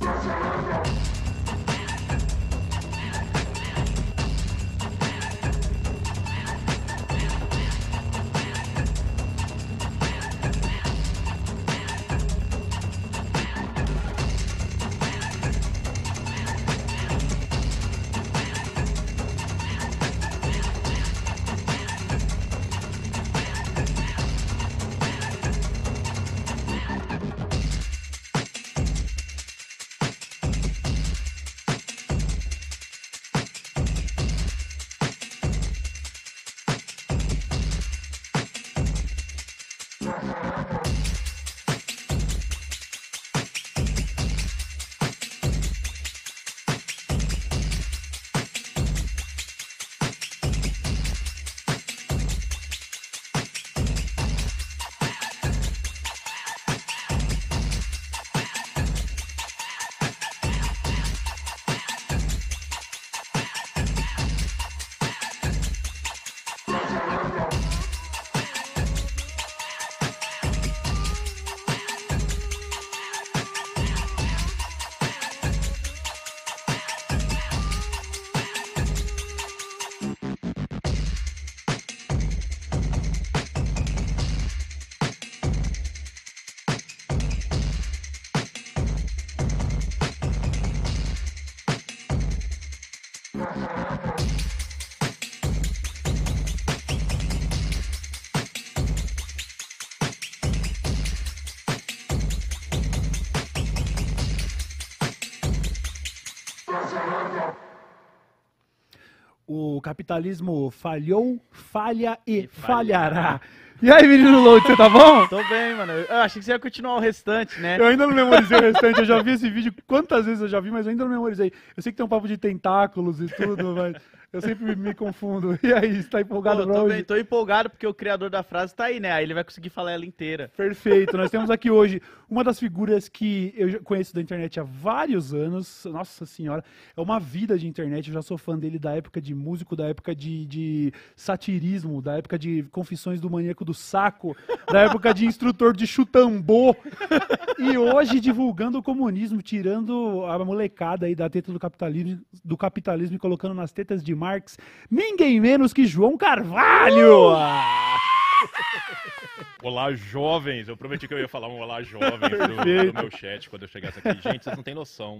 O capitalismo falhou, falha e falhará. E aí, menino Load, você tá bom? Tô bem, mano. Eu achei que você ia continuar o restante, né? Eu ainda não memorizei o restante, eu já vi esse vídeo quantas vezes eu já vi, mas eu ainda não memorizei. Eu sei que tem um papo de tentáculos e tudo, mas eu sempre me confundo. E aí, você tá empolgado, Tô bem, tô empolgado porque o criador da frase tá aí, né? Aí ele vai conseguir falar ela inteira. Perfeito. Nós temos aqui hoje uma das figuras que eu já conheço da internet há vários anos. Nossa senhora, é uma vida de internet. Eu já sou fã dele da época de músico, da época de satirismo, da época de Confissões do Maníaco do Saco, da época de instrutor de chutambô. E hoje divulgando o comunismo, tirando a molecada aí da teta do capitalismo e colocando nas tetas de Marx, ninguém menos que João Carvalho! Olá, jovens! Eu prometi que eu ia falar um olá, jovens do meu chat quando eu chegasse aqui. Gente, vocês não têm noção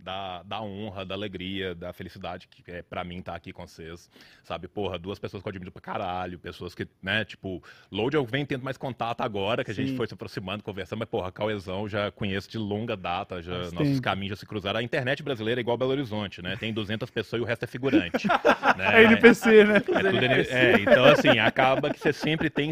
da honra, da alegria, da felicidade que é pra mim estar aqui com vocês, sabe? Porra, duas pessoas que eu admiro pra caralho, pessoas que, né, tipo, Load eu venho tendo mais contato agora, que a gente foi se aproximando, conversando, mas, porra, Cauezão já conheço de longa data, já nossos caminhos já se cruzaram. A internet brasileira é igual Belo Horizonte, né? Tem 200 pessoas e o resto é figurante. Né? É NPC, né? É tudo então, assim, acaba que você sempre tem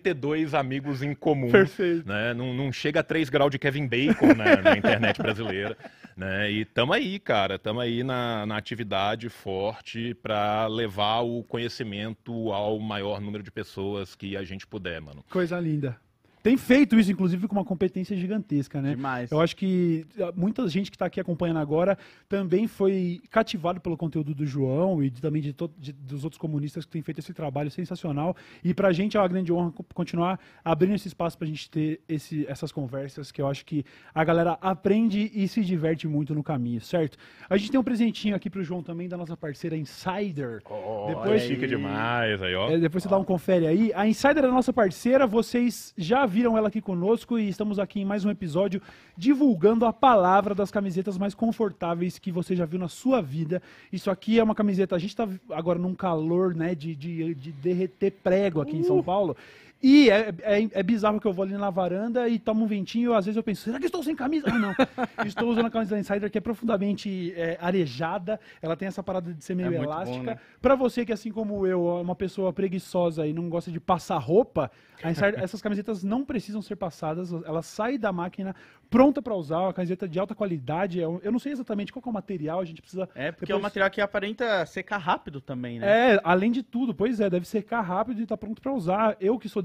72 amigos em comum. Perfeito. Né? Não chega a 3 graus de Kevin Bacon, né, na internet brasileira. Né? E tamo aí, cara, tamo aí na atividade forte para levar o conhecimento ao maior número de pessoas que a gente puder, mano. Coisa linda. Tem feito isso, inclusive, com uma competência gigantesca, né? Demais. Eu acho que muita gente que está aqui acompanhando agora também foi cativado pelo conteúdo do João e também dos outros comunistas que têm feito esse trabalho sensacional. E pra gente é uma grande honra continuar abrindo esse espaço pra gente ter essas conversas, que eu acho que a galera aprende e se diverte muito no caminho, certo? A gente tem um presentinho aqui pro João também da nossa parceira Insider. Depois chique demais aí, ó. Depois você dá um confere aí. A Insider é a nossa parceira, vocês já viram ela aqui conosco e estamos aqui em mais um episódio divulgando a palavra das camisetas mais confortáveis que você já viu na sua vida. Isso aqui é uma camiseta, a gente tá agora num calor, né, de derreter prego aqui em São Paulo. E é bizarro que eu vou ali na varanda e tomo um ventinho e às vezes eu penso, será que estou sem camisa? Ah, não. Estou usando a camisa da Insider, que é profundamente arejada. Ela tem essa parada de ser meio elástica. Bom, né? Pra você que, assim como eu, é uma pessoa preguiçosa e não gosta de passar roupa, a Insider, essas camisetas não precisam ser passadas. Elas saem da máquina pronta para usar, uma camiseta de alta qualidade. Eu não sei exatamente qual que é o material, a gente precisa... Porque é um material que aparenta secar rápido também, né? Além de tudo, pois deve secar rápido e tá pronto para usar. Eu que sou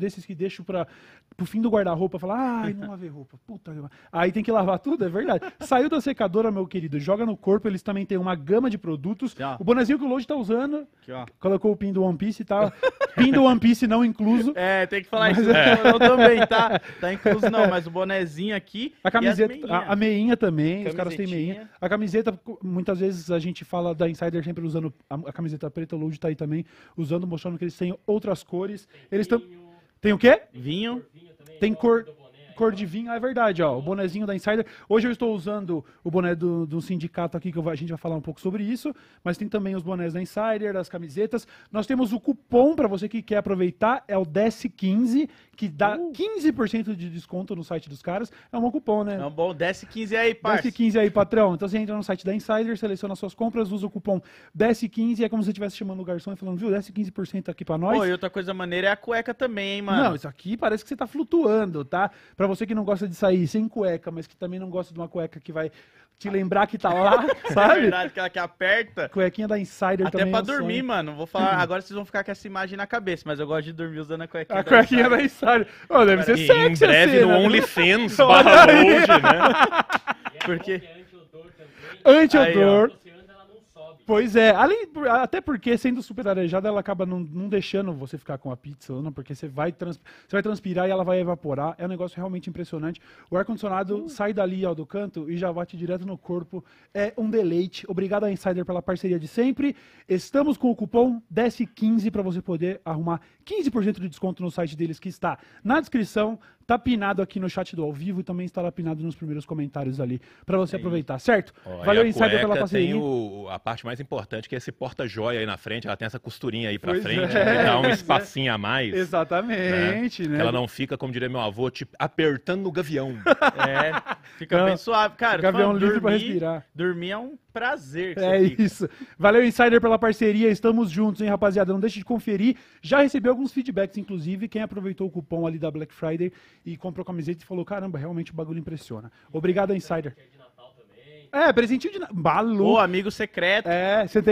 desses que deixo pro fim do guarda-roupa, falar, ai, não lavei roupa, puta. Aí tem que lavar tudo, é verdade. Saiu da secadora, meu querido, joga no corpo, eles também têm uma gama de produtos. Ó. O bonezinho que o Lodi tá usando, Aqui, ó. colocou o pin do One Piece e tal. Pin do One Piece não incluso. Tem que falar isso. Eu também, tá? Tá incluso não, mas o bonezinho aqui. A camiseta, e as a meinha também, os caras têm Camisetinha. meinha. A camiseta, muitas vezes a gente fala da Insider sempre usando a camiseta preta, o Lodi tá aí também, usando, mostrando que eles têm outras cores. Eles estão. Tem o quê? Vinho. Tem cor de vinho, é verdade, ó. O bonezinho da Insider. Hoje eu estou usando o boné do sindicato aqui, que a gente vai falar um pouco sobre isso. Mas tem também os bonés da Insider, as camisetas. Nós temos o cupom para você que quer aproveitar, é o DESCE15, que dá 15% de desconto no site dos caras. É um cupom, né? É um bom, desce 15 aí, parça. DESCE15 aí, patrão. Então você entra no site da Insider, seleciona suas compras, usa o cupom DESCE15 e é como se você estivesse chamando o garçom e falando, viu, desce 15% aqui pra nós. Pô, e outra coisa maneira é a cueca também, hein, mano. Não, isso aqui parece que você tá flutuando, tá? Pra você que não gosta de sair sem cueca, mas que também não gosta de uma cueca que vai te lembrar que tá lá, É sabe? verdade, aquela que aperta. Cuequinha da Insider Até também. pra é um dormir, sonho. mano. Vou falar, agora vocês vão ficar com essa imagem na cabeça, mas eu gosto de dormir usando a cuequinha. A cuequinha da Insider. Ô, deve ser E sexy em breve a no cena, né? OnlyFans, Olha barra aí. load, né? Porque Anti-odor. Você anda, ela não sobe. Pois é, até porque sendo super arejada, ela acaba não deixando você ficar com a pizza, não, porque você vai transpirar e ela vai evaporar. É um negócio realmente impressionante. O ar-condicionado sai dali, ó, do canto e já bate direto no corpo. É um deleite. Obrigado a Insider pela parceria de sempre. Estamos com o cupom DESCE15 para você poder arrumar 15% de desconto no site deles, que está na descrição. Tá pinado aqui no chat do ao vivo e também estará pinado nos primeiros comentários ali, para você aproveitar, certo? Ó, Valeu, e a Insider, pela cueca parceria. tem a parte mais importante, que é esse porta-joia aí na frente. Ela tem essa costurinha aí pra Pois frente, é, que dá um pois é. espacinho a mais. Exatamente, né? Ela não fica, como diria meu avô, tipo, apertando no gavião. fica Não, bem suave. Cara, gavião mano, livre pra respirar. Dormir é um prazer que É você fica. isso. Valeu, Insider, pela parceria. Estamos juntos, hein, rapaziada? Não deixe de conferir. Já recebi alguns feedbacks, inclusive. Quem aproveitou o cupom ali da Black Friday e comprou camiseta e falou, caramba, realmente o bagulho impressiona. Obrigado, Insider. De Natal também. É, presentinho de Balu. Ô, amigo secreto. É, você tem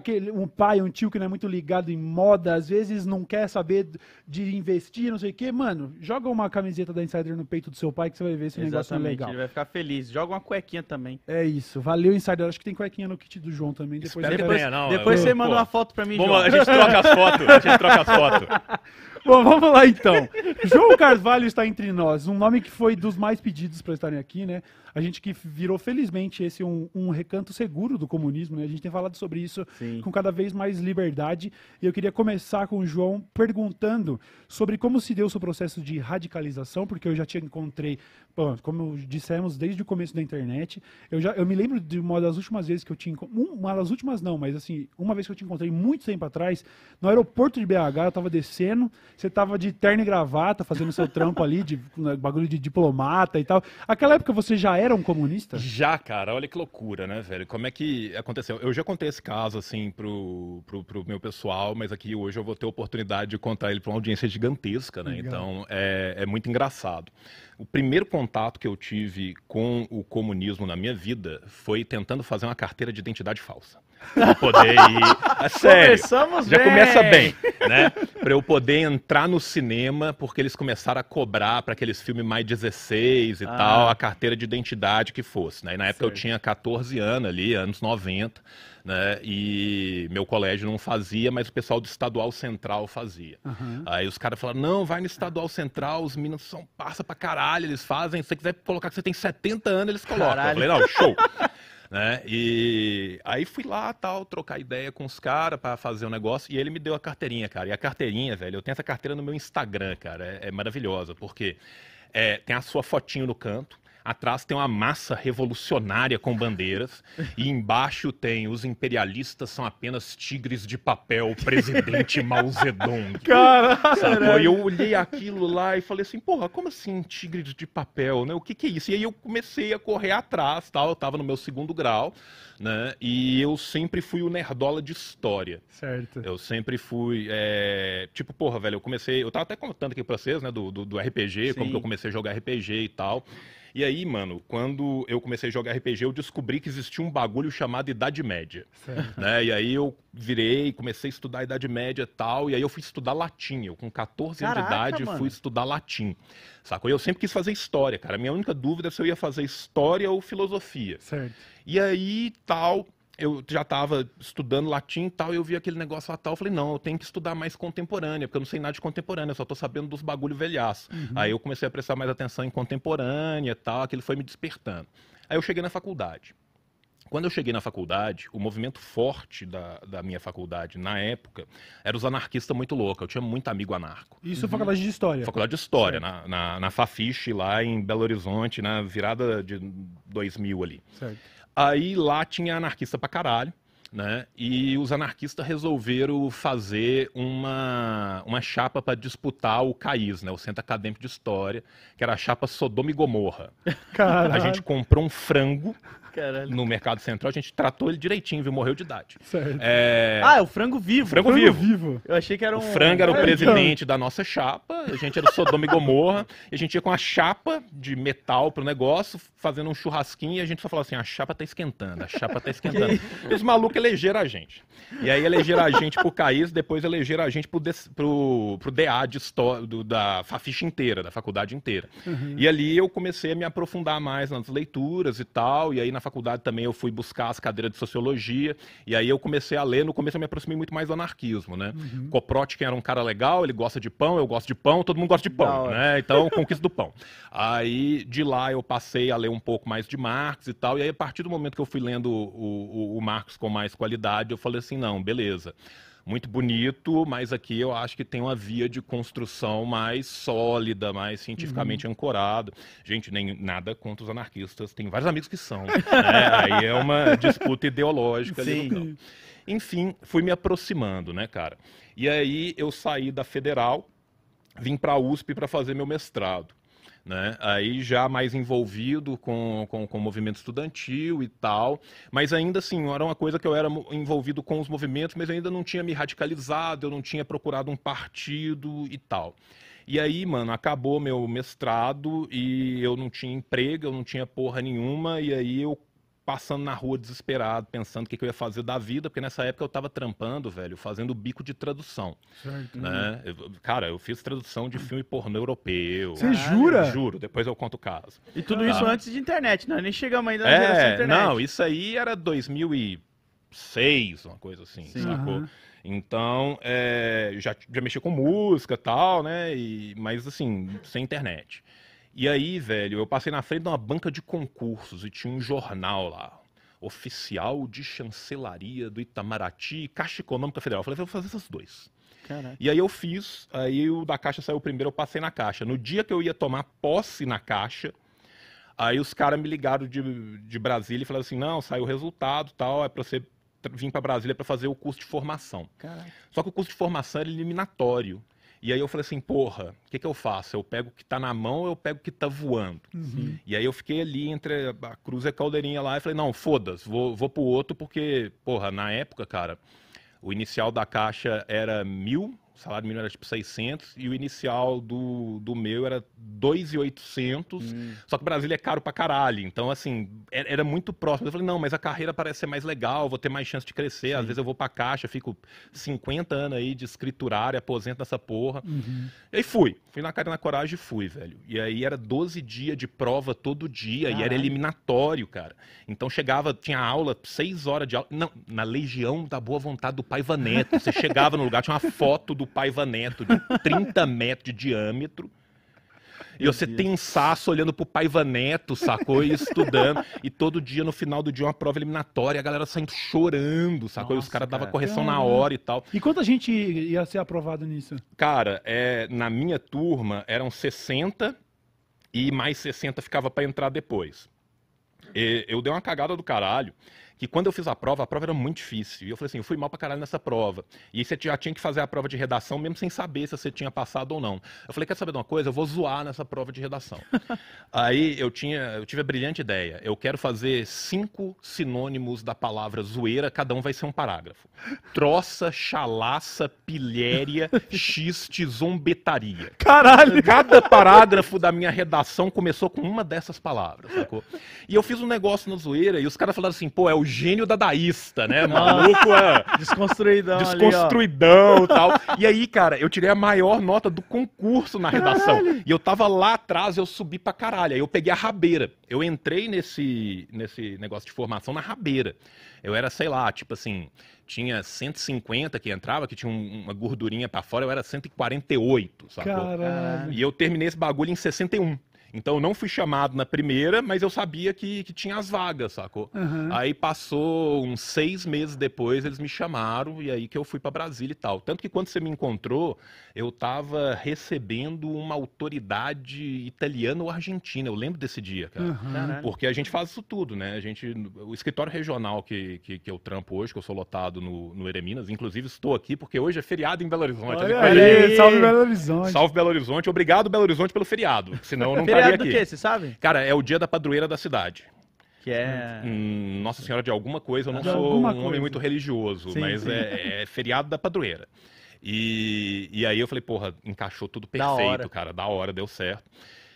um pai, um tio que não é muito ligado em moda, às vezes não quer saber de investir, não sei o quê. Mano, joga uma camiseta da Insider no peito do seu pai que você vai ver esse negócio é Exatamente, legal. ele vai ficar feliz. Joga uma cuequinha também. É isso. Valeu, Insider. Acho que tem cuequinha no kit do João também. Depois Espero que depois- tenha, não. Depois você manda pô, uma foto pra mim, Vamos João. lá, a gente troca as fotos. A gente troca as fotos. Bom, vamos lá então. João Carvalho está entre nós, um nome que foi dos mais pedidos para estarem aqui, né? A gente que virou, felizmente, esse um recanto seguro do comunismo, né? A gente tem falado sobre isso Sim. com cada vez mais liberdade. E eu queria começar com o João perguntando sobre como se deu o seu processo de radicalização, porque eu já te encontrei, bom, como dissemos, desde o começo da internet. Eu me lembro de uma das últimas vezes que eu te encontrei, uma das últimas não, mas assim, uma vez que eu te encontrei muito tempo atrás, no aeroporto de BH, eu tava descendo, você tava de terno e gravata, fazendo seu trampo ali, de bagulho de diplomata e tal. Aquela época você já era um comunista? Já, cara, olha que loucura, né, velho? Como é que aconteceu? Eu já contei esse caso, assim, pro meu pessoal, mas aqui hoje eu vou ter a oportunidade de contar ele pra uma audiência gigantesca, né? Legal. Então, é muito engraçado. O primeiro contato que eu tive com o comunismo na minha vida foi tentando fazer uma carteira de identidade falsa. Pra eu poder ir... É sério. Começamos Já bem. começa bem, né? Pra eu poder entrar no cinema, porque eles começaram a cobrar pra aqueles filmes mais 16 e tal, a carteira de identidade que fosse, né? E na época eu tinha 14 anos ali, anos 90, né? E meu colégio não fazia, mas o pessoal do Estadual Central fazia. Aí os caras falaram, não, vai no Estadual Central, os meninos são passa pra caralho, eles fazem, se você quiser colocar que você tem 70 anos, eles colocam. Caralho. Eu falei, não, show. Né? E aí fui lá, tal, trocar ideia com os caras pra fazer o negócio, e ele me deu a carteirinha, cara. E a carteirinha, velho, eu tenho essa carteira no meu Instagram, cara, é maravilhosa, porque tem a sua fotinho no canto, atrás tem uma massa revolucionária com bandeiras, e embaixo tem os imperialistas são apenas tigres de papel, presidente Mao Zedong. Sacou? E eu olhei aquilo lá e falei assim, porra, como assim tigres de papel, né? O que é isso? E aí eu comecei a correr atrás, tal, eu tava no meu 2º grau, né? E eu sempre fui o nerdola de história. Certo. Eu sempre fui, tipo, porra, velho, eu tava até contando aqui pra vocês, né, do RPG, como Sim. que eu comecei a jogar RPG e tal. E aí, mano, quando eu comecei a jogar RPG, eu descobri que existia um bagulho chamado Idade Média. Certo. Né? E aí eu virei, comecei a estudar a Idade Média e tal, e aí eu fui estudar latim. Eu com 14 anos de Caraca, idade mano. fui estudar latim. Sacou? E eu sempre quis fazer história, cara. A minha única dúvida é se eu ia fazer história ou filosofia. Certo. E aí, tal, eu já tava estudando latim e tal, e eu vi aquele negócio lá tal, eu falei, não, eu tenho que estudar mais contemporânea, porque eu não sei nada de contemporânea, eu só tô sabendo dos bagulho velhaço. Aí eu comecei a prestar mais atenção em contemporânea e tal, aquilo foi me despertando. Aí eu cheguei na faculdade. Quando eu cheguei na faculdade, o movimento forte da minha faculdade, na época, era os anarquistas muito loucos. Eu tinha muito amigo anarco. Isso é faculdade de História. Faculdade de História, na Fafiche, lá em Belo Horizonte, na virada de 2000 ali. Certo. Aí lá tinha anarquista pra caralho, né? E os anarquistas resolveram fazer uma chapa para disputar o CAIS, né? O Centro Acadêmico de História, que era a chapa Sodoma e Gomorra. Caralho. A gente comprou um frango Caralho. no Mercado Central, a gente tratou ele direitinho, viu? Morreu de idade. Certo. Ah, é o frango vivo. Frango Frango vivo. vivo. Eu achei que era um... O frango era o então. presidente da nossa chapa, a gente era o Sodoma e Gomorra, e a gente ia com a chapa de metal pro negócio, fazendo um churrasquinho, e a gente só falava assim, a chapa tá esquentando, a chapa tá esquentando. E os malucos elegeram a gente. E aí elegeram a gente pro CAIS, depois elegeram a gente pro DA de história, da Fafiche inteira, da faculdade inteira. E ali eu comecei a me aprofundar mais nas leituras e tal, e aí na faculdade também eu fui buscar as cadeiras de sociologia, e aí eu comecei a ler, no começo eu me aproximei muito mais do anarquismo, né? Koprotkin era um cara legal, ele gosta de pão, eu gosto de pão, todo mundo gosta de Da pão, hora. né? Então, conquista do pão. Aí, de lá, eu passei a ler um pouco mais de Marx e tal, e aí, a partir do momento que eu fui lendo o Marx com mais qualidade, eu falei assim, não, beleza. Muito bonito, mas aqui eu acho que tem uma via de construção mais sólida, mais cientificamente ancorada. Gente, nem nada contra os anarquistas, tem vários amigos que são. Né? Aí é uma disputa ideológica ali Sim. no campo. Enfim, fui me aproximando, né, cara? E aí eu saí da Federal, vim para a USP para fazer meu mestrado. Né? Aí já mais envolvido com o movimento estudantil e tal, mas ainda assim, era uma coisa que eu era envolvido com os movimentos, mas eu ainda não tinha me radicalizado, eu não tinha procurado um partido e tal. E aí, mano, acabou meu mestrado e eu não tinha emprego, eu não tinha porra nenhuma, e aí eu passando na rua desesperado, pensando o que eu ia fazer da vida, porque nessa época eu tava trampando, velho, fazendo bico de tradução. Certo. Né? Cara, eu fiz tradução de filme pornô europeu. Você jura? Juro, depois eu conto o caso. E tudo isso antes de internet, né? Nem chegamos ainda na geração internet. Não, isso aí era 2006, uma coisa assim, Sim. sacou? Aham. Então, já mexi com música e tal, né? Mas assim, sem internet. E aí, velho, eu passei na frente de uma banca de concursos e tinha um jornal lá. Oficial de Chancelaria do Itamaraty, Caixa Econômica Federal. Eu falei, vou fazer esses dois. Caraca. E aí eu fiz, aí o da Caixa saiu primeiro, eu passei na Caixa. No dia que eu ia tomar posse na Caixa, aí os caras me ligaram de Brasília e falaram assim, não, saiu o resultado, tal, é pra você vir pra Brasília pra fazer o curso de formação. Caraca. Só que o curso de formação era eliminatório. E aí eu falei assim, porra, o que eu faço? Eu pego o que tá na mão ou eu pego o que tá voando? E aí eu fiquei ali entre a Cruz e a Caldeirinha lá e falei, não, foda-se, vou pro outro porque, porra, na época, cara, o inicial da Caixa era 1.000, o salário mínimo era tipo 600, e o inicial do meu era 2.800, só que Brasília é caro pra caralho, então assim, era muito próximo. Eu falei, não, mas a carreira parece ser mais legal, vou ter mais chance de crescer, às vezes eu vou pra Caixa, fico 50 anos aí de escriturário, aposento nessa porra. E aí fui na cara e na coragem e fui, velho. E aí era 12 dias de prova todo dia, e era Caralho. eliminatório, cara. Então chegava, tinha aula, 6 horas de aula, não, na Legião da Boa Vontade do Paiva Neto, você chegava no lugar, tinha uma foto do Paiva Neto de 30 metros de diâmetro, e você tensaço olhando pro Paiva Neto, sacou? E estudando. E todo dia, no final do dia, uma prova eliminatória, a galera saindo chorando, sacou? E os Nossa, caras davam cara. correção na hora e tal. E quanta gente ia ser aprovado nisso? Cara, na minha turma eram 60 e mais 60 ficava pra entrar depois. Eu dei uma cagada do caralho, que quando eu fiz a prova era muito difícil. E eu falei assim, eu fui mal pra caralho nessa prova. E você já tinha que fazer a prova de redação, mesmo sem saber se você tinha passado ou não. Eu falei, quer saber de uma coisa? Eu vou zoar nessa prova de redação. Aí eu tive a brilhante ideia. Eu quero fazer 5 sinônimos da palavra zoeira, cada um vai ser um parágrafo. Troça, chalaça, pilhéria, xiste, zombetaria. Caralho! Cada parágrafo da minha redação começou com uma dessas palavras, sacou? E eu fiz um negócio na zoeira e os caras falaram assim, pô, é o gênio dadaísta, né? Maluco, Desconstruidão desconstruidão e tal. E aí, cara, eu tirei a maior nota do concurso na redação. Caralho. E eu tava lá atrás, eu subi pra caralho. Aí eu peguei a rabeira. Eu entrei nesse negócio de formação na rabeira. Eu era, sei lá, tipo assim, tinha 150 que entrava, que tinha uma gordurinha pra fora, eu era 148, sacou? Caralho. E eu terminei esse bagulho em 61. Então eu não fui chamado na primeira, mas eu sabia que tinha as vagas, sacou? Uhum. Aí passou uns 6 meses depois, eles me chamaram e aí que eu fui pra Brasília e tal. Tanto que quando você me encontrou, eu tava recebendo uma autoridade italiana ou argentina. Eu lembro desse dia, cara. Uhum. Porque a gente faz isso tudo, né? O escritório regional que eu trampo hoje, que eu sou lotado no Ereminas, inclusive estou aqui porque hoje é feriado em Belo Horizonte. Olha Olha aí, salve Belo Horizonte. Salve Belo Horizonte. Obrigado, Belo Horizonte, pelo feriado. Senão eu não estaria Feriado do aqui. quê, você sabe? Cara, é o dia da padroeira da cidade. Que é... Nossa Senhora de alguma coisa, eu não De sou alguma um homem coisa. muito religioso, Sim, mas sim. é feriado da padroeira. E aí eu falei, porra, encaixou tudo Da hora. perfeito, cara, da hora, deu certo.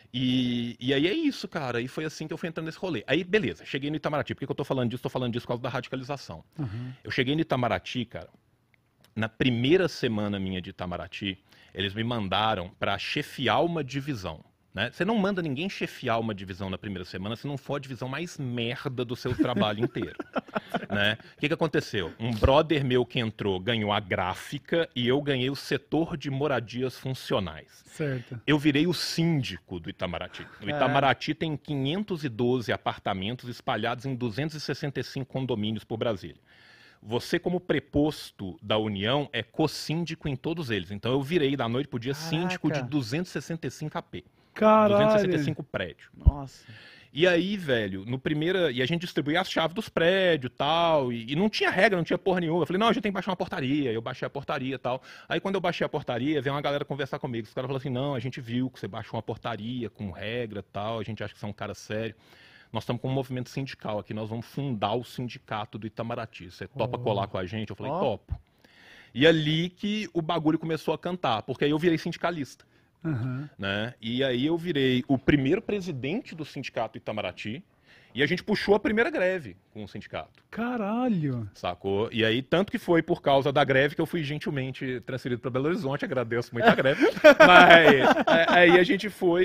E aí é isso, cara, e foi assim que eu fui entrando nesse rolê. Aí, beleza, cheguei no Itamaraty. Por que eu tô falando disso? Tô falando disso por causa da radicalização. Uhum. Eu cheguei no Itamaraty, cara, na primeira semana minha de Itamaraty, eles me mandaram pra chefiar uma divisão. Né? Você não manda ninguém chefiar uma divisão na primeira semana se não for a divisão mais merda do seu trabalho inteiro. Né? O que aconteceu? Um brother meu que entrou ganhou a gráfica e eu ganhei o setor de moradias funcionais. Certo. Eu virei o síndico do Itamaraty. O Itamaraty tem 512 apartamentos espalhados em 265 condomínios por Brasília. Você, como preposto da União, é co-síndico em todos eles. Então eu virei da noite pro dia síndico de 265 AP. Caralho. 265 prédios. Nossa. E aí, velho, e a gente distribuía as chaves dos prédios tal, e não tinha regra, não tinha porra nenhuma. Eu falei, não, a gente tem que baixar uma portaria. Eu baixei a portaria e tal. Aí quando eu baixei a portaria, veio uma galera conversar comigo. Os caras falaram assim, não, a gente viu que você baixou uma portaria com regra e tal, a gente acha que você é um cara sério. Nós estamos com um movimento sindical aqui, nós vamos fundar o sindicato do Itamaraty. Você topa colar com a gente? Eu falei, topo. E ali que o bagulho começou a cantar, porque aí eu virei sindicalista. Uhum. Né? E aí eu virei o primeiro presidente do sindicato Itamaraty e a gente puxou a primeira greve com o sindicato. Caralho. Sacou? E aí, tanto que foi por causa da greve que eu fui gentilmente transferido para Belo Horizonte, agradeço muito a greve. Mas aí a gente foi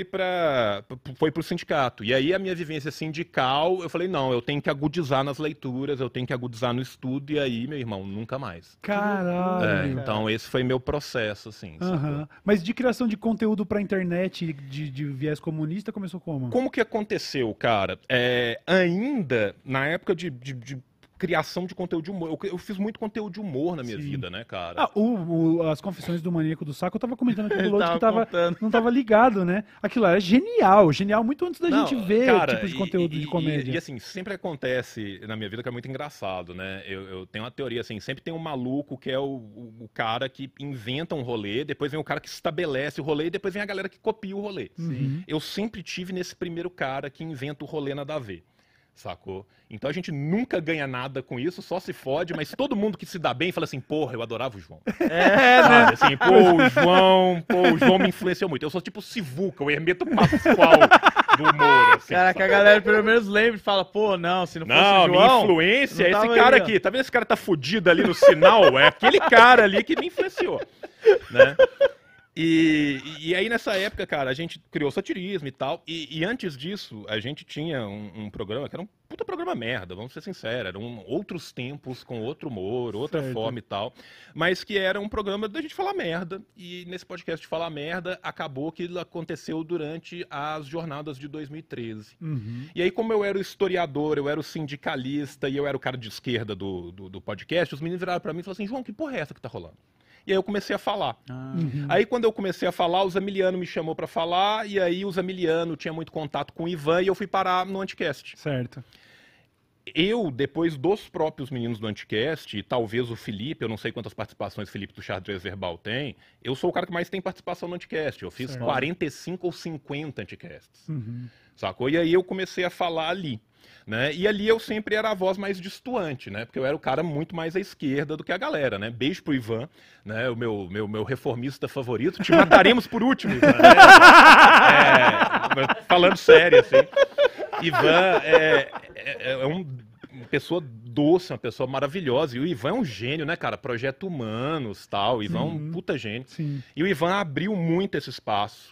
pro sindicato. E aí a minha vivência sindical, eu falei, não, eu tenho que agudizar nas leituras, eu tenho que agudizar no estudo, e aí, meu irmão, nunca mais. Caralho. Então esse foi meu processo, assim. Uhum. Mas de criação de conteúdo pra internet de viés comunista começou como? Como que aconteceu, cara? Ainda na época de criação de conteúdo de humor. Eu fiz muito conteúdo de humor na minha vida, né, cara? As Confissões do Maníaco do Saco, eu tava comentando aqui com o Lourdes que contando. não tava ligado, né? Aquilo era genial muito antes da gente ver cara, o tipo de conteúdo de comédia. E assim, sempre acontece na minha vida que é muito engraçado, né? Eu tenho uma teoria assim, sempre tem um maluco que é o cara que inventa um rolê, depois vem o cara que estabelece o rolê e depois vem a galera que copia o rolê. Sim. Eu sempre tive nesse primeiro cara que inventa o rolê nada a ver. Sacou? Então a gente nunca ganha nada com isso, só se fode, mas todo mundo que se dá bem fala assim, porra, eu adorava o João. Sabe? Assim, o João me influenciou muito. Eu sou tipo o Sivuca, o Hermeto Pascoal do humor. Assim, Caraca, a galera pelo menos lembra e fala, pô, não, se não fosse não, o João... minha influência é não esse tava cara aí, ó. aqui. Tá vendo esse cara tá fudido ali no sinal? É aquele cara ali que me influenciou, né? E aí, nessa época, cara, a gente criou satirismo e tal. E antes disso, a gente tinha um programa que era um puta programa merda, vamos ser sinceros. Eram outros tempos, com outro humor, outra forma e tal. Mas que era um programa da gente falar merda. E nesse podcast de falar merda, acabou que aconteceu durante as jornadas de 2013. Uhum. E aí, como eu era o historiador, eu era o sindicalista e eu era o cara de esquerda do podcast, os meninos viraram pra mim e falaram assim, João, que porra é essa que tá rolando? E aí eu comecei a falar. Aí quando eu comecei a falar, o Zamiliano me chamou pra falar, e aí o Zamiliano tinha muito contato com o Ivan, e eu fui parar no Anticast. Certo. eu, depois dos próprios meninos do Anticast, e talvez o Felipe, eu não sei quantas participações o Felipe do Xadrez Verbal tem, eu sou o cara que mais tem participação no Anticast. Eu fiz 45 ou 50 Anticasts, sacou? E aí eu comecei a falar ali. Né? E ali eu sempre era a voz mais destoante, né? Porque eu era o cara muito mais à esquerda do que a galera, né? Beijo pro Ivan, né? O meu reformista favorito. Te mataremos por último, Ivan. Né? Falando sério, assim. Ivan uma pessoa doce, uma pessoa maravilhosa. E o Ivan é um gênio, né, cara? Projeto Humanos, tal. O Ivan é um puta gênio. Sim. E o Ivan abriu muito esse espaço.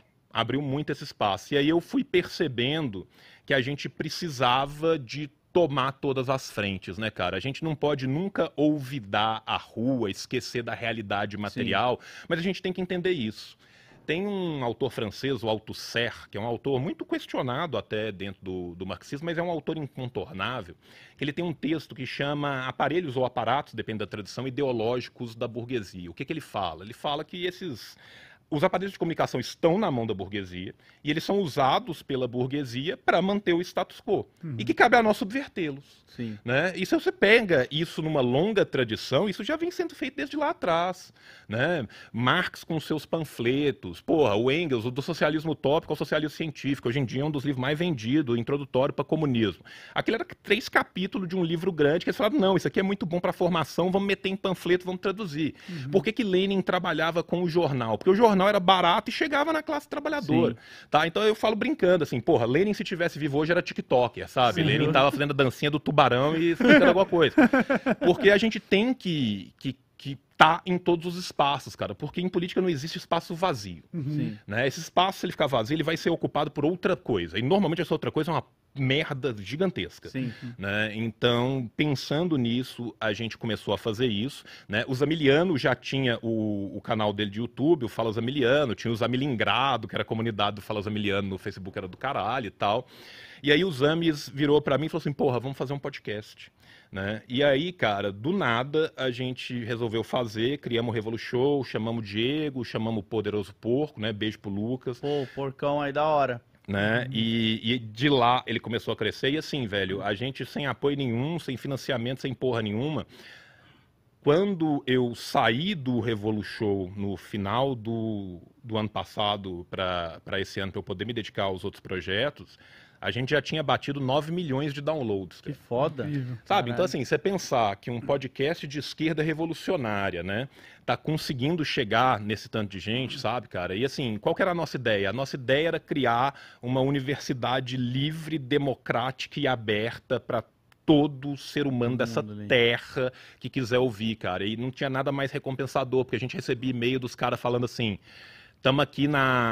E aí eu fui percebendo que a gente precisava de tomar todas as frentes, né, cara? A gente não pode nunca olvidar a rua, esquecer da realidade material, mas a gente tem que entender isso. Tem um autor francês, o Althusser, que é um autor muito questionado até dentro do marxismo, mas é um autor incontornável. Ele tem um texto que chama Aparelhos ou Aparatos, depende da tradição, ideológicos da burguesia. O que ele fala? Ele fala que os aparelhos de comunicação estão na mão da burguesia e eles são usados pela burguesia para manter o status quo. E que cabe a nós subvertê-los. Né? E se você pega isso numa longa tradição, isso já vem sendo feito desde lá atrás. Né? Marx com seus panfletos, o Engels, do socialismo utópico ao socialismo científico, hoje em dia é um dos livros mais vendidos, introdutório para comunismo. Aquilo era 3 capítulos de um livro grande que eles falaram, não, isso aqui é muito bom para a formação, vamos meter em panfleto, vamos traduzir. Por que Lenin trabalhava com o jornal? Porque o jornal era barato e chegava na classe trabalhadora. Tá? Então eu falo brincando assim, Lenin se tivesse vivo hoje era TikToker, sabe? Lenin tava fazendo a dancinha do tubarão e explicando alguma coisa. Porque a gente tem que tá em todos os espaços, cara, porque em política não existe espaço vazio. Né? Esse espaço, se ele ficar vazio, ele vai ser ocupado por outra coisa. E normalmente essa outra coisa é uma merda gigantesca. Né? Então, pensando nisso, a gente começou a fazer isso. Né? O Zamiliano já tinha o canal dele de YouTube, o Fala Zamiliano, tinha o Zamilingrado, que era a comunidade do Fala Zamiliano no Facebook, era do caralho e tal. E aí o Zamis virou pra mim e falou assim, vamos fazer um podcast. Né? E aí, cara, do nada a gente resolveu fazer, criamos o Revolu Show, chamamos o Diego, chamamos o Poderoso Porco, né? Beijo pro Lucas. O porcão aí da hora. Né? E de lá ele começou a crescer e assim, velho, a gente sem apoio nenhum, sem financiamento, sem porra nenhuma. Quando eu saí do Revolu Show no final do ano passado para esse ano, para eu poder me dedicar aos outros projetos, a gente já tinha batido 9 milhões de downloads. Que foda. Sabe? Então, assim, você pensar que um podcast de esquerda revolucionária, né, tá conseguindo chegar nesse tanto de gente, sabe, cara? E assim, qual que era a nossa ideia? A nossa ideia era criar uma universidade livre, democrática e aberta para todo ser humano dessa terra que quiser ouvir, cara. E não tinha nada mais recompensador, porque a gente recebia e-mail dos caras falando assim... Estamos aqui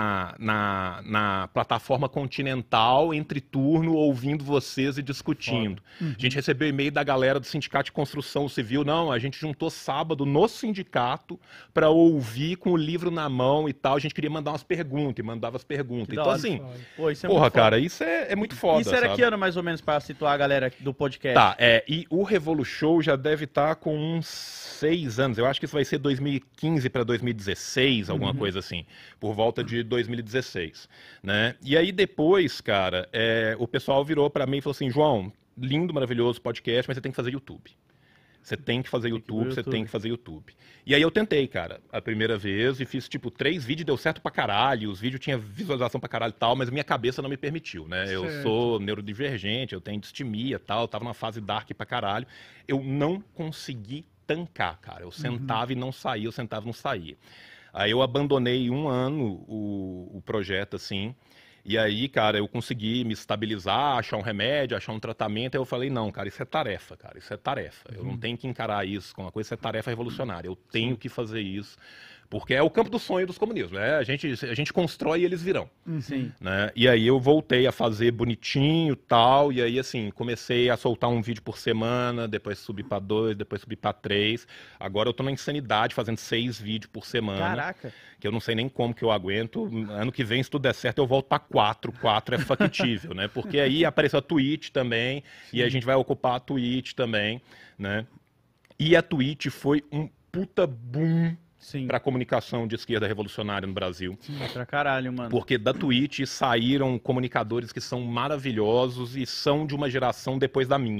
na plataforma Continental, entre turno, ouvindo vocês e discutindo. A gente recebeu e-mail da galera do Sindicato de Construção Civil. Não, a gente juntou sábado no sindicato para ouvir com o livro na mão e tal. A gente queria mandar umas perguntas e mandava as perguntas. Então, assim, porra, cara, isso é muito foda. Isso era que ano, mais ou menos, para situar a galera do podcast? Tá, e o Revolu Show já deve estar com uns 6 anos. Eu acho que isso vai ser 2015 para 2016, alguma coisa assim. Por volta de 2016, né? E aí depois, cara, o pessoal virou para mim e falou assim, João, lindo, maravilhoso podcast, mas você tem que fazer YouTube. Você tem que fazer YouTube, você tem que fazer YouTube. E aí eu tentei, cara, a primeira vez e fiz, 3 vídeos, deu certo pra caralho, os vídeos tinham visualização pra caralho e tal, mas minha cabeça não me permitiu, né? Eu sou neurodivergente, eu tenho distimia e tal, eu tava numa fase dark pra caralho. Eu não consegui tancar, cara. Eu sentava e não saía, eu sentava e não saía. Aí eu abandonei 1 ano o projeto, assim, e aí, cara, eu consegui me estabilizar, achar um remédio, achar um tratamento, aí eu falei, não, cara, isso é tarefa, cara, isso é tarefa. Eu não tenho que encarar isso como uma coisa, isso é tarefa revolucionária, eu tenho que fazer isso, porque é o campo do sonho dos comunismos, né? A gente constrói e eles virão. Né? E aí eu voltei a fazer bonitinho e tal, e aí, assim, comecei a soltar um vídeo por semana, depois subi para 2, depois subi para 3. Agora eu tô na insanidade fazendo 6 vídeos por semana. Caraca. Que eu não sei nem como que eu aguento. Ano que vem, se tudo der certo, eu volto para 4. 4 é factível, né? Porque aí apareceu a Twitch também, e a gente vai ocupar a Twitch também, né? E a Twitch foi um puta boom para a comunicação de esquerda revolucionária no Brasil. Pra caralho, mano. Porque da Twitch saíram comunicadores que são maravilhosos e são de uma geração depois da minha.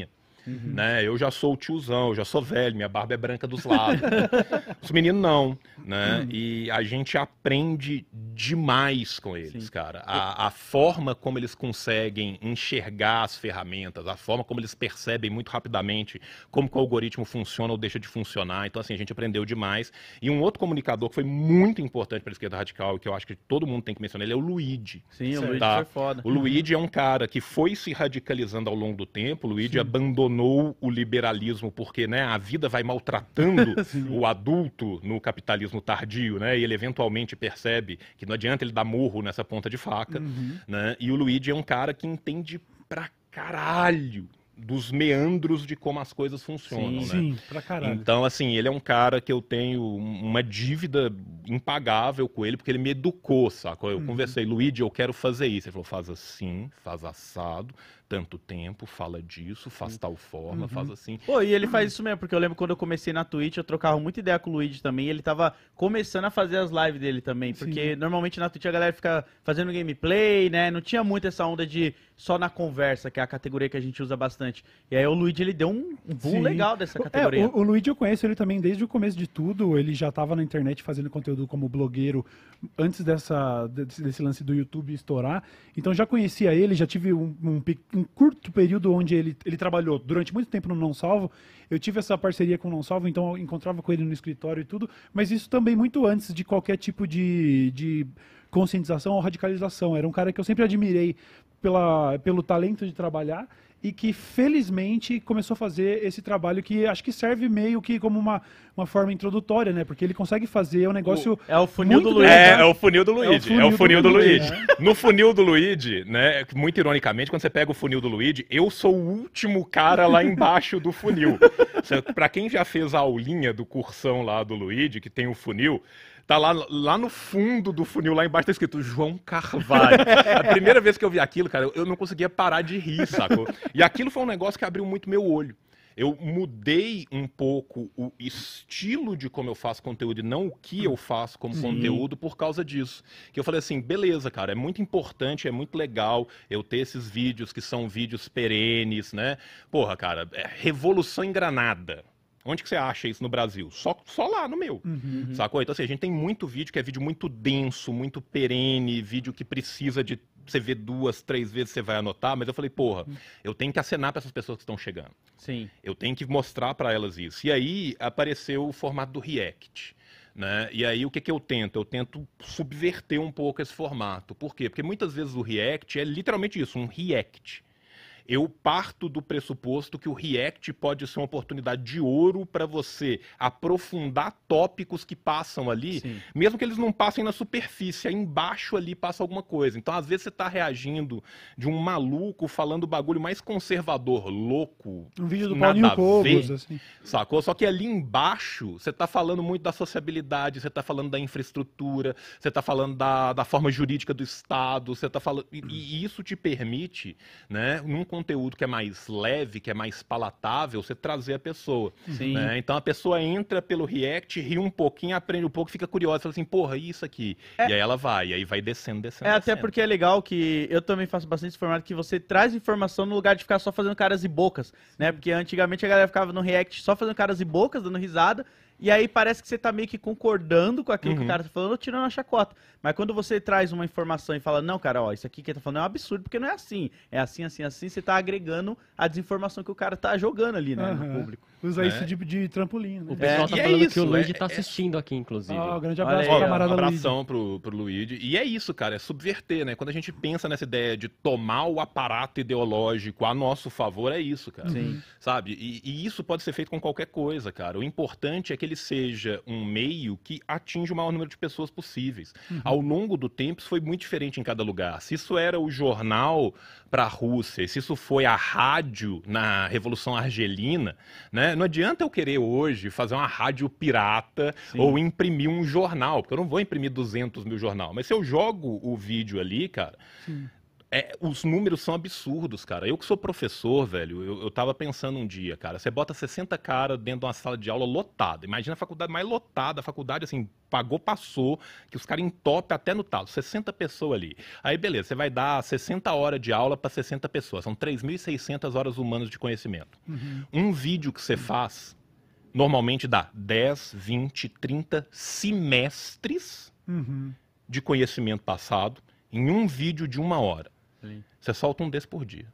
né? Eu já sou o tiozão, eu já sou velho, minha barba é branca dos lados. Os meninos não, né? E a gente aprende demais com eles, cara. A forma como eles conseguem enxergar as ferramentas, a forma como eles percebem muito rapidamente como que o algoritmo funciona ou deixa de funcionar. Então, assim, a gente aprendeu demais. E um outro comunicador que foi muito importante para a esquerda radical, e que eu acho que todo mundo tem que mencionar, ele é o Luigi. Sim, o Luigi foi foda. O Luigi é um cara que foi se radicalizando ao longo do tempo. O Luigi abandonou o liberalismo porque, né, a vida vai maltratando o adulto no capitalismo tardio, né? E ele eventualmente percebe que não adianta ele dar murro nessa ponta de faca, né? E o Luigi é um cara que entende pra caralho dos meandros de como as coisas funcionam, né? Sim, pra caralho. Então, assim, ele é um cara que eu tenho uma dívida impagável com ele, porque ele me educou, saca? Eu conversei, Luigi, eu quero fazer isso. Ele falou, faz assim, faz assado, tanto tempo, fala disso, faz tal forma, faz assim. Pô, e ele faz isso mesmo, porque eu lembro quando eu comecei na Twitch, eu trocava muita ideia com o Luigi também, e ele tava começando a fazer as lives dele também, porque normalmente na Twitch a galera fica fazendo gameplay, né, não tinha muito essa onda de só na conversa, que é a categoria que a gente usa bastante. E aí o Luigi, ele deu um boom legal dessa categoria. O Luigi eu conheço ele também desde o começo de tudo, ele já tava na internet fazendo conteúdo como blogueiro antes desse lance do YouTube estourar, então já conhecia ele, já tive um curto período onde ele trabalhou durante muito tempo no Não Salvo. Eu tive essa parceria com o Não Salvo, então eu encontrava com ele no escritório e tudo, mas isso também muito antes de qualquer tipo de conscientização ou radicalização. Era um cara que eu sempre admirei pelo talento de trabalhar e que felizmente começou a fazer esse trabalho que acho que serve meio que como uma forma introdutória, né? Porque ele consegue fazer um negócio É o funil muito do Luigi. legal. É o funil do Luigi. É o funil do Luigi, Luigi. No funil do Luigi, né? Muito ironicamente, quando você pega o funil do Luigi, eu sou o último cara lá embaixo do funil. Pra quem já fez a aulinha do cursão lá do Luigi, que tem o funil, tá lá no fundo do funil, lá embaixo, tá escrito João Carvalho. A primeira vez que eu vi aquilo, cara, eu não conseguia parar de rir, sacou? E aquilo foi um negócio que abriu muito meu olho. Eu mudei um pouco o estilo de como eu faço conteúdo e não o que eu faço como conteúdo por causa disso. Que eu falei assim, beleza, cara, é muito importante, é muito legal eu ter esses vídeos que são vídeos perenes, né? Porra, cara, Revolução em Granada. Onde que você acha isso no Brasil? Só lá no meu, sacou? Então assim, a gente tem muito vídeo que é vídeo muito denso, muito perene, vídeo que precisa de você ver 2, 3 vezes, você vai anotar, mas eu falei, porra, eu tenho que acenar para essas pessoas que estão chegando. Sim. Eu tenho que mostrar para elas isso. E aí apareceu o formato do React. Né? E aí o que eu tento? Eu tento subverter um pouco esse formato. Por quê? Porque muitas vezes o React é literalmente isso, um React. Eu parto do pressuposto que o React pode ser uma oportunidade de ouro para você aprofundar tópicos que passam ali, mesmo que eles não passem na superfície, aí embaixo ali passa alguma coisa. Então, às vezes, você está reagindo de um maluco falando o bagulho mais conservador, louco, um vídeo do nada Paulinho a Cobos, ver, assim. sacou? Só que ali embaixo, você está falando muito da sociabilidade, você está falando da infraestrutura, você está falando da forma jurídica do Estado, você está falando... E isso te permite, né, num conteúdo que é mais leve, que é mais palatável, você trazer a pessoa. Sim. Né? Então a pessoa entra pelo React, ri um pouquinho, aprende um pouco, fica curiosa, fala assim, porra, e isso aqui? E aí ela vai, e aí vai descendo. Até porque é legal que eu também faço bastante esse formato que você traz informação no lugar de ficar só fazendo caras e bocas, né? Porque antigamente a galera ficava no React só fazendo caras e bocas, dando risada, e aí parece que você tá meio que concordando com aquilo que o cara tá falando, ou tirando a chacota. Mas quando você traz uma informação e fala, não, cara, ó, isso aqui que ele tá falando é um absurdo, porque não é assim. É assim, assim, assim, você tá agregando a desinformação que o cara tá jogando ali, né, no público. Usa isso de trampolim, né? O pessoal tá falando que o Luigi tá assistindo aqui, inclusive. Grande abraço Olha aí, pro camarada Um Luigi. abração pro Luigi. E é isso, cara, é subverter, né? Quando a gente pensa nessa ideia de tomar o aparato ideológico a nosso favor, é isso, cara. Sim. Sabe? E isso pode ser feito com qualquer coisa, cara. O importante é que ele seja um meio que atinge o maior número de pessoas possíveis. Ao longo do tempo, isso foi muito diferente em cada lugar. Se isso era o jornal para a Rússia, se isso foi a rádio na Revolução Argelina, né? Não adianta eu querer hoje fazer uma rádio pirata ou imprimir um jornal, porque eu não vou imprimir 200 mil jornal. Mas se eu jogo o vídeo ali, cara... Os números são absurdos, cara. Eu que sou professor, velho, eu tava pensando um dia, cara, você bota 60 caras dentro de uma sala de aula lotada. Imagina a faculdade mais lotada, a faculdade, assim, pagou, passou, que os caras entopem até no talo, 60 pessoas ali. Aí, beleza, você vai dar 60 horas de aula para 60 pessoas, são 3.600 horas humanas de conhecimento. Um vídeo que você faz, normalmente dá 10, 20, 30 semestres de conhecimento passado em um vídeo de 1 hora. Você solta um desse por dia.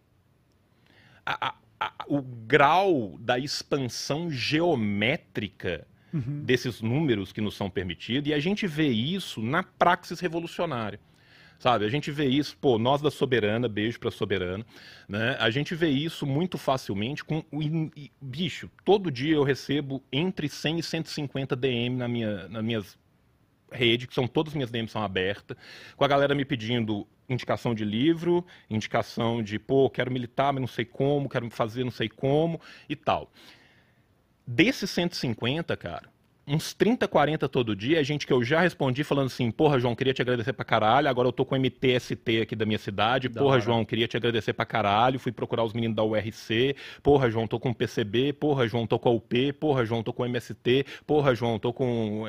O grau da expansão geométrica desses números que nos são permitidos, e a gente vê isso na praxis revolucionária. Sabe, a gente vê isso, pô, nós da Soberana, beijo pra Soberana, né? A gente vê isso muito facilmente com bicho, todo dia eu recebo entre 100 e 150 DM nas minhas redes, que são todas as minhas DMs são abertas, com a galera me pedindo indicação de livro, indicação de, pô, quero militar, mas não sei como, quero fazer não sei como e tal. Desses 150, cara, uns 30, 40 todo dia, é gente que eu já respondi falando assim, porra, João, queria te agradecer pra caralho, agora eu tô com o MTST aqui da minha cidade, porra, João, queria te agradecer pra caralho, fui procurar os meninos da URC, porra, João, tô com o PCB, porra, João, tô com a UP, porra, João, tô com o MST, porra, João, tô com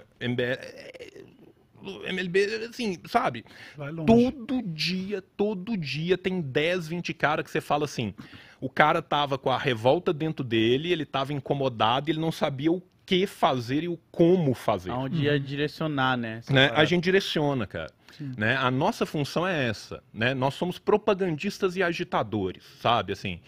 MLB, assim, sabe? Todo dia tem 10, 20 caras que você fala assim, o cara tava com a revolta dentro dele, ele tava incomodado, ele não sabia o que fazer e o como fazer. Aonde ia direcionar, né? A gente direciona, cara. Né? A nossa função é essa, né? Nós somos propagandistas e agitadores, sabe, assim,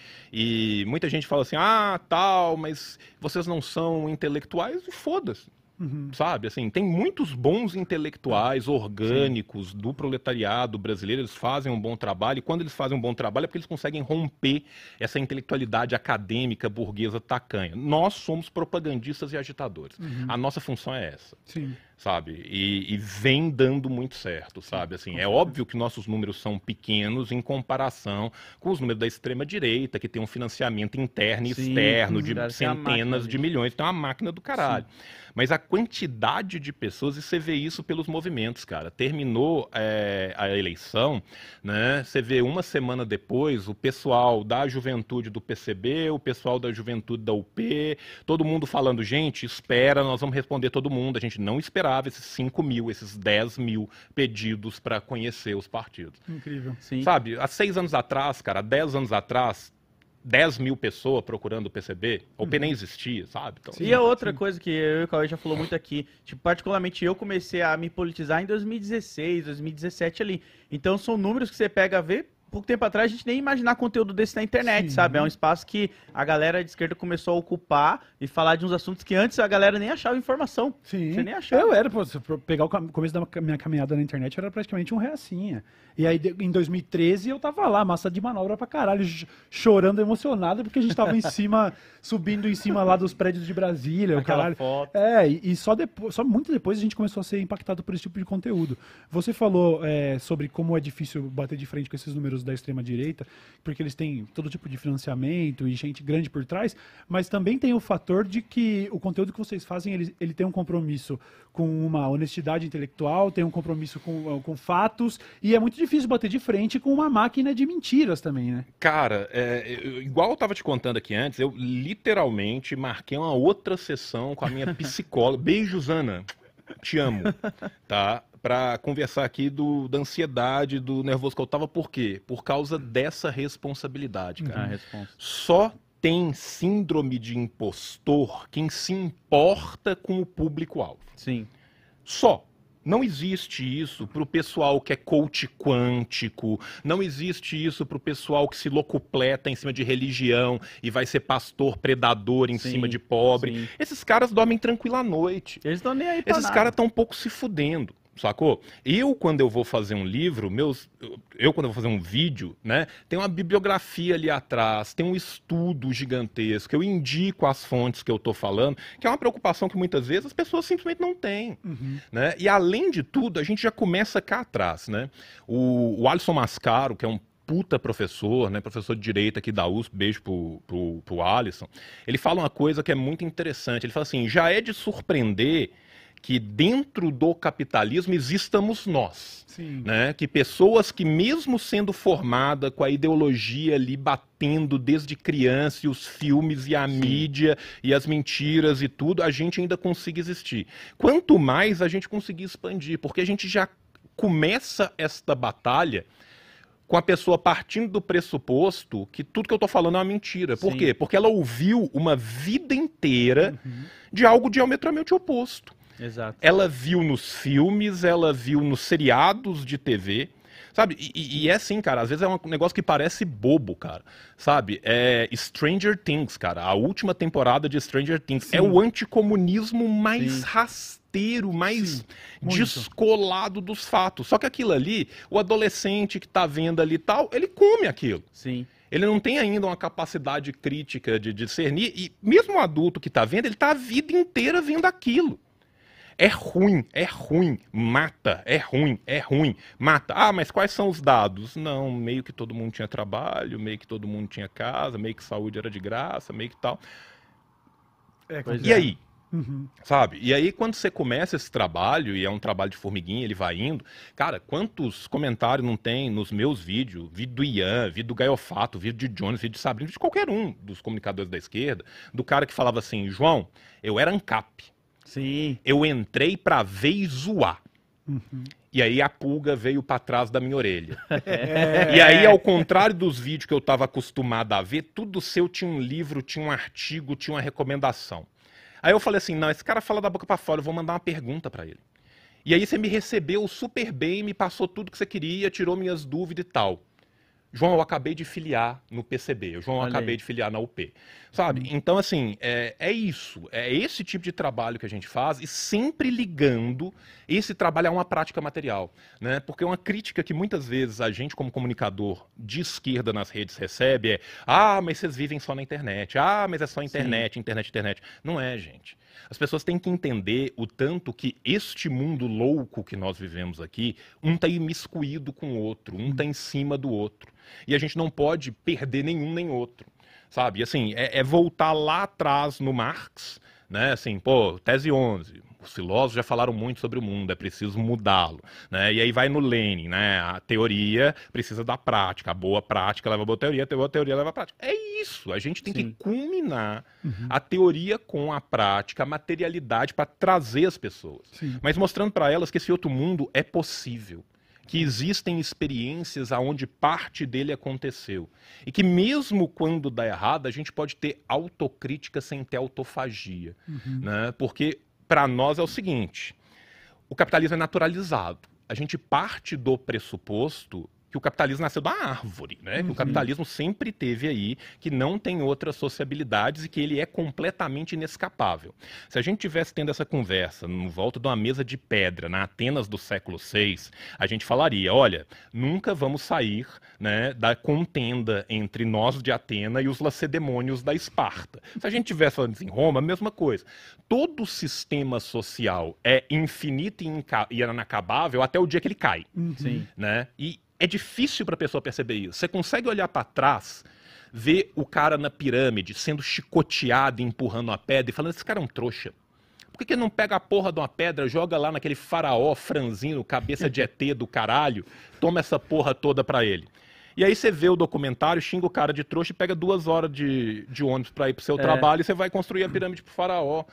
e muita gente fala assim, tal, mas vocês não são intelectuais, e foda-se. Sabe, assim, tem muitos bons intelectuais orgânicos do proletariado brasileiro, eles fazem um bom trabalho, e quando eles fazem um bom trabalho é porque eles conseguem romper essa intelectualidade acadêmica, burguesa, tacanha. Nós somos propagandistas e agitadores. A nossa função é essa. Sabe, e vem dando muito certo, sabe, assim, é óbvio que nossos números são pequenos em comparação com os números da extrema-direita, que tem um financiamento interno e externo de centenas de milhões, tem uma máquina do caralho. Mas a quantidade de pessoas, e você vê isso pelos movimentos, cara, terminou a eleição, né, você vê uma semana depois, o pessoal da juventude do PCB, o pessoal da juventude da UP, todo mundo falando, gente, espera, nós vamos responder todo mundo, a gente não esperava esses 5 mil, esses 10 mil pedidos para conhecer os partidos. Incrível. Sabe, há 6 anos atrás, cara, há 10 anos atrás, 10 mil pessoas procurando o PCB, o P nem existia, sabe? Então, e a outra coisa que eu e o Cauê já falou muito aqui, tipo, particularmente eu comecei a me politizar em 2016, 2017 ali. Então são números que você pega a ver. Pouco tempo atrás a gente nem ia imaginar conteúdo desse na internet, sabe? É um espaço que a galera de esquerda começou a ocupar e falar de uns assuntos que antes a galera nem achava informação. Você nem achava. Eu era, pô, se eu pegar o começo da minha caminhada na internet, eu era praticamente um reacinha. E aí, em 2013, eu tava lá, massa de manobra pra caralho, chorando emocionado, porque a gente tava em cima, subindo em cima lá dos prédios de Brasília, o caralho. Foto. E só muito depois a gente começou a ser impactado por esse tipo de conteúdo. Você falou sobre como é difícil bater de frente com esses números da extrema-direita, porque eles têm todo tipo de financiamento e gente grande por trás, mas também tem o fator de que o conteúdo que vocês fazem, ele tem um compromisso com uma honestidade intelectual, tem um compromisso com fatos, e é muito difícil bater de frente com uma máquina de mentiras também, né? Cara, igual eu tava te contando aqui antes, eu literalmente marquei uma outra sessão com a minha psicóloga. Beijo, Ana. Te amo, tá? Pra conversar aqui da ansiedade, do nervoso que eu tava. Por quê? Por causa dessa responsabilidade, cara. Só tem síndrome de impostor quem se importa com o público-alvo. Sim. Só. Não existe isso pro pessoal que é coach quântico, não existe isso pro pessoal que se locupleta em cima de religião e vai ser pastor predador em cima de pobre. Esses caras dormem tranquilo à noite. Eles estão nem aí pra Esses caras estão um pouco se fudendo. Sacou? Quando eu vou fazer um livro, quando eu vou fazer um vídeo, né, tem uma bibliografia ali atrás, tem um estudo gigantesco, eu indico as fontes que eu tô falando, que é uma preocupação que muitas vezes as pessoas simplesmente não têm, né? E além de tudo, a gente já começa cá atrás, né? O Alisson Mascaro, que é um puta professor, né, professor de direito aqui da USP, beijo pro Alisson, ele fala uma coisa que é muito interessante, ele fala assim, já é de surpreender que dentro do capitalismo existamos nós. Sim. Né? Que pessoas que, mesmo sendo formada com a ideologia ali batendo desde criança, e os filmes e a mídia e as mentiras e tudo, a gente ainda consiga existir. Quanto mais a gente conseguir expandir, porque a gente já começa esta batalha com a pessoa partindo do pressuposto que tudo que eu tô falando é uma mentira. Por quê? Porque ela ouviu uma vida inteira de algo diametralmente oposto. Exato. Ela viu nos filmes, ela viu nos seriados de TV, sabe? E é assim, cara, às vezes é um negócio que parece bobo, cara, sabe? É Stranger Things, cara, a última temporada de Stranger Things é o anticomunismo mais rasteiro, mais descolado dos fatos. Só que aquilo ali, o adolescente que tá vendo ali e tal, ele come aquilo. Sim. Ele não tem ainda uma capacidade crítica de discernir, e mesmo o adulto que tá vendo, ele tá a vida inteira vendo aquilo. É ruim, mata, é ruim, mata. Ah, mas quais são os dados? Não, meio que todo mundo tinha trabalho, meio que todo mundo tinha casa, meio que saúde era de graça, meio que tal. E aí? Sabe? E aí quando você começa esse trabalho, e é um trabalho de formiguinha, ele vai indo, cara, quantos comentários não tem nos meus vídeos, vídeo do Ian, vídeo do Gaiofato, vídeo de Jones, vídeo de Sabrina, de qualquer um dos comunicadores da esquerda, do cara que falava assim, João, eu era ANCAP. Sim. Eu entrei pra ver e zoar. E aí a pulga veio pra trás da minha orelha. E aí, ao contrário dos vídeos que eu tava acostumado a ver, tudo seu tinha um livro, tinha um artigo, tinha uma recomendação. Aí eu falei assim, não, esse cara fala da boca pra fora, eu vou mandar uma pergunta pra ele. E aí você me recebeu super bem, me passou tudo que você queria, tirou minhas dúvidas e tal. João, eu acabei de filiar no PCB. João, eu acabei de filiar na UP. Sabe? Então, assim, é isso. É esse tipo de trabalho que a gente faz e sempre ligando esse trabalho a uma prática material. Né? Porque uma crítica que muitas vezes a gente, como comunicador de esquerda nas redes, recebe é mas vocês vivem só na internet. Mas é só internet, internet. Não é, gente. As pessoas têm que entender o tanto que este mundo louco que nós vivemos aqui, um está imiscuído com o outro, um está em cima do outro. E a gente não pode perder nenhum nem outro, sabe? E assim, é voltar lá atrás no Marx, né? Assim, tese 11, os filósofos já falaram muito sobre o mundo, é preciso mudá-lo, né? E aí vai no Lenin, né? A teoria precisa da prática, a boa prática leva a boa teoria leva a prática. É isso, a gente tem que culminar a teoria com a prática, a materialidade para trazer as pessoas. Mas mostrando para elas que esse outro mundo é possível. Que existem experiências aonde parte dele aconteceu. E que mesmo quando dá errado, a gente pode ter autocrítica sem ter autofagia. Né? Porque para nós é o seguinte, o capitalismo é naturalizado. A gente parte do pressuposto que o capitalismo nasceu da árvore, né? Que o capitalismo sempre teve aí, que não tem outras sociabilidades e que ele é completamente inescapável. Se a gente tivesse tendo essa conversa no volta de uma mesa de pedra, na Atenas do século VI, a gente falaria, olha, nunca vamos sair, né, da contenda entre nós de Atena e os lacedemônios da Esparta. Se a gente tivesse falando isso em Roma, a mesma coisa. Todo sistema social é infinito e inacabável até o dia que ele cai. Né? E é difícil para a pessoa perceber isso. Você consegue olhar para trás, ver o cara na pirâmide sendo chicoteado, empurrando a pedra e falando, esse cara é um trouxa. Por que ele não pega a porra de uma pedra, joga lá naquele faraó franzino, cabeça de ET do caralho, toma essa porra toda para ele? E aí você vê o documentário, xinga o cara de trouxa e pega 2 horas de ônibus para ir pro seu trabalho e você vai construir a pirâmide pro faraó.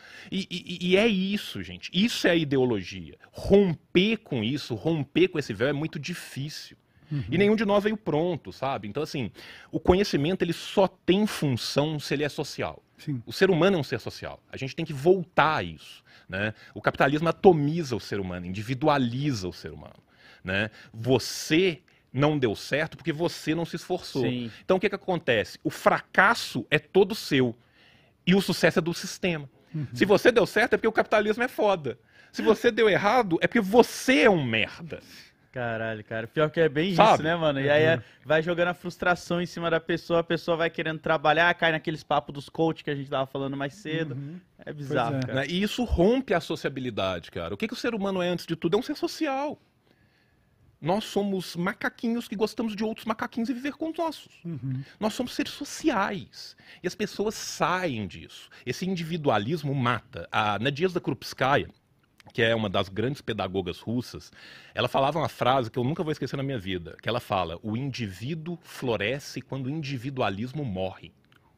E é isso, gente. Isso é a ideologia. Romper com isso, romper com esse véu é muito difícil. E nenhum de nós veio pronto, sabe? Então, assim, o conhecimento ele só tem função se ele é social. O ser humano é um ser social. A gente tem que voltar a isso. Né? O capitalismo atomiza o ser humano, individualiza o ser humano. Né? Você não deu certo porque você não se esforçou. Então, o que acontece? O fracasso é todo seu e o sucesso é do sistema. Se você deu certo é porque o capitalismo é foda. Se você deu errado é porque você é um merda. Caralho, cara. Pior que é bem Sabe? isso, né, mano? E aí vai jogando a frustração em cima da pessoa, a pessoa vai querendo trabalhar, cai naqueles papos dos coach que a gente tava falando mais cedo. É bizarro, cara. Né? E isso rompe a sociabilidade, cara. O que o ser humano é, antes de tudo? É um ser social. Nós somos macaquinhos que gostamos de outros macaquinhos e viver com os nossos. Nós somos seres sociais. E as pessoas saem disso. Esse individualismo mata. A Nadezhda Krupskaya, que é uma das grandes pedagogas russas, ela falava uma frase que eu nunca vou esquecer na minha vida, que ela fala: o indivíduo floresce quando o individualismo morre.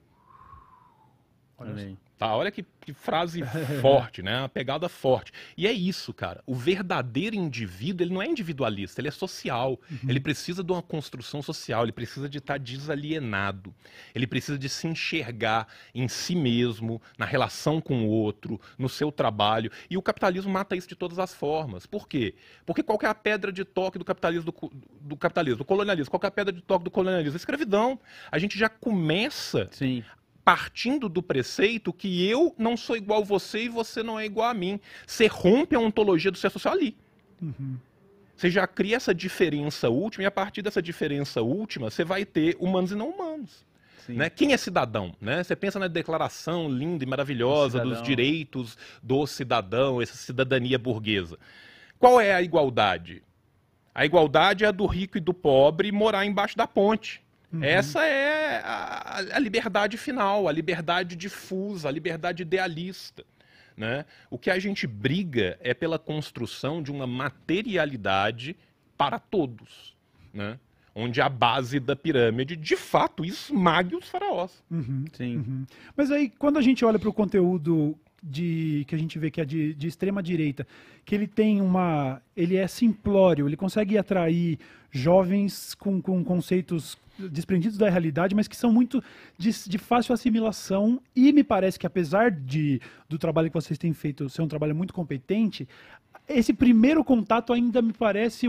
Olha aí. Tá, olha que frase forte, né? Uma pegada forte. E é isso, cara. O verdadeiro indivíduo, ele não é individualista, ele é social. Ele precisa de uma construção social, ele precisa de estar desalienado. Ele precisa de se enxergar em si mesmo, na relação com o outro, no seu trabalho. E o capitalismo mata isso de todas as formas. Por quê? Porque qual que é a pedra de toque do capitalismo, do capitalismo, do colonialismo? Qual que é a pedra de toque do colonialismo? A escravidão. A gente já começa... Sim. partindo do preceito que eu não sou igual a você e você não é igual a mim. Você rompe a ontologia do ser social ali. Você já cria essa diferença última, e a partir dessa diferença última, você vai ter humanos e não humanos. Né? Quem é cidadão? Né? Você pensa na declaração linda e maravilhosa dos direitos do cidadão, essa cidadania burguesa. Qual é a igualdade? A igualdade é a do rico e do pobre morar embaixo da ponte. Essa é a liberdade final, a liberdade difusa, a liberdade idealista. Né? O que a gente briga é pela construção de uma materialidade para todos, né? Onde a base da pirâmide, de fato, esmague os faraós. Sim. Mas aí, quando a gente olha para o conteúdo que a gente vê que é de extrema direita, que ele tem ele é simplório, ele consegue atrair jovens com conceitos desprendidos da realidade, mas que são muito de fácil assimilação, e me parece que, apesar do trabalho que vocês têm feito ser um trabalho muito competente, esse primeiro contato ainda me parece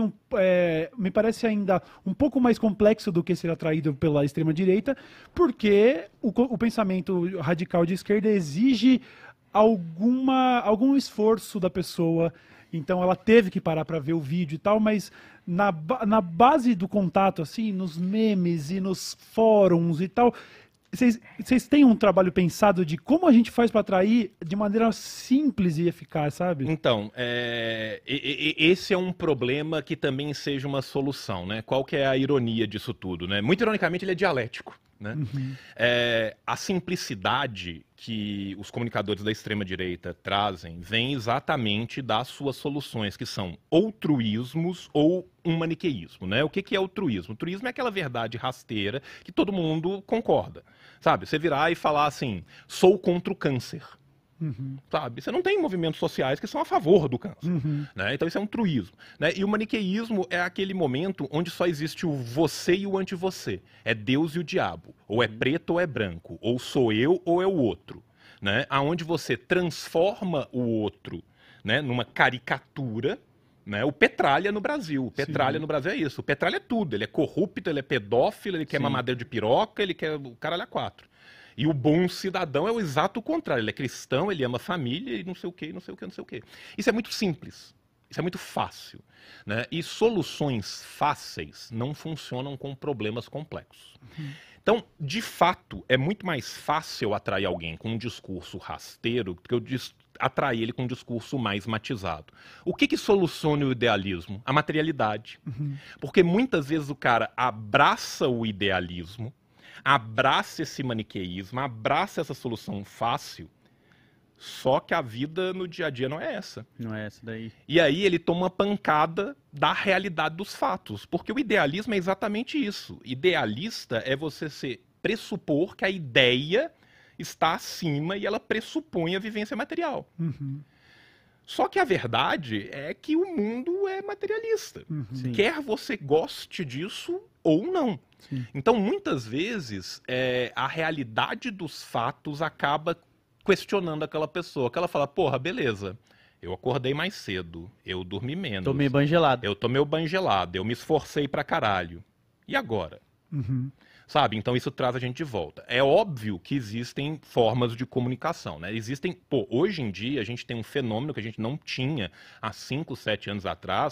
ainda um pouco mais complexo do que ser atraído pela extrema-direita, porque o pensamento radical de esquerda exige algum esforço da pessoa. Então ela teve que parar para ver o vídeo e tal, mas na base do contato, assim, nos memes e nos fóruns e tal, vocês têm um trabalho pensado de como a gente faz para atrair de maneira simples e eficaz, sabe? Então, esse é um problema que também seja uma solução, né? Qual que é a ironia disso tudo, né? Muito ironicamente, ele é dialético, né? A simplicidade que os comunicadores da extrema-direita trazem vem exatamente das suas soluções, que são altruísmos ou um maniqueísmo, né? O que é altruísmo? Altruísmo é aquela verdade rasteira que todo mundo concorda, sabe? Você virar e falar assim, sou contra o câncer. Sabe? Você não tem movimentos sociais que são a favor do câncer. Né? Então isso é um truísmo. Né? E o maniqueísmo é aquele momento onde só existe o você e o anti-você. É Deus e o diabo. Ou é preto ou é branco. Ou sou eu ou é o outro. Né? Aonde você transforma o outro, né, numa caricatura. Né? O Petralha no Brasil. O Petralha no Brasil é isso. O Petralha é tudo. Ele é corrupto, ele é pedófilo, ele quer mamadeira de piroca, ele quer o caralho a quatro. E o bom cidadão é o exato contrário. Ele é cristão, ele ama a família e não sei o quê, não sei o quê, não sei o quê. Isso é muito simples. Isso é muito fácil. Né? E soluções fáceis não funcionam com problemas complexos. Então, de fato, é muito mais fácil atrair alguém com um discurso rasteiro do que eu atrair ele com um discurso mais matizado. O que soluciona o idealismo? A materialidade. Porque muitas vezes o cara abraça o idealismo, abraça esse maniqueísmo, abraça essa solução fácil, só que a vida no dia a dia não é essa. Não é essa daí. E aí ele toma uma pancada da realidade dos fatos, porque o idealismo é exatamente isso. Idealista é você pressupor que a ideia está acima e ela pressupõe a vivência material. Só que a verdade é que o mundo é materialista. Quer você goste disso ou não. Então, muitas vezes, a realidade dos fatos acaba questionando aquela pessoa. Que ela fala, porra, beleza, eu acordei mais cedo, eu dormi menos. Tomei banho gelado. Eu tomei o banho gelado, eu me esforcei pra caralho. E agora? Sabe? Então isso traz a gente de volta. É óbvio que existem formas de comunicação, né? Existem, hoje em dia a gente tem um fenômeno que a gente não tinha há 5, 7 anos atrás,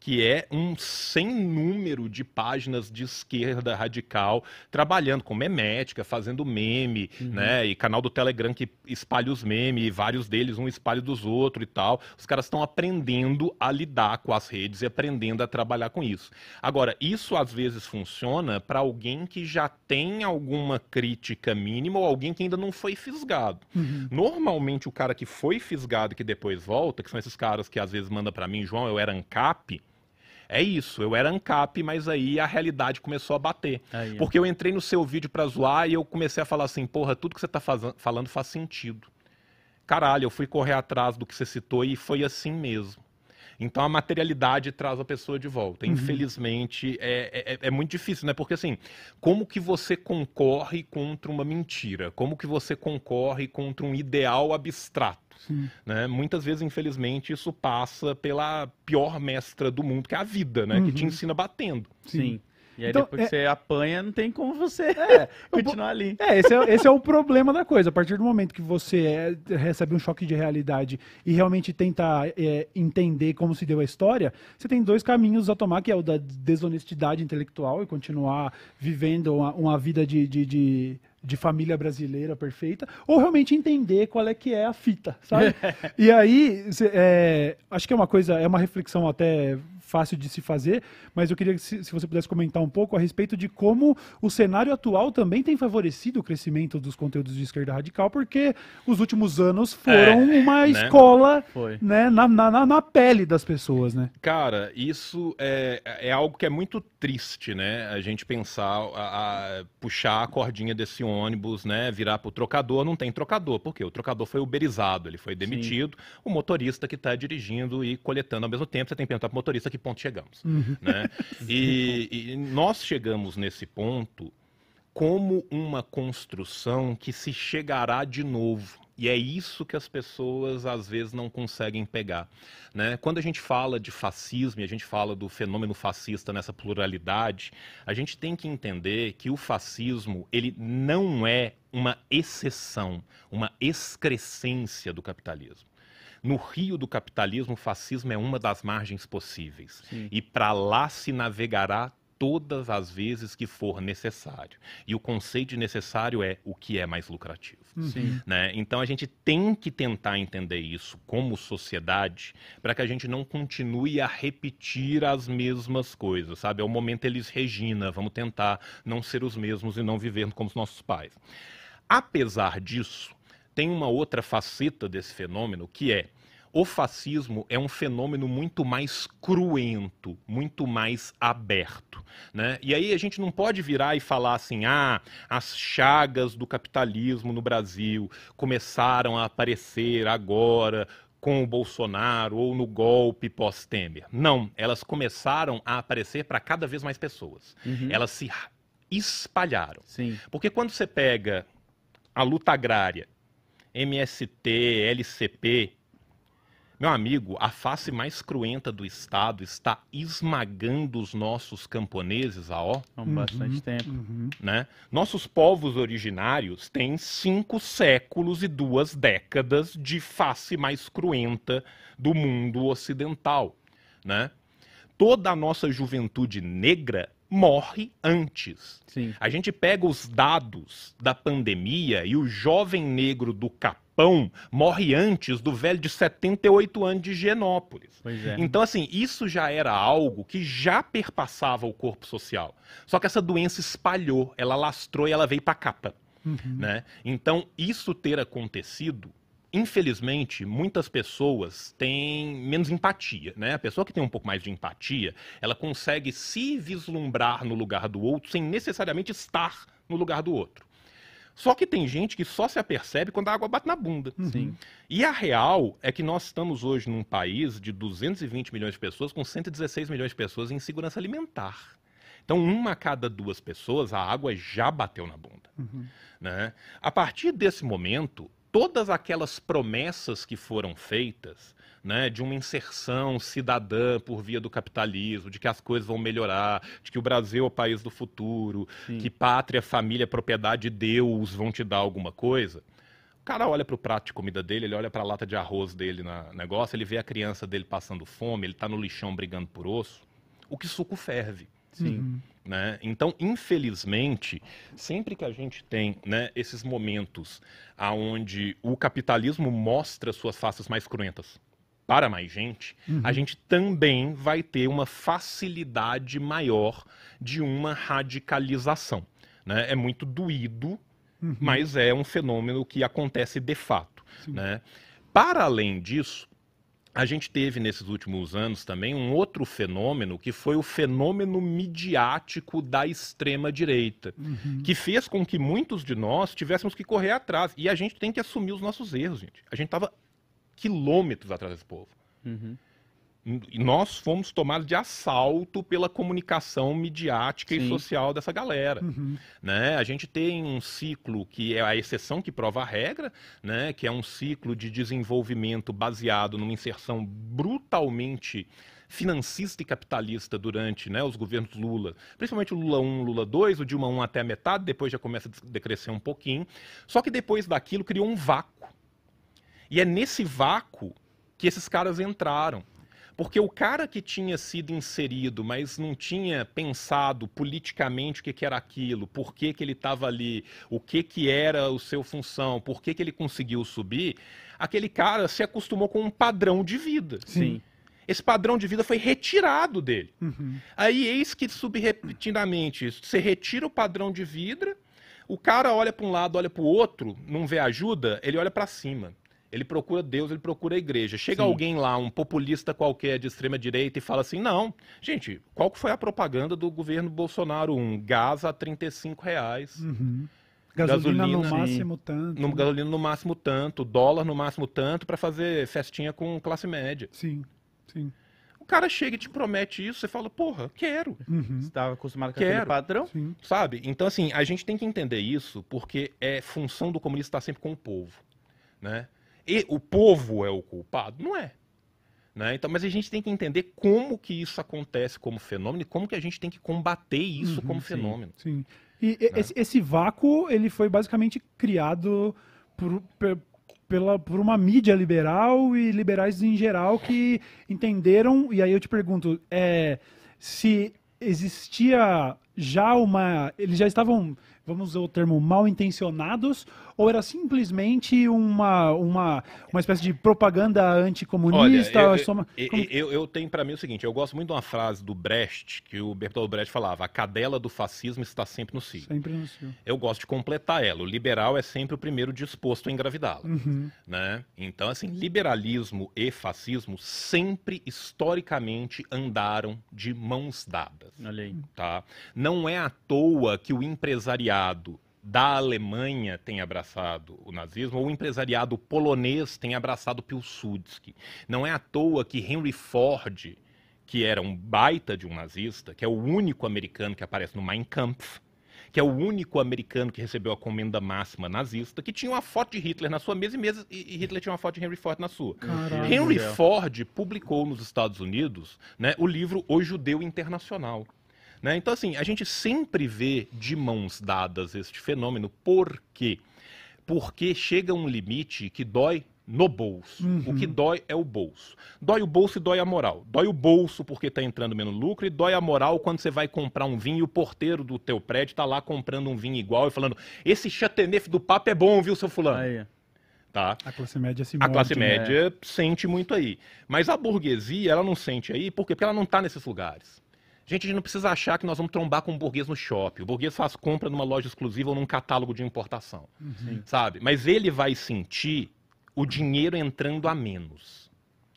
que é um sem número de páginas de esquerda radical trabalhando com memética, fazendo meme, né? E canal do Telegram que espalha os memes, e vários deles, um espalha dos outros e tal. Os caras estão aprendendo a lidar com as redes e aprendendo a trabalhar com isso. Agora, isso às vezes funciona para alguém que já tem alguma crítica mínima ou alguém que ainda não foi fisgado. Normalmente, o cara que foi fisgado e que depois volta, que são esses caras que às vezes mandam para mim, João, eu era ANCAP. É isso, eu era ANCAP, mas aí a realidade começou a bater. Porque eu entrei no seu vídeo pra zoar e eu comecei a falar assim, porra, tudo que você tá falando faz sentido. Caralho, eu fui correr atrás do que você citou e foi assim mesmo. Então a materialidade traz a pessoa de volta. Infelizmente, é muito difícil, né? Porque assim, como que você concorre contra uma mentira? Como que você concorre contra um ideal abstrato? Né? Muitas vezes, infelizmente, isso passa pela pior mestra do mundo, que é a vida, né? Que te ensina batendo. Sim. E aí Então, depois que você apanha, não tem como você continuar ali. Esse é o problema da coisa. A partir do momento que você recebe um choque de realidade e realmente tenta entender como se deu a história, você tem dois caminhos a tomar, que é o da desonestidade intelectual e continuar vivendo uma vida de família brasileira perfeita, ou realmente entender qual é que é a fita, sabe? E aí, acho que é uma reflexão até fácil de se fazer, mas eu queria que se você pudesse comentar um pouco a respeito de como o cenário atual também tem favorecido o crescimento dos conteúdos de esquerda radical, porque os últimos anos foram uma escola, né, na pele das pessoas, né? Cara, isso é algo que é muito triste, né? A gente pensar, puxar a cordinha desse ônibus, né? Virar pro trocador, não tem trocador. Por quê? O trocador foi uberizado, ele foi demitido. O motorista que está dirigindo e coletando ao mesmo tempo, você tem que perguntar pro motorista que ponto chegamos, né? E nós chegamos nesse ponto como uma construção que se chegará de novo. E é isso que as pessoas às vezes não conseguem pegar, né? Quando a gente fala de fascismo e a gente fala do fenômeno fascista nessa pluralidade, a gente tem que entender que o fascismo, ele não é uma exceção, uma excrescência do capitalismo. No rio do capitalismo, o fascismo é uma das margens possíveis. E para lá se navegará todas as vezes que for necessário. E o conceito de necessário é o que é mais lucrativo. Né? Então a gente tem que tentar entender isso como sociedade para que a gente não continue a repetir as mesmas coisas, sabe? É o momento Elis Regina, vamos tentar não ser os mesmos e não viver como os nossos pais. Apesar disso, tem uma outra faceta desse fenômeno que é o fascismo é um fenômeno muito mais cruento, muito mais aberto, né? E aí a gente não pode virar e falar assim, as chagas do capitalismo no Brasil começaram a aparecer agora com o Bolsonaro ou no golpe pós-Temer. Não, elas começaram a aparecer para cada vez mais pessoas. Elas se espalharam. Porque quando você pega a luta agrária, MST, LCP, meu amigo, a face mais cruenta do Estado está esmagando os nossos camponeses há bastante tempo. Né? Nossos povos originários têm 5 séculos e 2 décadas de face mais cruenta do mundo ocidental. Né? Toda a nossa juventude negra morre antes. A gente pega os dados da pandemia e o jovem negro do Capão morre antes do velho de 78 anos de Higienópolis. Então, assim, isso já era algo que já perpassava o corpo social. Só que essa doença espalhou, ela lastrou e ela veio para a capa. Né? Então, isso ter acontecido, infelizmente, muitas pessoas têm menos empatia, né? A pessoa que tem um pouco mais de empatia, ela consegue se vislumbrar no lugar do outro sem necessariamente estar no lugar do outro. Só que tem gente que só se apercebe quando a água bate na bunda. E a real é que nós estamos hoje num país de 220 milhões de pessoas com 116 milhões de pessoas em segurança alimentar. Então, 1 a cada 2 pessoas, a água já bateu na bunda. Né? A partir desse momento, todas aquelas promessas que foram feitas, né, de uma inserção cidadã por via do capitalismo, de que as coisas vão melhorar, de que o Brasil é o país do futuro, que pátria, família, propriedade de Deus vão te dar alguma coisa, cara olha pro prato de comida dele, ele olha pra lata de arroz dele no negócio, ele vê a criança dele passando fome, ele tá no lixão brigando por osso, o que suco ferve. Sim. Né? Então, infelizmente, sempre que a gente tem, né, esses momentos onde o capitalismo mostra suas faces mais cruentas para mais gente, a gente também vai ter uma facilidade maior de uma radicalização. Né? É muito doído, mas é um fenômeno que acontece de fato. Né? Para além disso, a gente teve nesses últimos anos também um outro fenômeno, que foi o fenômeno midiático da extrema-direita, que fez com que muitos de nós tivéssemos que correr atrás. E a gente tem que assumir os nossos erros, gente. A gente estava quilômetros atrás desse povo. E nós fomos tomados de assalto pela comunicação midiática e social dessa galera. Né? A gente tem um ciclo que é a exceção que prova a regra, né? Que é um ciclo de desenvolvimento baseado numa inserção brutalmente financista e capitalista durante, né, os governos Lula. Principalmente o Lula 1, Lula 2, o Dilma 1 até a metade, depois já começa a decrescer um pouquinho. Só que depois daquilo criou um vácuo. E é nesse vácuo que esses caras entraram. Porque o cara que tinha sido inserido, mas não tinha pensado politicamente o que era aquilo, por que ele estava ali, o que era a sua função, por que ele conseguiu subir, aquele cara se acostumou com um padrão de vida. Sim. Esse padrão de vida foi retirado dele. Aí, eis que subrepentinamente, você retira o padrão de vida, o cara olha para um lado, olha para o outro, não vê ajuda, ele olha para cima. Ele procura Deus, ele procura a igreja. Chega alguém lá, um populista qualquer de extrema-direita, e fala assim, não, gente, qual que foi a propaganda do governo Bolsonaro? Gás a R$35. Gasolina no máximo tanto. Gasolina no máximo tanto, dólar no máximo tanto, para fazer festinha com classe média. Sim. O cara chega e te promete isso, você fala, porra, quero. Você estava acostumado com aquele padrão? Sabe? Então, assim, a gente tem que entender isso, porque é função do comunista estar sempre com o povo, né? E o povo é o culpado? Não é. Né? Então, mas a gente tem que entender como que isso acontece como fenômeno e como que a gente tem que combater isso como fenômeno. Sim. E esse vácuo, ele foi basicamente criado por uma mídia liberal e liberais em geral que entenderam, e aí eu te pergunto, se existia já eles já estavam, vamos usar o termo, mal intencionados, ou era simplesmente uma espécie de propaganda anticomunista? Olha, eu tenho para mim o seguinte, eu gosto muito de uma frase do Brecht, que o Bertolt Brecht falava, a cadela do fascismo está sempre no cio. Sempre no cio. Eu gosto de completar ela, o liberal é sempre o primeiro disposto a engravidá-la. Né? Então, assim, liberalismo e fascismo sempre, historicamente, andaram de mãos dadas. Olha aí. Tá? Não é à toa que o empresariado da Alemanha tem abraçado o nazismo, ou o empresariado polonês tem abraçado Pilsudski. Não é à toa que Henry Ford, que era um baita de um nazista, que é o único americano que aparece no Mein Kampf, que é o único americano que recebeu a comenda máxima nazista, que tinha uma foto de Hitler na sua mesa e Hitler tinha uma foto de Henry Ford na sua. Caralho. Henry Ford publicou nos Estados Unidos, né, o livro O Judeu Internacional. Né? Então, assim, a gente sempre vê de mãos dadas este fenômeno. Por quê? Porque chega um limite que dói no bolso. O que dói é o bolso. Dói o bolso e dói a moral. Dói o bolso porque está entrando menos lucro e dói a moral quando você vai comprar um vinho e o porteiro do teu prédio está lá comprando um vinho igual e falando, esse chateauneuf do papo é bom, viu, seu fulano? Aí. Tá? A classe média se A morde, classe né? média sente muito aí. Mas a burguesia, ela não sente aí, por quê? Porque ela não está nesses lugares. Gente, a gente não precisa achar que nós vamos trombar com um burguês no shopping. O burguês faz compra numa loja exclusiva ou num catálogo de importação. Sabe? Mas ele vai sentir o dinheiro entrando a menos.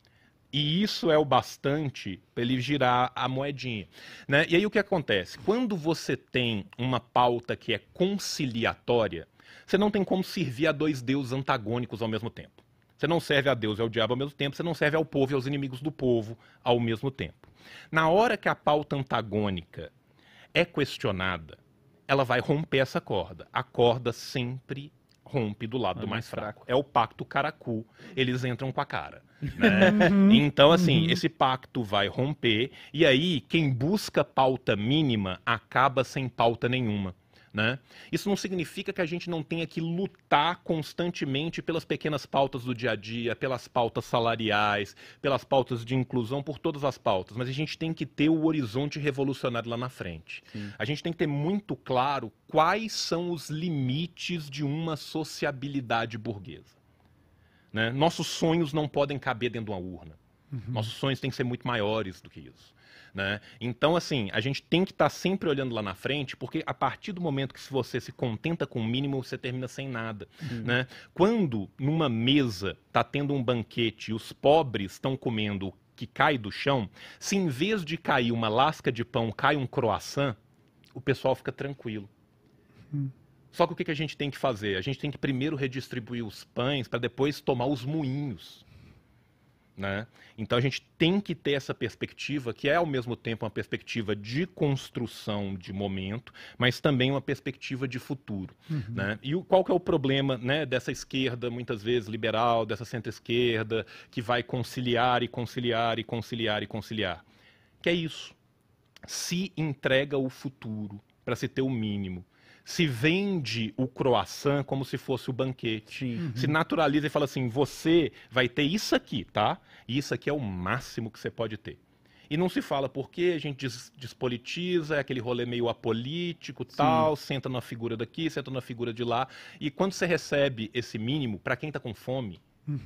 E isso é o bastante para ele girar a moedinha. Né? E aí o que acontece? Quando você tem uma pauta que é conciliatória, você não tem como servir a dois deuses antagônicos ao mesmo tempo. Você não serve a Deus e ao diabo ao mesmo tempo, você não serve ao povo e aos inimigos do povo ao mesmo tempo. Na hora que a pauta antagônica é questionada, ela vai romper essa corda. A corda sempre rompe do lado do mais fraco. É o pacto caracu. Eles entram com a cara. Né? Então, assim, esse pacto vai romper e aí quem busca pauta mínima acaba sem pauta nenhuma. né? Isso não significa que a gente não tenha que lutar constantemente pelas pequenas pautas do dia a dia, pelas pautas salariais, pelas pautas de inclusão, por todas as pautas, mas a gente tem que ter o horizonte revolucionário lá na frente. Sim. A gente tem que ter muito claro quais são os limites de uma sociabilidade burguesa, né? Nossos sonhos não podem caber dentro de uma urna. Nossos sonhos têm que ser muito maiores do que isso, né? Então, assim, a gente tem que estar sempre olhando lá na frente, porque a partir do momento que você se contenta com o mínimo, você termina sem nada, né? Quando numa mesa está tendo um banquete e os pobres estão comendo o que cai do chão, se em vez de cair uma lasca de pão, cai um croissant, o pessoal fica tranquilo. Só que o que a gente tem que fazer? A gente tem que primeiro redistribuir os pães para depois tomar os moinhos, né? Então a gente tem que ter essa perspectiva, que é ao mesmo tempo uma perspectiva de construção de momento, mas também uma perspectiva de futuro, né? E qual que é o problema, né, dessa esquerda, muitas vezes liberal, dessa centro-esquerda, que vai conciliar e conciliar e conciliar e conciliar? Que é isso. Se entrega o futuro para se ter o mínimo. Se vende o croissant como se fosse o banquete. Se naturaliza e fala assim, você vai ter isso aqui, tá? E isso aqui é o máximo que você pode ter. E não se fala porque a gente despolitiza, é aquele rolê meio apolítico, tal, senta na figura daqui, senta na figura de lá. E quando você recebe esse mínimo, para quem tá com fome,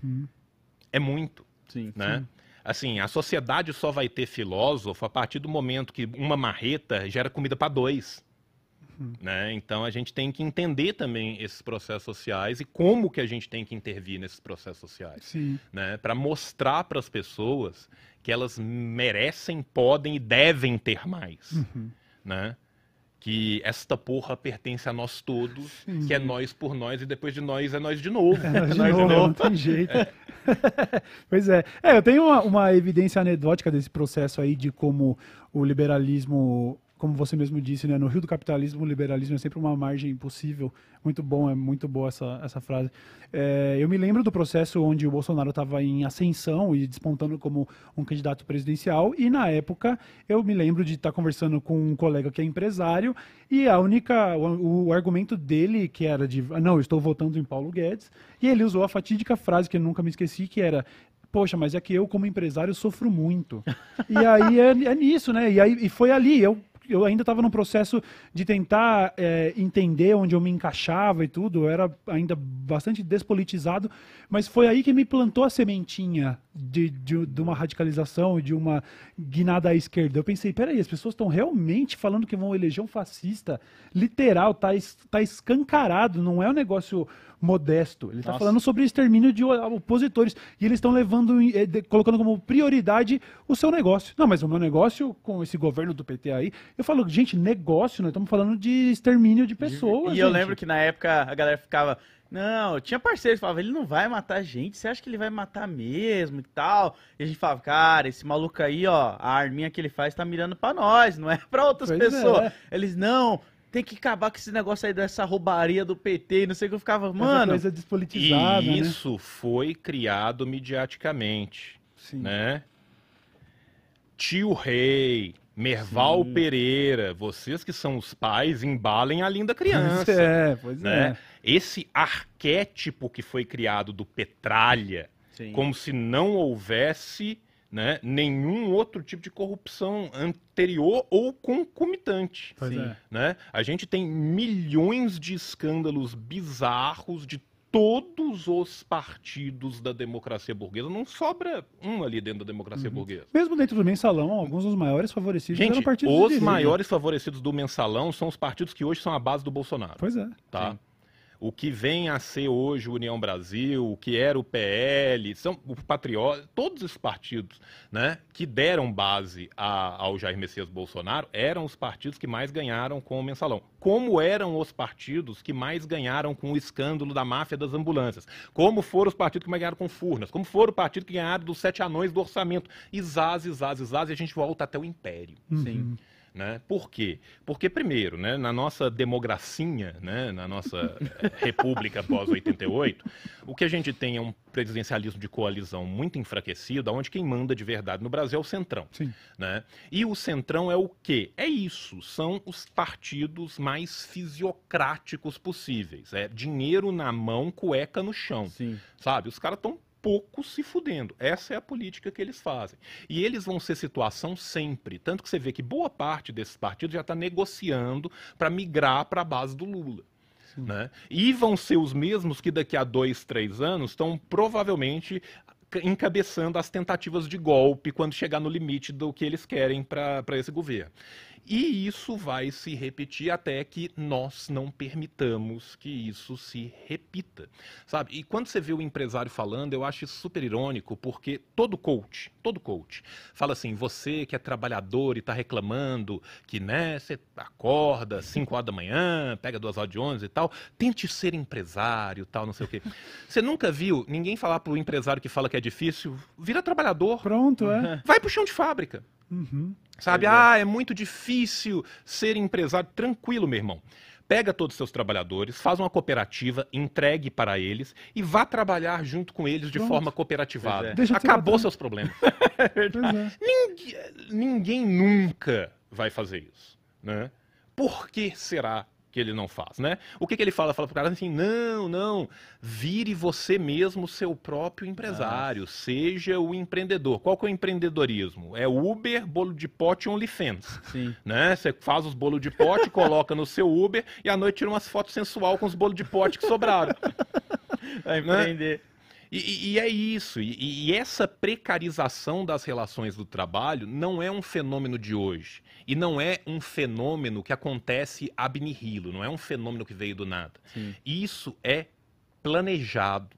é muito, né? Assim, a sociedade só vai ter filósofo a partir do momento que uma marreta gera comida para dois. Né? Então a gente tem que entender também esses processos sociais e como que a gente tem que intervir nesses processos sociais, né? Para mostrar para as pessoas que elas merecem, podem e devem ter mais, né? Que esta porra pertence a nós todos, que é nós por nós e depois de nós é nós de novo. Não tem jeito. Pois é. Eu tenho uma evidência anedótica desse processo aí de como o liberalismo, como você mesmo disse, né, no rio do capitalismo, o liberalismo é sempre uma margem possível. Muito bom, é muito boa essa frase. Eu me lembro do processo onde o Bolsonaro estava em ascensão e despontando como um candidato presidencial, e na época eu me lembro de estar conversando com um colega que é empresário, e o argumento dele, que era de, não, eu estou votando em Paulo Guedes, e ele usou a fatídica frase que eu nunca me esqueci, que era: poxa, mas é que eu, como empresário, sofro muito. E aí é nisso, né? E foi ali, eu ainda estava num processo de tentar entender onde eu me encaixava e tudo, eu era ainda bastante despolitizado, mas foi aí que me plantou a sementinha de uma radicalização e de uma guinada à esquerda. Eu pensei, peraí, as pessoas estão realmente falando que vão eleger um fascista, literal, tá escancarado, não é um negócio modesto. Ele está falando sobre extermínio de opositores. E eles estão colocando como prioridade o seu negócio. Não, mas o meu negócio com esse governo do PT aí, eu falo, gente, negócio, nós estamos falando de extermínio de pessoas. E eu lembro que na época a galera ficava, não, tinha parceiros que falavam, ele não vai matar a gente, você acha que ele vai matar mesmo e tal? E a gente falava, cara, esse maluco aí, ó, a arminha que ele faz tá mirando pra nós, não é pra outras pessoas. Eles, não, tem que acabar com esse negócio aí dessa roubaria do PT e não sei o que. Eu ficava, mano... Essa coisa despolitizada, e isso foi criado mediaticamente, né? Tio Rei, Merval Pereira, vocês que são os pais, embalem a linda criança. Pois né? Esse arquétipo que foi criado do Petralha, como se não houvesse... né, nenhum outro tipo de corrupção anterior ou concomitante. Né? A gente tem milhões de escândalos bizarros de todos os partidos da democracia burguesa. Não sobra um ali dentro da democracia burguesa. Mesmo dentro do Mensalão, alguns dos maiores favorecidos eram partidos os maiores favorecidos do Mensalão são os partidos que hoje são a base do Bolsonaro. Pois é. Tá? O que vem a ser hoje o União Brasil, o que era o PL, são o Patriota, todos esses partidos, né, que deram base ao Jair Messias Bolsonaro, eram os partidos que mais ganharam com o Mensalão. Como eram os partidos que mais ganharam com o escândalo da máfia das ambulâncias? Como foram os partidos que mais ganharam com Furnas? Como foram os partidos que ganharam dos 7 anões do orçamento? E a gente volta até o Império. Né? Por quê? Porque, primeiro, né, na nossa democracia, né, na nossa república pós-88, o que a gente tem é um presidencialismo de coalizão muito enfraquecido, onde quem manda de verdade no Brasil é o Centrão. Sim. Né? E o Centrão é o quê? É isso, são os partidos mais fisiocráticos possíveis. É dinheiro na mão, cueca no chão. Sim. Sabe? Os caras estão pouco se fudendo. Essa é a política que eles fazem. E eles vão ser situação sempre. Tanto que você vê que boa parte desses partidos já está negociando para migrar para a base do Lula. Né? E vão ser os mesmos que daqui a 2, 3 anos estão provavelmente encabeçando as tentativas de golpe quando chegar no limite do que eles querem para esse governo. E isso vai se repetir até que nós não permitamos que isso se repita, sabe? E quando você vê o empresário falando, eu acho isso super irônico, porque todo coach fala assim, você que é trabalhador e está reclamando que, né, você acorda 5 horas da manhã, pega 2 horas de ônibus e tal, tente ser empresário, tal, não sei o quê. Você nunca viu ninguém falar pro empresário que fala que é difícil, vira trabalhador. Pronto, é. Vai pro chão de fábrica. Uhum. Sabe? É muito difícil ser empresário. Tranquilo, meu irmão. Pega todos os seus trabalhadores, faz uma cooperativa, entregue para eles e vá trabalhar junto com eles de Pronto. forma cooperativada. É. Deixa de ser Acabou patrão. seus problemas. Pois é. Ninguém nunca vai fazer isso, né? Por que será que ele não faz, né? O que ele fala? Fala pro cara assim, não, vire você mesmo seu próprio empresário, seja o empreendedor. Qual que é o empreendedorismo? É Uber, bolo de pote e OnlyFans. Sim. Né? Você faz os bolos de pote, coloca no seu Uber e à noite tira umas fotos sensual com os bolos de pote que sobraram. Vai empreender. E é isso, e essa precarização das relações do trabalho não é um fenômeno de hoje, e não é um fenômeno que acontece ab nihilo, não é um fenômeno que veio do nada. Sim. Isso é planejado.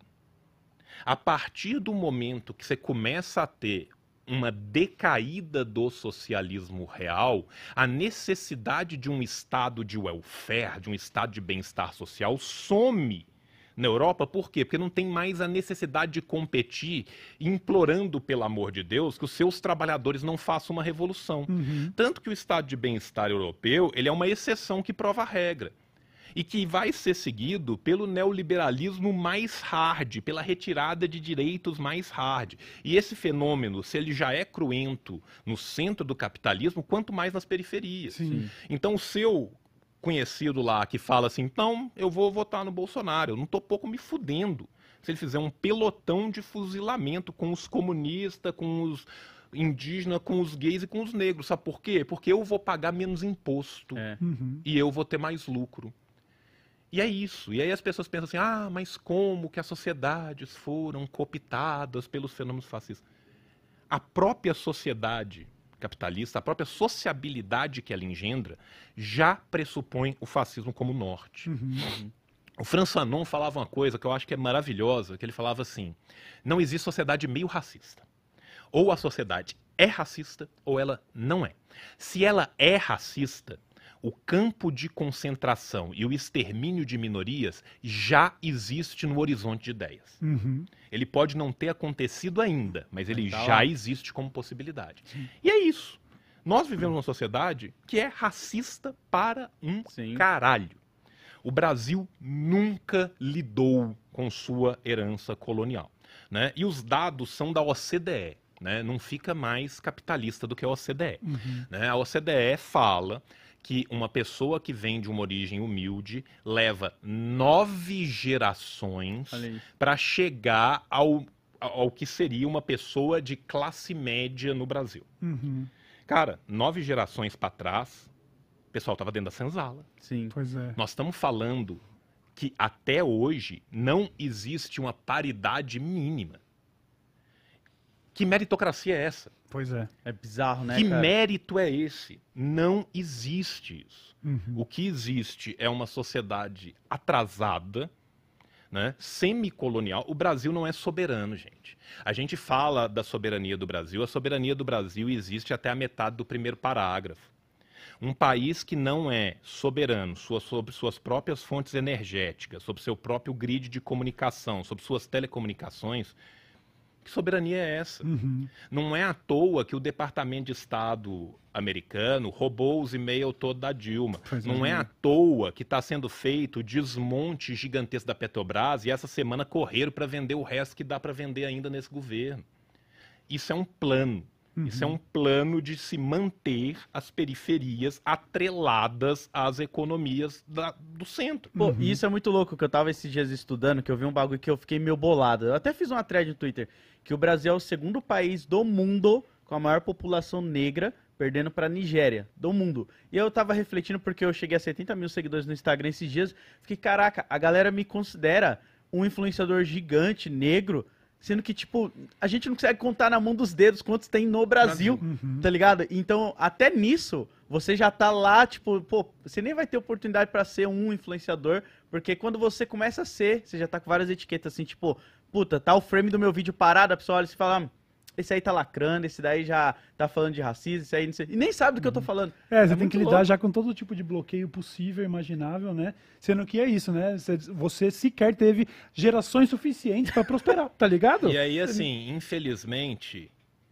A partir do momento que você começa a ter uma decaída do socialismo real, a necessidade de um estado de welfare, de um estado de bem-estar social, some na Europa. Por quê? Porque não tem mais a necessidade de competir, implorando, pelo amor de Deus, que os seus trabalhadores não façam uma revolução. Tanto que o estado de bem-estar europeu, ele é uma exceção que prova a regra. E que vai ser seguido pelo neoliberalismo mais hard, pela retirada de direitos mais hard. E esse fenômeno, se ele já é cruento no centro do capitalismo, quanto mais nas periferias. Sim. Então o seu conhecido lá que fala assim, então eu vou votar no Bolsonaro, eu não tô pouco me fudendo. Se ele fizer um pelotão de fuzilamento com os comunistas, com os indígenas, com os gays e com os negros. Sabe por quê? Porque eu vou pagar menos imposto e eu vou ter mais lucro. E é isso. E aí as pessoas pensam assim, mas como que as sociedades foram cooptadas pelos fenômenos fascistas? A própria sociedade capitalista, a própria sociabilidade que ela engendra, já pressupõe o fascismo como norte. O Franz Fanon falava uma coisa que eu acho que é maravilhosa, que ele falava assim, não existe sociedade meio racista. Ou a sociedade é racista, ou ela não é. Se ela é racista, o campo de concentração e o extermínio de minorias já existe no horizonte de ideias. Ele pode não ter acontecido ainda, mas ele já existe como possibilidade. E é isso. Nós vivemos numa sociedade que é racista para um caralho. O Brasil nunca lidou com sua herança colonial, né? E os dados são da OCDE, né? Não fica mais capitalista do que a OCDE. Né? A OCDE fala que uma pessoa que vem de uma origem humilde leva 9 gerações para chegar ao que seria uma pessoa de classe média no Brasil. Cara, 9 gerações para trás, o pessoal estava dentro da senzala. Sim. Pois é. Nós estamos falando que até hoje não existe uma paridade mínima. Que meritocracia é essa? Pois é. É bizarro, né, Que cara? mérito é esse? Não existe isso. O que existe é uma sociedade atrasada, né, semicolonial. O Brasil não é soberano, gente. A gente fala da soberania do Brasil. A soberania do Brasil existe até a metade do primeiro parágrafo. Um país que não é soberano sobre suas próprias fontes energéticas, sobre seu próprio grid de comunicação, sobre suas telecomunicações, Que soberania é essa? Não é à toa que o Departamento de Estado americano roubou os e-mails todo da Dilma. Não é à toa que está sendo feito o desmonte gigantesco da Petrobras e essa semana correram para vender o resto que dá para vender ainda nesse governo. Isso é um plano. Isso é um plano de se manter as periferias atreladas às economias do centro. Pô, e isso é muito louco, que eu tava esses dias estudando, que eu vi um bagulho que eu fiquei meio bolado. Eu até fiz uma thread no Twitter, que o Brasil é o segundo país do mundo com a maior população negra, perdendo pra Nigéria, do mundo. E eu tava refletindo porque eu cheguei a 70 mil seguidores no Instagram esses dias, fiquei, caraca, a galera me considera um influenciador gigante, negro, sendo que, tipo, a gente não consegue contar na mão dos dedos quantos tem no Brasil, tá ligado? Então, até nisso, você já tá lá, tipo, pô, você nem vai ter oportunidade pra ser um influenciador, porque quando você começa a ser, você já tá com várias etiquetas, assim, tipo, puta, tá o frame do meu vídeo parado, a pessoa olha e se fala, esse aí tá lacrando, esse daí já tá falando de racismo, esse aí não sei... E nem sabe do que eu tô falando. Você tem que lidar já com todo tipo de bloqueio possível, imaginável, né? Sendo que é isso, né? Você sequer teve gerações suficientes pra prosperar, tá ligado? E aí, assim, infelizmente,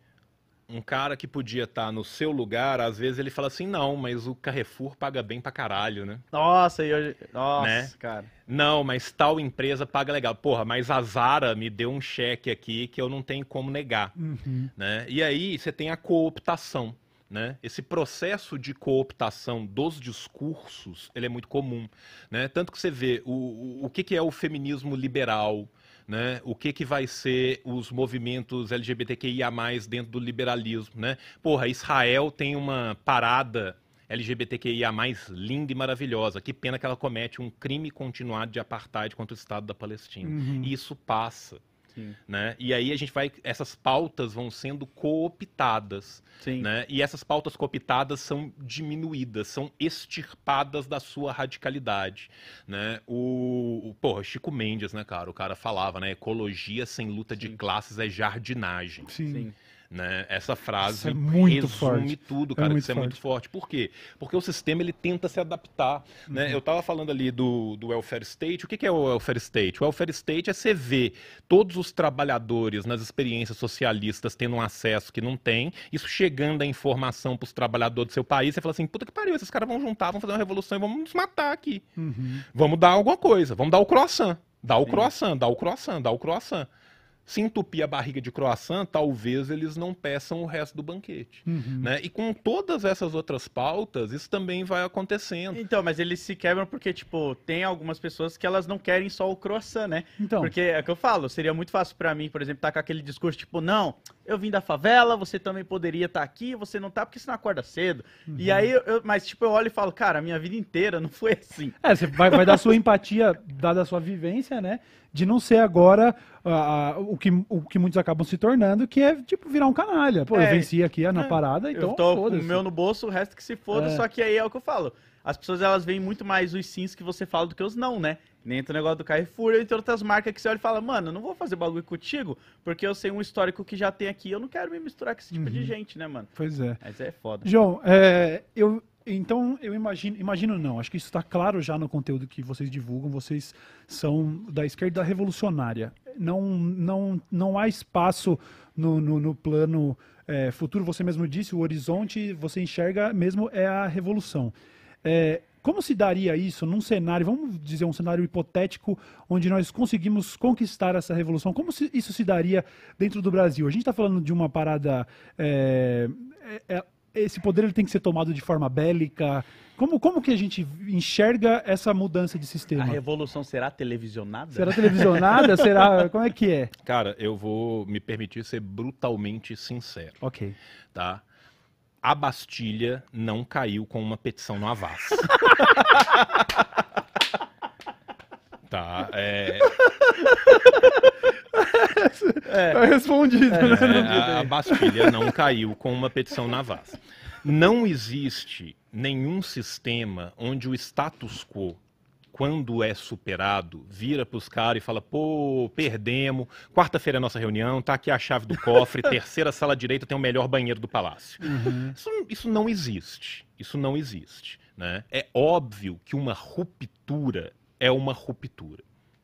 um cara que podia estar no seu lugar, às vezes ele fala assim, não, mas o Carrefour paga bem pra caralho, né? Nossa, nossa, né? cara. Não, mas tal empresa paga legal. Porra, mas a Zara me deu um cheque aqui que eu não tenho como negar, né? E aí você tem a cooptação, né? Esse processo de cooptação dos discursos, ele é muito comum, né? Tanto que você vê o que é o feminismo liberal, né? O que vai ser os movimentos LGBTQIA+, dentro do liberalismo, né? Porra, Israel tem uma parada LGBTQIA+, linda e maravilhosa. Que pena que ela comete um crime continuado de apartheid contra o Estado da Palestina. E isso passa. Né? E aí essas pautas vão sendo cooptadas. Né? E essas pautas cooptadas são diminuídas, são extirpadas da sua radicalidade. Né? Porra, Chico Mendes, né, cara? O cara falava, né? Ecologia sem luta de classes é jardinagem. Né? Essa frase resume forte. tudo, cara. Isso é muito forte. Por quê? Porque o sistema ele tenta se adaptar. Né? Eu estava falando ali do welfare state. O que é o welfare state? O welfare state é você ver todos os trabalhadores nas experiências socialistas tendo um acesso que não tem, isso chegando a informação para os trabalhadores do seu país, você fala assim, puta que pariu, esses caras vão juntar, vão fazer uma revolução e vão nos matar aqui. Vamos dar alguma coisa, vamos dar o croissant. Dá o croissant, dá o croissant, dá o croissant. Se entupir a barriga de croissant, talvez eles não peçam o resto do banquete. Né? E com todas essas outras pautas, isso também vai acontecendo. Então, mas eles se quebram porque, tipo, tem algumas pessoas que elas não querem só o croissant, né? Então. Porque é o que eu falo, seria muito fácil pra mim, por exemplo, estar com aquele discurso, tipo, não, eu vim da favela, você também poderia estar aqui, você não tá porque você não acorda cedo. E aí, mas tipo, eu olho e falo, cara, a minha vida inteira não foi assim. Você vai dar sua empatia, dada a sua vivência, né? De não ser agora o que muitos acabam se tornando, que é, tipo, virar um canalha. Pô, eu venci aqui na parada, então eu tô com o meu no bolso, o resto que se foda, só que aí é o que eu falo. As pessoas, elas veem muito mais os sims que você fala do que os não, né? Nem entra o negócio do Carrefour, entre outras marcas que você olha e fala, mano, eu não vou fazer bagulho contigo, porque eu sei um histórico que já tem aqui, eu não quero me misturar com esse tipo de gente, né, mano? Pois é. Mas é foda. João, então eu imagino não, acho que isso está claro já no conteúdo que vocês divulgam, vocês são da esquerda revolucionária. Não há espaço no plano futuro, você mesmo disse, o horizonte, você enxerga mesmo é a revolução. Como se daria isso num cenário, vamos dizer, um cenário hipotético, onde nós conseguimos conquistar essa revolução? Como isso se daria dentro do Brasil? A gente está falando de uma parada... esse poder ele tem que ser tomado de forma bélica. Como que a gente enxerga essa mudança de sistema? A revolução será televisionada? Será televisionada? Será? Como é que é? Cara, eu vou me permitir ser brutalmente sincero. Ok. Tá? A Bastilha não caiu com uma petição no Avaz. Tá, Tá respondido, né? A Bastilha não caiu com uma petição na Avaz. Não existe nenhum sistema onde o status quo, quando é superado, vira pros caras e fala, pô, perdemos, quarta-feira é nossa reunião, tá aqui a chave do cofre, terceira sala direita tem o melhor banheiro do palácio. Isso não existe. Isso não existe. Né? É óbvio que uma ruptura é uma ruptura.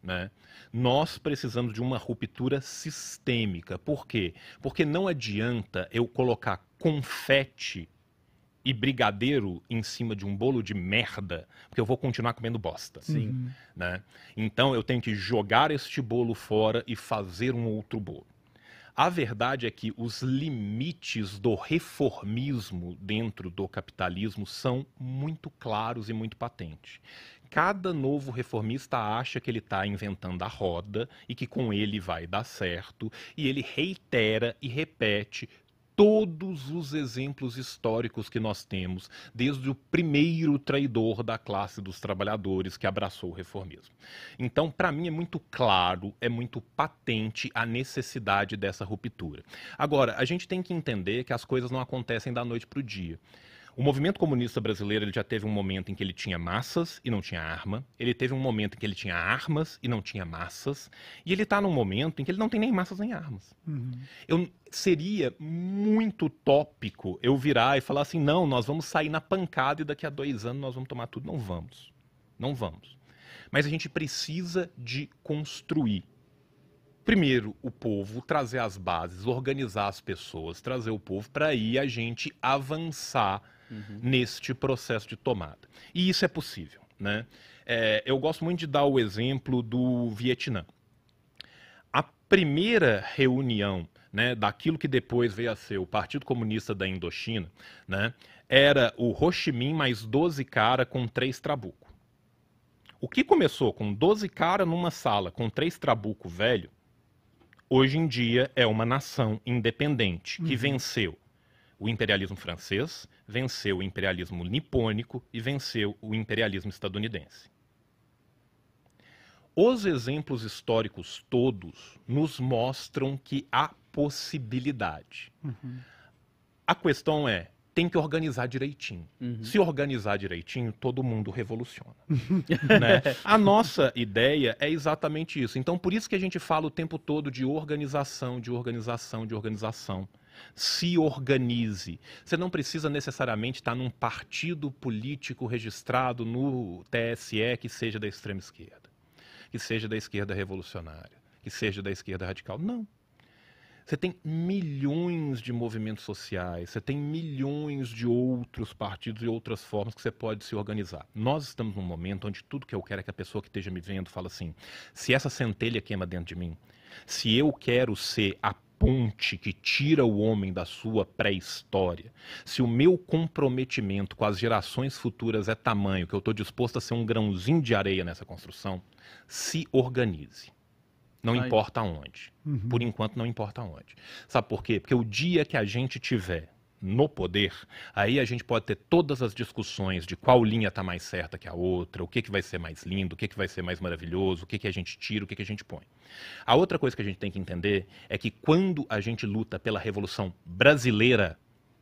né? Nós precisamos de uma ruptura sistêmica. Por quê? Porque não adianta eu colocar confete e brigadeiro em cima de um bolo de merda, porque eu vou continuar comendo bosta. Sim. Né? Então eu tenho que jogar este bolo fora e fazer um outro bolo. A verdade é que os limites do reformismo dentro do capitalismo são muito claros e muito patentes. Cada novo reformista acha que ele está inventando a roda e que com ele vai dar certo, e ele reitera e repete todos os exemplos históricos que nós temos, desde o primeiro traidor da classe dos trabalhadores que abraçou o reformismo. Então, para mim, é muito claro, é muito patente a necessidade dessa ruptura. Agora, a gente tem que entender que as coisas não acontecem da noite para o dia. O movimento comunista brasileiro ele já teve um momento em que ele tinha massas e não tinha arma. Ele teve um momento em que ele tinha armas e não tinha massas. E ele está num momento em que ele não tem nem massas nem armas. Seria muito utópico eu virar e falar assim, não, nós vamos sair na pancada e daqui a 2 anos nós vamos tomar tudo. Não vamos. Não vamos. Mas a gente precisa de construir. Primeiro, o povo, trazer as bases, organizar as pessoas, trazer o povo para aí a gente avançar neste processo de tomada. E isso é possível, né? Eu gosto muito de dar o exemplo do Vietnã. A primeira reunião, né, daquilo que depois veio a ser o Partido Comunista da Indochina, né, era o Ho Chi Minh mais 12 caras com 3 trabucos. O que começou com 12 caras numa sala com 3 trabucos velho, hoje em dia é uma nação independente que venceu o imperialismo francês, venceu o imperialismo nipônico e venceu o imperialismo estadunidense. Os exemplos históricos todos nos mostram que há possibilidade. A questão é, tem que organizar direitinho. Se organizar direitinho, todo mundo revoluciona. Né? A nossa ideia é exatamente isso. Então, por isso que a gente fala o tempo todo de organização, de organização, de organização. Se organize. Você não precisa necessariamente estar num partido político registrado no TSE que seja da extrema esquerda, que seja da esquerda revolucionária, que seja da esquerda radical. Não. Você tem milhões de movimentos sociais, você tem milhões de outros partidos e outras formas que você pode se organizar. Nós estamos num momento onde tudo que eu quero é que a pessoa que esteja me vendo fala assim, se essa centelha queima dentro de mim, se eu quero ser a ponte que tira o homem da sua pré-história, se o meu comprometimento com as gerações futuras é tamanho que eu estou disposto a ser um grãozinho de areia nessa construção, se organize. Não importa onde. Por enquanto, não importa onde. Sabe por quê? Porque o dia que a gente tiver no poder, aí a gente pode ter todas as discussões de qual linha está mais certa que a outra, o que vai ser mais lindo, o que vai ser mais maravilhoso, o que a gente tira, o que a gente põe. A outra coisa que a gente tem que entender é que quando a gente luta pela Revolução Brasileira,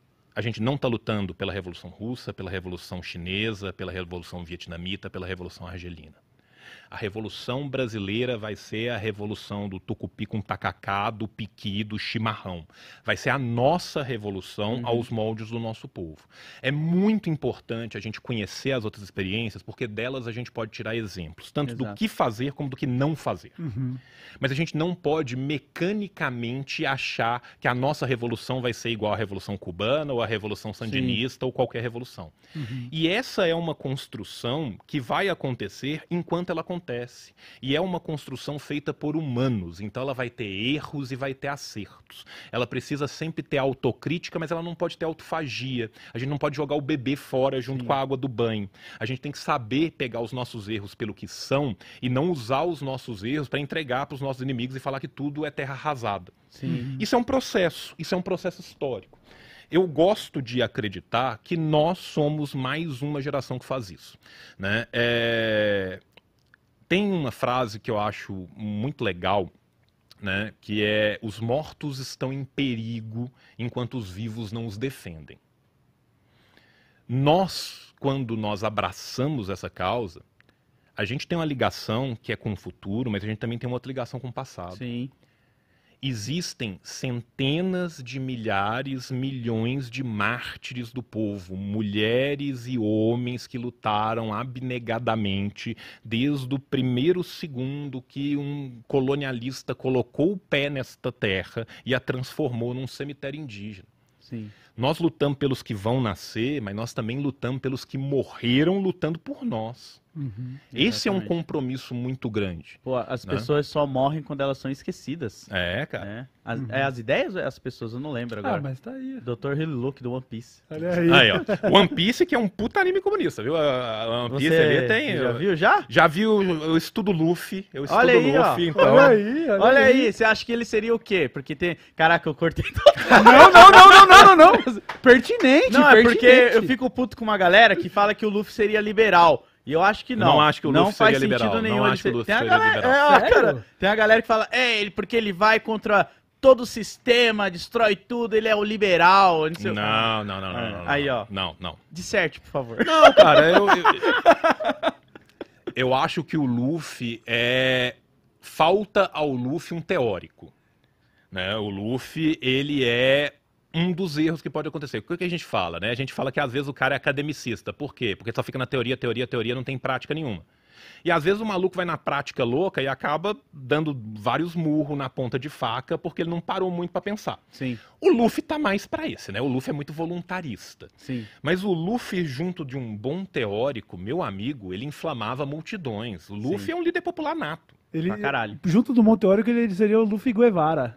a gente não está lutando pela Revolução Russa, pela Revolução Chinesa, pela Revolução Vietnamita, pela Revolução Argelina. A Revolução Brasileira vai ser a revolução do tucupi com tacacá, do piqui, do chimarrão. Vai ser a nossa revolução aos moldes do nosso povo. É muito importante a gente conhecer as outras experiências, porque delas a gente pode tirar exemplos, tanto do que fazer como do que não fazer. Mas a gente não pode mecanicamente achar que a nossa revolução vai ser igual à Revolução Cubana ou à Revolução Sandinista ou qualquer revolução. E essa é uma construção que vai acontecer enquanto ela acontece. E é uma construção feita por humanos, então ela vai ter erros e vai ter acertos. Ela precisa sempre ter autocrítica, mas ela não pode ter autofagia. A gente não pode jogar o bebê fora junto com a água do banho. A gente tem que saber pegar os nossos erros pelo que são e não usar os nossos erros para entregar para os nossos inimigos e falar que tudo é terra arrasada. Isso é um processo histórico. Eu gosto de acreditar que nós somos mais uma geração que faz isso, né? Tem uma frase que eu acho muito legal, né, que é: os mortos estão em perigo enquanto os vivos não os defendem. Nós, quando nós abraçamos essa causa, a gente tem uma ligação que é com o futuro, mas a gente também tem uma outra ligação com o passado. existem centenas de milhares, milhões de mártires do povo, mulheres e homens que lutaram abnegadamente desde o primeiro segundo que um colonialista colocou o pé nesta terra e a transformou num cemitério indígena. Sim. Nós lutamos pelos que vão nascer, mas nós também lutamos pelos que morreram lutando por nós. Esse é um compromisso muito grande. Pô, as pessoas só morrem quando elas são esquecidas. É, cara. Né? As ideias ou as pessoas? Eu não lembro agora. Mas tá aí. Dr. Hillock do One Piece. Olha aí. Aí, ó. One Piece, que é um puta anime comunista, viu? A One Piece ali tem... Já viu já? Já vi eu estudo Luffy. Eu estudo Olha aí, Luffy, ó. então... Olha aí, você acha que ele seria o quê? Porque tem... Caraca, eu cortei... Não. Pertinente, Não, é porque pertinente. eu fico puto com uma galera que fala que o Luffy seria liberal. E eu acho que não. Não acho que o Luffy faz seria liberal. sentido nenhum Não ele acho que o ser- Luffy Tem a seria galera- liberal. Sério? cara, tem a galera que fala, porque ele vai contra todo o sistema, destrói tudo, ele é o liberal. Não sei o- Não. Aí, ó. Não. Disserte, por favor. Não, cara, eu acho que o Luffy falta ao Luffy um teórico, né? O Luffy, ele é um dos erros que pode acontecer. O que a gente fala, né? A gente fala que às vezes o cara é academicista. Por quê? Porque só fica na teoria, não tem prática nenhuma. E às vezes o maluco vai na prática louca e acaba dando vários murros na ponta de faca porque ele não parou muito pra pensar. Sim, O Luffy tá mais pra esse, né? O Luffy é muito voluntarista. sim. Mas o Luffy, junto de um bom teórico, meu amigo, ele inflamava multidões. O Luffy é um líder popular nato. Ele, Pra caralho. junto do Monteórico, ele seria o Luffy Guevara.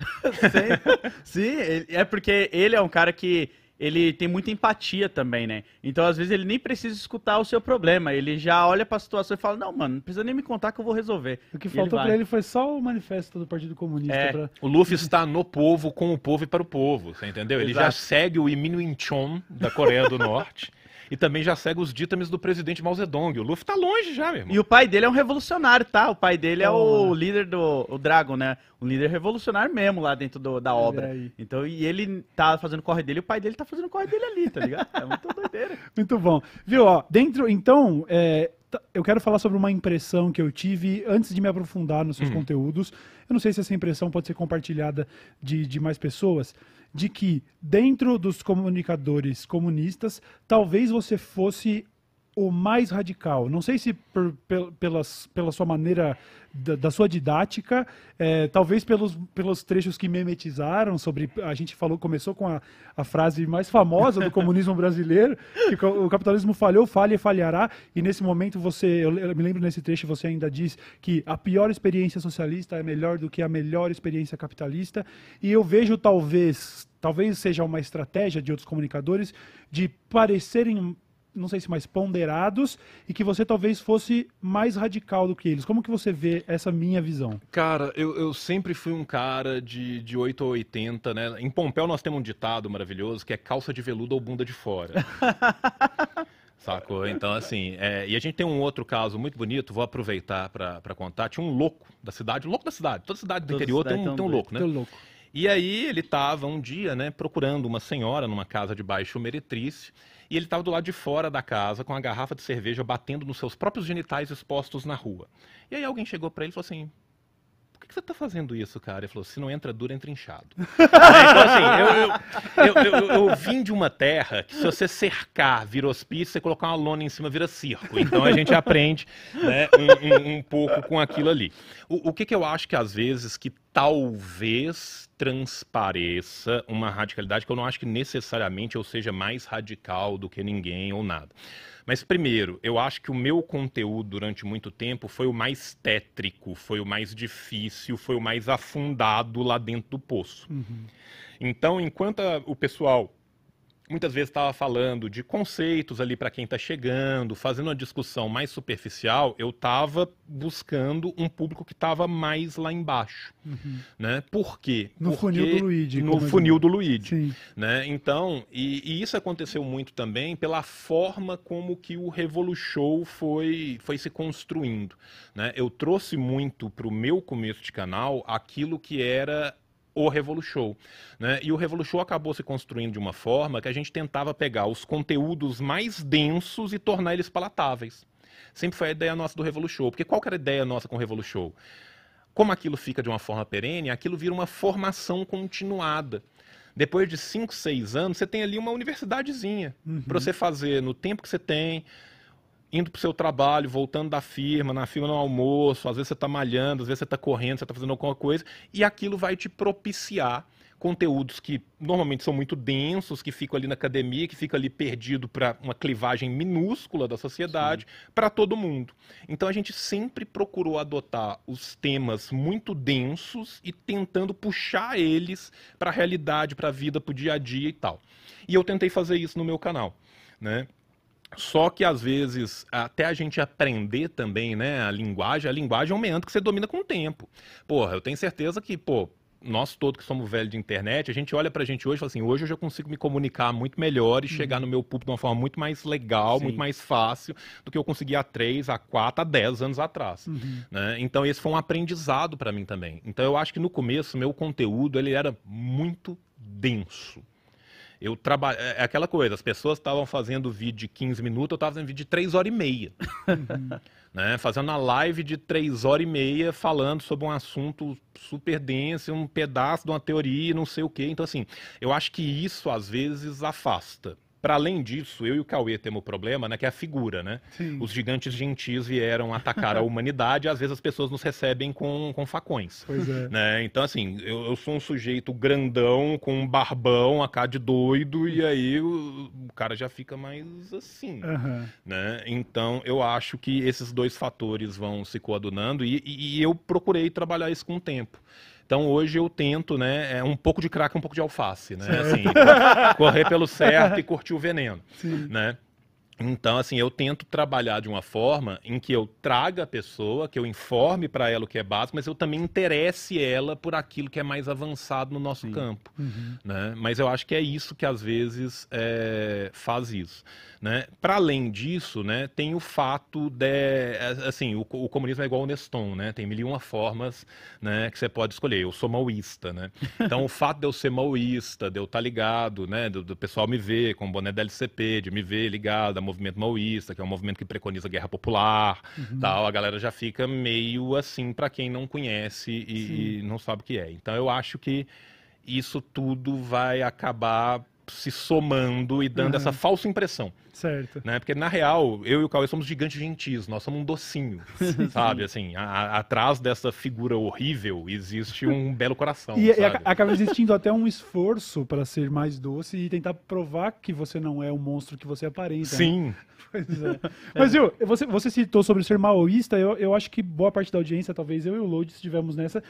Sim, é porque ele é um cara que ele tem muita empatia também, né? Então, às vezes, ele nem precisa escutar o seu problema. Ele já olha pra situação e fala, não, mano, não precisa nem me contar que eu vou resolver. O que E faltou vai. pra ele foi só o manifesto do Partido Comunista. É. O Luffy está no povo, com o povo e para o povo, você entendeu? Ele já Exato. segue o Lee Min-chon da Coreia do Norte e também já segue os ditames do presidente Mao Zedong. O Luffy tá longe já, meu irmão. E o pai dele é um revolucionário, tá? O pai dele é o Toma. líder o Dragon, né? Um líder revolucionário mesmo lá dentro da obra. aí. Então, e ele tá fazendo o corre dele e o pai dele tá fazendo o corre dele ali, tá ligado? É muito doideira. Muito bom. Viu, ó, então, eu quero falar sobre uma impressão que eu tive antes de me aprofundar nos seus conteúdos. Eu não sei se essa impressão pode ser compartilhada de mais pessoas, de que dentro dos comunicadores comunistas, talvez você fosse o mais radical. Não sei se pela sua maneira da sua didática, talvez pelos trechos que memetizaram sobre. A gente começou com a frase mais famosa do comunismo brasileiro, que o capitalismo falhou, falha e falhará. E nesse momento eu me lembro nesse trecho, você ainda diz que a pior experiência socialista é melhor do que a melhor experiência capitalista. E eu vejo talvez seja uma estratégia de outros comunicadores de parecerem, não sei se mais ponderados, e que você talvez fosse mais radical do que eles. Como que você vê essa minha visão? Cara, eu sempre fui um cara de 8 a 80, né? Em Pompéu nós temos um ditado maravilhoso que é calça de veludo ou bunda de fora. Sacou? Então, assim, e a gente tem um outro caso muito bonito, vou aproveitar pra contar. Tinha um louco da cidade, toda cidade do interior tem um louco, né? Tô louco. E aí ele estava um dia, né, procurando uma senhora numa casa de baixa meretriz, e ele estava do lado de fora da casa com uma garrafa de cerveja batendo nos seus próprios genitais expostos na rua. E aí alguém chegou para ele e falou assim: por que você tá fazendo isso, cara? Ele falou: se não entra duro, entra inchado. Então, assim, eu vim de uma terra que se você cercar, vira hospício, você colocar uma lona em cima, vira circo. Então a gente aprende, né, um pouco com aquilo ali. O que eu acho que às vezes que talvez transpareça uma radicalidade que eu não acho que necessariamente eu seja mais radical do que ninguém ou nada. Mas primeiro, eu acho que o meu conteúdo durante muito tempo foi o mais tétrico, foi o mais difícil, foi o mais afundado lá dentro do poço. Então, enquanto o pessoal muitas vezes estava falando de conceitos ali para quem está chegando, fazendo uma discussão mais superficial, eu estava buscando um público que estava mais lá embaixo. Né? Por quê? No funil do Luigi. No funil do Luigi. Sim. Né? Então, e isso aconteceu muito também pela forma como que o Revolution foi se construindo. Né? Eu trouxe muito para o meu começo de canal aquilo que era o Revolution, né? E o Revolution acabou se construindo de uma forma que a gente tentava pegar os conteúdos mais densos e tornar eles palatáveis. Sempre foi a ideia nossa do Revolution. Porque qual que era a ideia nossa com o Revolution? como aquilo fica de uma forma perene, aquilo vira uma formação continuada. Depois de 5, 6 anos, você tem ali uma universidadezinha para você fazer no tempo que você tem, indo para o seu trabalho, voltando da firma, na firma no almoço, às vezes você está malhando, às vezes você está correndo, você está fazendo alguma coisa, e aquilo vai te propiciar conteúdos que normalmente são muito densos, que ficam ali na academia, que ficam ali perdido para uma clivagem minúscula da sociedade, para todo mundo. Então a gente sempre procurou adotar os temas muito densos e tentando puxar eles para a realidade, para a vida, para o dia a dia e tal. E eu tentei fazer isso no meu canal, né? Só que, às vezes, até a gente aprender também, né, a linguagem é um meandro que você domina com o tempo. Porra, eu tenho certeza que, nós todos que somos velhos de internet, a gente olha pra gente hoje e fala assim, hoje eu já consigo me comunicar muito melhor e chegar no meu público de uma forma muito mais legal, muito mais fácil do que eu conseguia há 3, há 4, há 10 anos atrás. Né? Então esse foi um aprendizado pra mim também. Então eu acho que no começo meu conteúdo ele era muito denso. Eu trabalho, é aquela coisa, as pessoas estavam fazendo vídeo de 15 minutos, eu estava fazendo vídeo de 3 horas e meia. Né? Fazendo uma live de 3 horas e meia, falando sobre um assunto super denso, um pedaço de uma teoria, não sei o quê. Então, assim, eu acho que isso, às vezes, afasta. Para além disso, eu e o Cauê temos o problema, né, que é a figura, né? Sim. Os gigantes gentis vieram atacar a humanidade e às vezes as pessoas nos recebem com facões. Pois é. Né? Então, assim, eu sou um sujeito grandão, com um barbão, a cara de doido, e aí o cara já fica mais assim. Né? Então, eu acho que esses dois fatores vão se coadunando e eu procurei trabalhar isso com o tempo. Então hoje eu tento, né, um pouco de crack, um pouco de alface, né, assim, correr pelo certo e curtir o veneno, né. Então, assim, eu tento trabalhar de uma forma em que eu traga a pessoa, que eu informe para ela o que é básico, mas eu também interesse ela por aquilo que é mais avançado no nosso campo, né? Mas eu acho que é isso que às vezes faz isso, né? Para além disso, né, tem o fato de, assim, o comunismo é igual ao Neston, né? Tem 1001 formas, né, que você pode escolher. Eu sou maoísta, né? Então, o fato de eu ser maoísta, de eu estar ligado, né, do pessoal me ver com o boné da LCP, de me ver ligado a movimento maoísta, que é um movimento que preconiza guerra popular, tal, a galera já fica meio assim para quem não conhece e não sabe o que é. Então eu acho que isso tudo vai acabar se somando e dando essa falsa impressão. Certo. Né? Porque, na real, eu e o Cauê somos gigantes gentis, nós somos um docinho, sabe? Assim, atrás dessa figura horrível existe um belo coração, e sabe? acaba existindo até um esforço para ser mais doce e tentar provar que você não é o monstro que você aparenta. Sim. Né? Pois é. Mas, viu, você citou sobre ser maoísta, eu acho que boa parte da audiência, talvez eu e o Load estivemos nessa,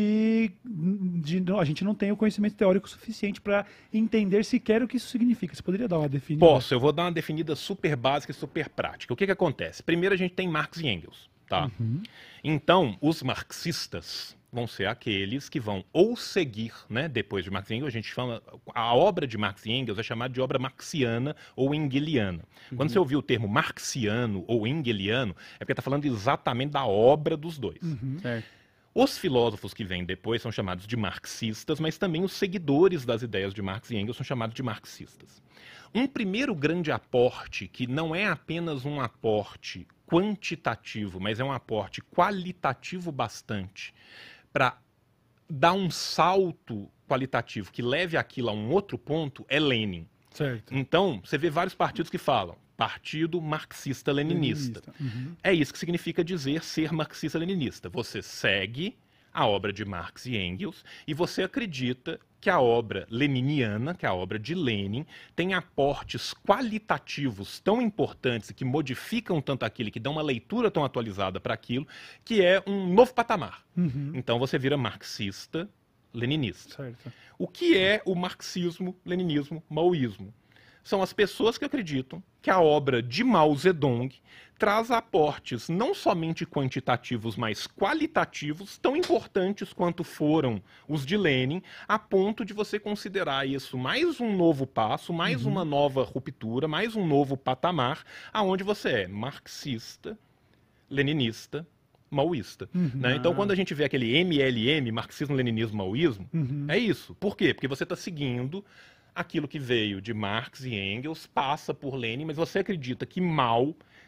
a gente não tem o conhecimento teórico suficiente para entender sequer o que isso significa. Você poderia dar uma definida? Posso, eu vou dar uma definida super básica e super prática. O que acontece? Primeiro a gente tem Marx e Engels, tá? Então, os marxistas vão ser aqueles que vão ou seguir, né, depois de Marx e Engels, a gente chama, a obra de Marx e Engels é chamada de obra marxiana ou engeliana. Quando você ouvir o termo marxiano ou engeliano, é porque está falando exatamente da obra dos dois. Certo. Os filósofos que vêm depois são chamados de marxistas, mas também os seguidores das ideias de Marx e Engels são chamados de marxistas. Um primeiro grande aporte, que não é apenas um aporte quantitativo, mas é um aporte qualitativo bastante, para dar um salto qualitativo que leve aquilo a um outro ponto, é Lenin. Certo. Então, você vê vários partidos que falam Partido Marxista-Leninista. É isso que significa dizer ser marxista-leninista. Você segue a obra de Marx e Engels e você acredita que a obra leniniana, que é a obra de Lenin, tem aportes qualitativos tão importantes e que modificam tanto aquilo, que dão uma leitura tão atualizada para aquilo, que é um novo patamar. Então você vira marxista-leninista. Certo. O que é o marxismo, leninismo, maoísmo? São as pessoas que acreditam que a obra de Mao Zedong traz aportes não somente quantitativos, mas qualitativos, tão importantes quanto foram os de Lenin, a ponto de você considerar isso mais um novo passo, mais uma nova ruptura, mais um novo patamar, aonde você é marxista, leninista, maoísta. Né? Então, quando a gente vê aquele MLM, marxismo, leninismo, maoísmo, é isso. Por quê? Porque você está seguindo aquilo que veio de Marx e Engels, passa por Lenin, mas você acredita que Mao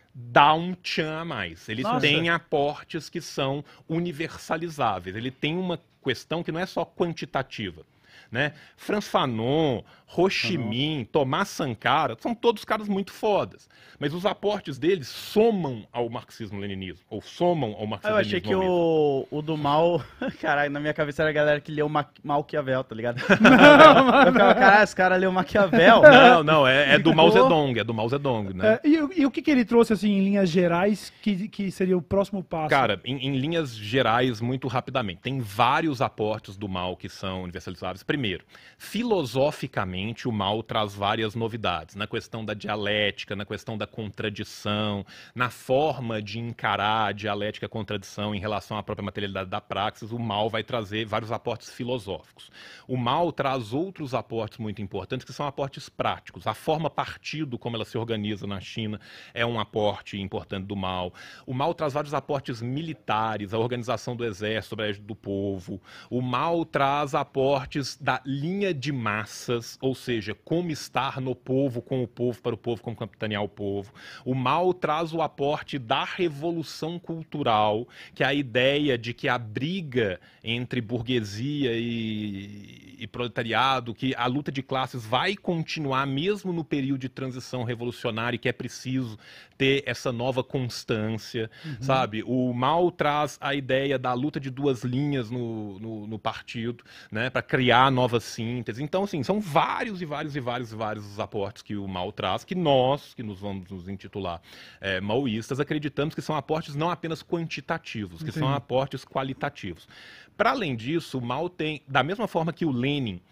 dá um tchan a mais. Ele Nossa. tem aportes que são universalizáveis. Ele tem uma questão que não é só quantitativa, né? Franz Fanon, Ho Chi Minh, Thomas Sankara, são todos caras muito fodas. Mas os aportes deles somam ao marxismo-leninismo, ou somam ao Eu marxismo-leninismo. achei que o do mal... Caralho, na minha cabeça era a galera que leu Maquiavel, tá ligado? Eu ficava, caralho, esse cara leu Maquiavel. Não, é do Mao Zedong, é do Mao Zedong, né? E o que ele trouxe, assim, em linhas gerais, que seria o próximo passo? Cara, em linhas gerais, muito rapidamente, tem vários aportes do Mao que são universalizáveis. Primeiro, filosoficamente, o Mao traz várias novidades na questão da dialética, na questão da contradição, na forma de encarar a dialética e a contradição em relação à própria materialidade da praxis. O Mao vai trazer vários aportes filosóficos. O Mao traz outros aportes muito importantes, que são aportes práticos. A forma partido, como ela se organiza na China, é um aporte importante do Mao. O Mao traz vários aportes militares, a organização do exército, sobre a égide do povo. O Mao traz aportes da linha de massas, ou seja, como estar no povo, com o povo, para o povo, como capitanear o povo. O Mao traz o aporte da revolução cultural, que é a ideia de que a briga entre burguesia e proletariado, que a luta de classes vai continuar mesmo no período de transição revolucionária, e que é preciso ter essa nova constância, sabe? O Mao traz a ideia da luta de duas linhas no partido, né, para criar novas sínteses. Então, assim, são vários os aportes que o Mao traz, que nós, que nos vamos nos intitular maoístas, acreditamos que são aportes não apenas quantitativos, que são aportes qualitativos. Para além disso, o Mao tem, da mesma forma que o Lenin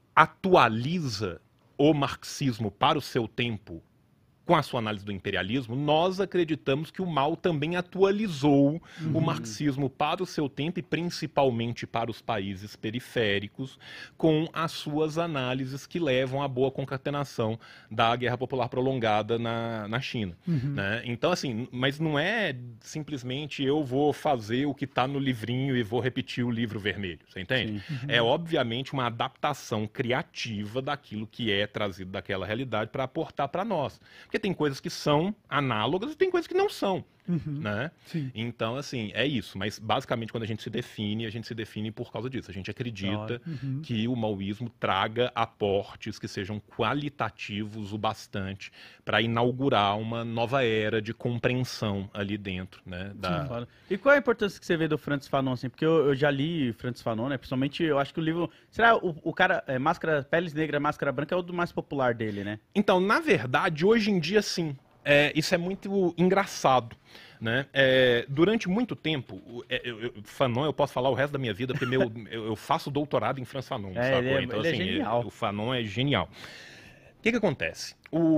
atualiza o marxismo para o seu tempo, com a sua análise do imperialismo, nós acreditamos que o Mao também atualizou o marxismo para o seu tempo e principalmente para os países periféricos, com as suas análises que levam à boa concatenação da guerra popular prolongada na China. Né? Então, assim, mas não é simplesmente eu vou fazer o que está no livrinho e vou repetir o livro vermelho, você entende? É, obviamente, uma adaptação criativa daquilo que é trazido daquela realidade para aportar para nós. Porque tem coisas que são análogas e tem coisas que não são, né? Sim. Então, assim, é isso. Mas, basicamente, quando a gente se define por causa disso. A gente acredita que o maoísmo traga aportes que sejam qualitativos o bastante para inaugurar uma nova era de compreensão ali dentro, né? E qual é a importância que você vê do Francis Fanon, assim? Porque eu já li Francis Fanon, né? Principalmente, eu acho que o livro... Será o cara, Peles Negra, Máscara Branca é o do mais popular dele, né? Então, na verdade, hoje em dia, sim. Isso é muito engraçado, né? Durante muito tempo, Fanon, eu posso falar o resto da minha vida, porque eu faço doutorado em Francis Fanon, sacou? Então, ele assim, é genial. O Fanon é genial. O que acontece?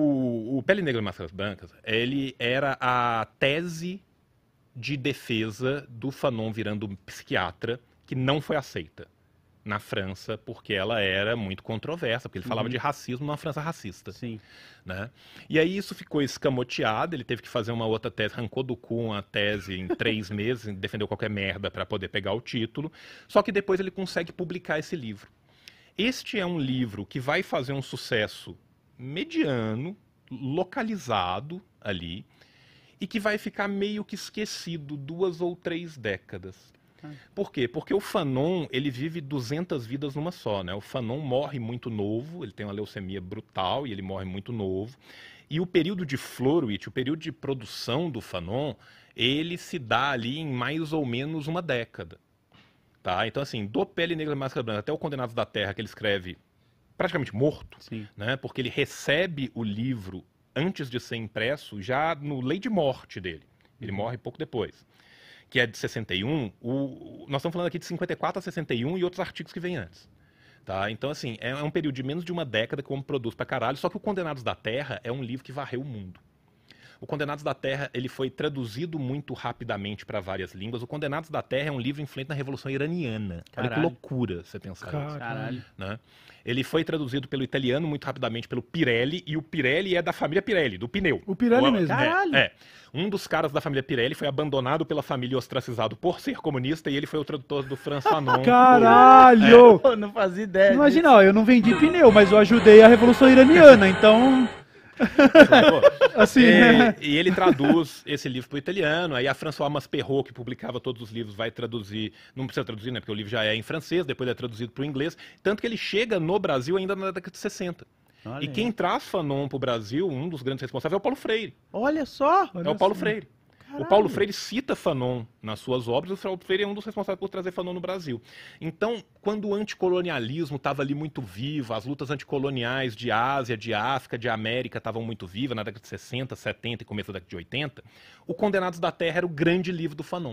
O Pele Negra e Máscaras Brancas, ele era a tese de defesa do Fanon virando psiquiatra, que não foi aceita na França, porque ela era muito controversa, porque ele falava de racismo numa França racista. Sim. Né? E aí isso ficou escamoteado, ele teve que fazer uma outra tese, arrancou do cu uma tese em 3 meses, defendeu qualquer merda para poder pegar o título, só que depois ele consegue publicar esse livro. Este é um livro que vai fazer um sucesso mediano, localizado ali, e que vai ficar meio que esquecido 2 ou 3 décadas. Por quê? Porque o Fanon, ele vive 200 vidas numa só, né? O Fanon morre muito novo, ele tem uma leucemia brutal e ele morre muito novo. E o período de Florowitz, o período de produção do Fanon, ele se dá ali em mais ou menos uma década. Tá? Então, assim, do Pele Negra e Máscara Branca até o Condenados da Terra, que ele escreve praticamente morto, né? Porque ele recebe o livro antes de ser impresso, já no lei de morte dele. Ele morre pouco depois. Que é de 61, nós estamos falando aqui de 54 a 61 e outros artigos que vêm antes. Tá? Então, assim, é um período de menos de uma década que o homem produz pra caralho, só que o Condenados da Terra é um livro que varreu o mundo. O Condenados da Terra, ele foi traduzido muito rapidamente para várias línguas. O Condenados da Terra é um livro influente na Revolução Iraniana. Caralho. Olha que loucura você pensar isso. Caralho. Né? Ele foi traduzido pelo italiano muito rapidamente pelo Pirelli, e o Pirelli é da família Pirelli, do pneu. O Pirelli mesmo. Caralho. Um dos caras da família Pirelli foi abandonado pela família e ostracizado por ser comunista, e ele foi o tradutor do Franz Fanon. Caralho! Eu não fazia ideia. Imagina, ó, eu não vendi pneu, mas eu ajudei a Revolução Iraniana, então... Assim, E ele traduz esse livro para o italiano, aí a François Maspero, que publicava todos os livros, vai traduzir, não precisa traduzir, né, porque o livro já é em francês, depois é traduzido para o inglês, tanto que ele chega no Brasil ainda na década de 60. Olha E quem traz Fanon para o Brasil, um dos grandes responsáveis, é o Paulo Freire. Olha só! É o Paulo Freire. O Paulo Freire cita Fanon nas suas obras, e o Paulo Freire é um dos responsáveis por trazer Fanon no Brasil. Então, quando o anticolonialismo estava ali muito vivo, as lutas anticoloniais de Ásia, de África, de América estavam muito vivas, na década de 60, 70 e começo da década de 80, o Condenados da Terra era o grande livro do Fanon.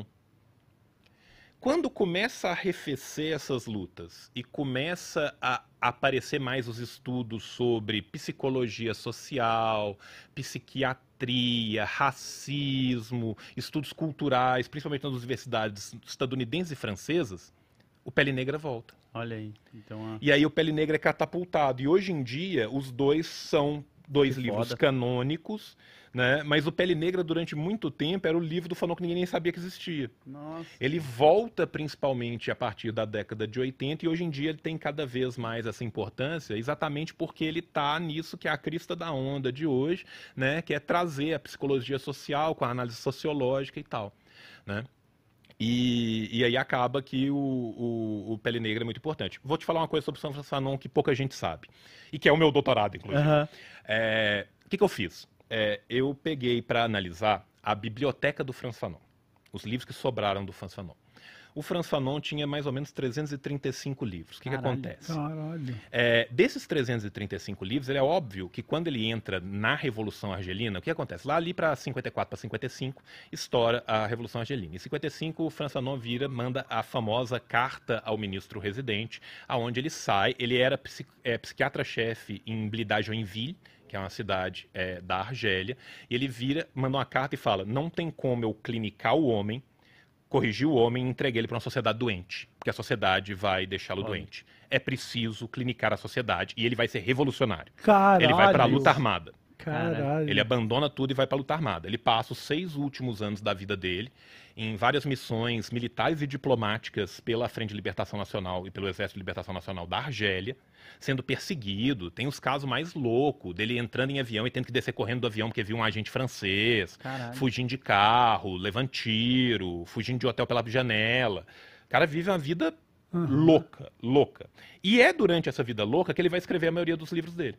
Quando começa a arrefecer essas lutas e começa a aparecer mais os estudos sobre psicologia social, psiquiatria, racismo, estudos culturais, principalmente nas universidades estadunidenses e francesas, o Pele Negra volta. Olha aí. Então, E aí o Pele Negra é catapultado. E hoje em dia, os dois são dois livros canônicos, né? Mas o Pele Negra, durante muito tempo, era o livro do Fanon que ninguém nem sabia que existia. nossa. Ele volta principalmente a partir da década de 80 e hoje em dia ele tem cada vez mais essa importância, exatamente porque ele está nisso que é a crista da onda de hoje, né? Que é trazer a psicologia social com a análise sociológica e tal, né? E aí acaba que o Pele Negra é muito importante. Vou te falar uma coisa sobre o São Fanon que pouca gente sabe, e que é o meu doutorado, inclusive. O que eu fiz? Eu peguei para analisar a biblioteca do Frantz Fanon, os livros que sobraram do Frantz Fanon. O Frantz Fanon tinha mais ou menos 335 livros. O que acontece? Caralho. Desses 335 livros, ele é óbvio que quando ele entra na Revolução Argelina, o que acontece? Lá ali para 54 para 55, estoura a Revolução Argelina. Em 55, o Frantz Fanon manda a famosa carta ao ministro residente, aonde ele sai, ele era psiquiatra-chefe em Blida-Joinville, que é uma cidade da Argélia, e ele manda uma carta e fala, não tem como eu clinicar o homem, corrigir o homem e entreguei ele para uma sociedade doente, porque a sociedade vai deixá-lo doente. É preciso clinicar a sociedade e ele vai ser revolucionário. Caralho. Ele vai para a luta armada. Caralho. Ele abandona tudo e vai para a luta armada. Ele passa os 6 últimos anos da vida dele em várias missões militares e diplomáticas pela Frente de Libertação Nacional e pelo Exército de Libertação Nacional da Argélia, sendo perseguido. Tem os casos mais loucos dele entrando em avião e tendo que descer correndo do avião porque viu um agente francês, fugindo de carro, levando tiro, fugindo de hotel pela janela. O cara vive uma vida louca, louca. E é durante essa vida louca que ele vai escrever a maioria dos livros dele.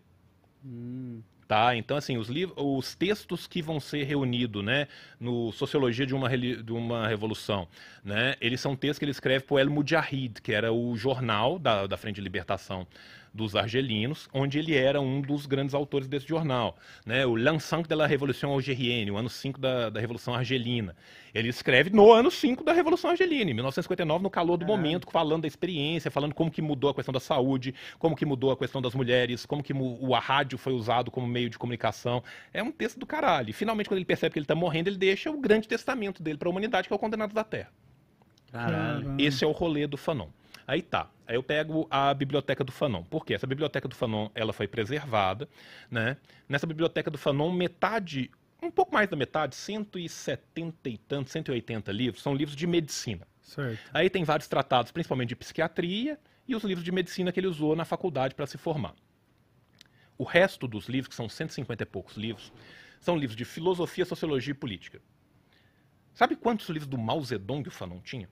Tá? Então, assim, os textos que vão ser reunidos, né, no Sociologia de uma Revolução, né, eles são textos que ele escreve para o El Mujahid, que era o jornal da Frente de Libertação dos argelinos, onde ele era um dos grandes autores desse jornal, né, o L'an 5 de la Révolution Algérienne, o ano 5 da Revolução Argelina. Ele escreve no ano 5 da Revolução Argelina, em 1959, no calor do momento, falando da experiência, falando como que mudou a questão da saúde, como que mudou a questão das mulheres, como que a rádio foi usado como meio de comunicação. É um texto do caralho. E finalmente, quando ele percebe que ele está morrendo, ele deixa o grande testamento dele para a humanidade, que é o Condenado da Terra. Caralho. Esse é o rolê do Fanon. Aí tá, aí eu pego a biblioteca do Fanon. Por quê? Essa biblioteca do Fanon, ela foi preservada, né? Nessa biblioteca do Fanon, metade, um pouco mais da metade, 170 e tantos, 180 livros, são livros de medicina. Certo. Aí tem vários tratados, principalmente de psiquiatria, e os livros de medicina que ele usou na faculdade para se formar. O resto dos livros, que são 150 e poucos livros, são livros de filosofia, sociologia e política. Sabe quantos livros do Mao Zedong o Fanon tinha?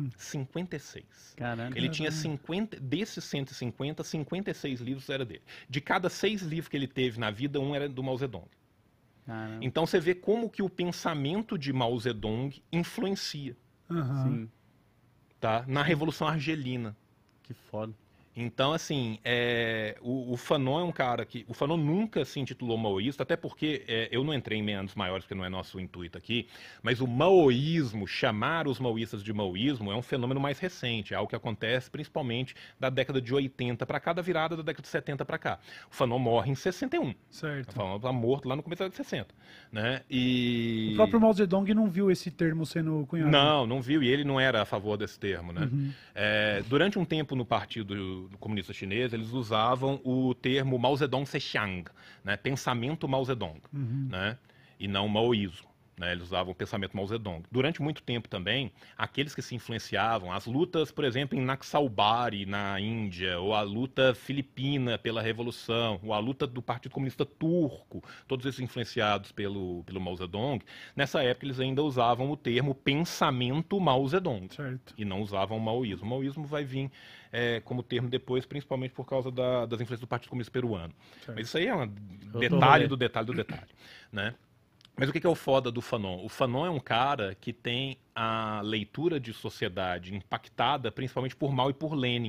56. Caramba. Ele tinha 50, desses 150, 56 livros era dele. De cada 6 livros que ele teve na vida, um era do Mao Zedong. Caramba. Então você vê como que o pensamento de Mao Zedong influencia, Sim, tá? Na Revolução Argelina. que foda. Então, assim, o Fanon é um cara que... O Fanon nunca se intitulou maoísta, até porque eu não entrei em meandros maiores, porque não é nosso intuito aqui, mas o maoísmo, chamar os maoístas de maoísmo, é um fenômeno mais recente, é algo que acontece principalmente da década de 80 para cá, da virada da década de 70 para cá. O Fanon morre em 61. Certo. O Fanon está morto lá no começo da década de 60. Né? E... O próprio Mao Zedong não viu esse termo sendo cunhado. Não viu, e ele não era a favor desse termo, né? Durante um tempo no Partido Comunista Chinês, eles usavam o termo Mao Zedong Sexiang, né? Pensamento Mao Zedong, né? E não maoísmo. né? Eles usavam o pensamento Mao Zedong. Durante muito tempo também, aqueles que se influenciavam, as lutas, por exemplo, em Naxalbari, na Índia, ou a luta filipina pela Revolução, ou a luta do Partido Comunista Turco, todos esses influenciados pelo Mao Zedong, nessa época eles ainda usavam o termo pensamento Mao Zedong, Certo. e não usavam o maoísmo. O maoísmo vai vir como termo depois, principalmente por causa das influências do Partido Comunista Peruano. Certo. Mas isso aí é um detalhe do detalhe do detalhe, né? Mas o que é o foda do Fanon? O Fanon é um cara que tem a leitura de sociedade impactada principalmente por Mao e por Lenin.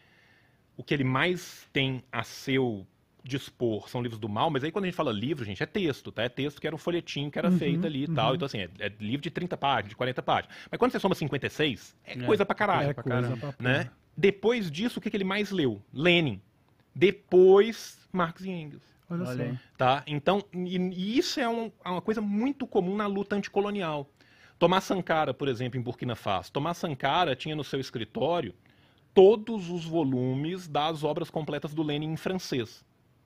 O que ele mais tem a seu dispor são livros do Mao, mas aí quando a gente fala livro, gente, é texto, tá? É texto que era um folhetim que era feito ali e tal. Então, assim, é livro de 30 páginas, de 40 páginas. Mas quando você soma 56, é coisa pra caralho. É coisa pra Né? porra. Depois disso, o que ele mais leu? Lenin. Depois, Marx e Engels. Olha Olha só. aí. Tá? Então, e isso é uma coisa muito comum na luta anticolonial. Tomás Sankara, por exemplo, em Burkina Faso. Tomás Sankara tinha no seu escritório todos os volumes das obras completas do Lenin em francês.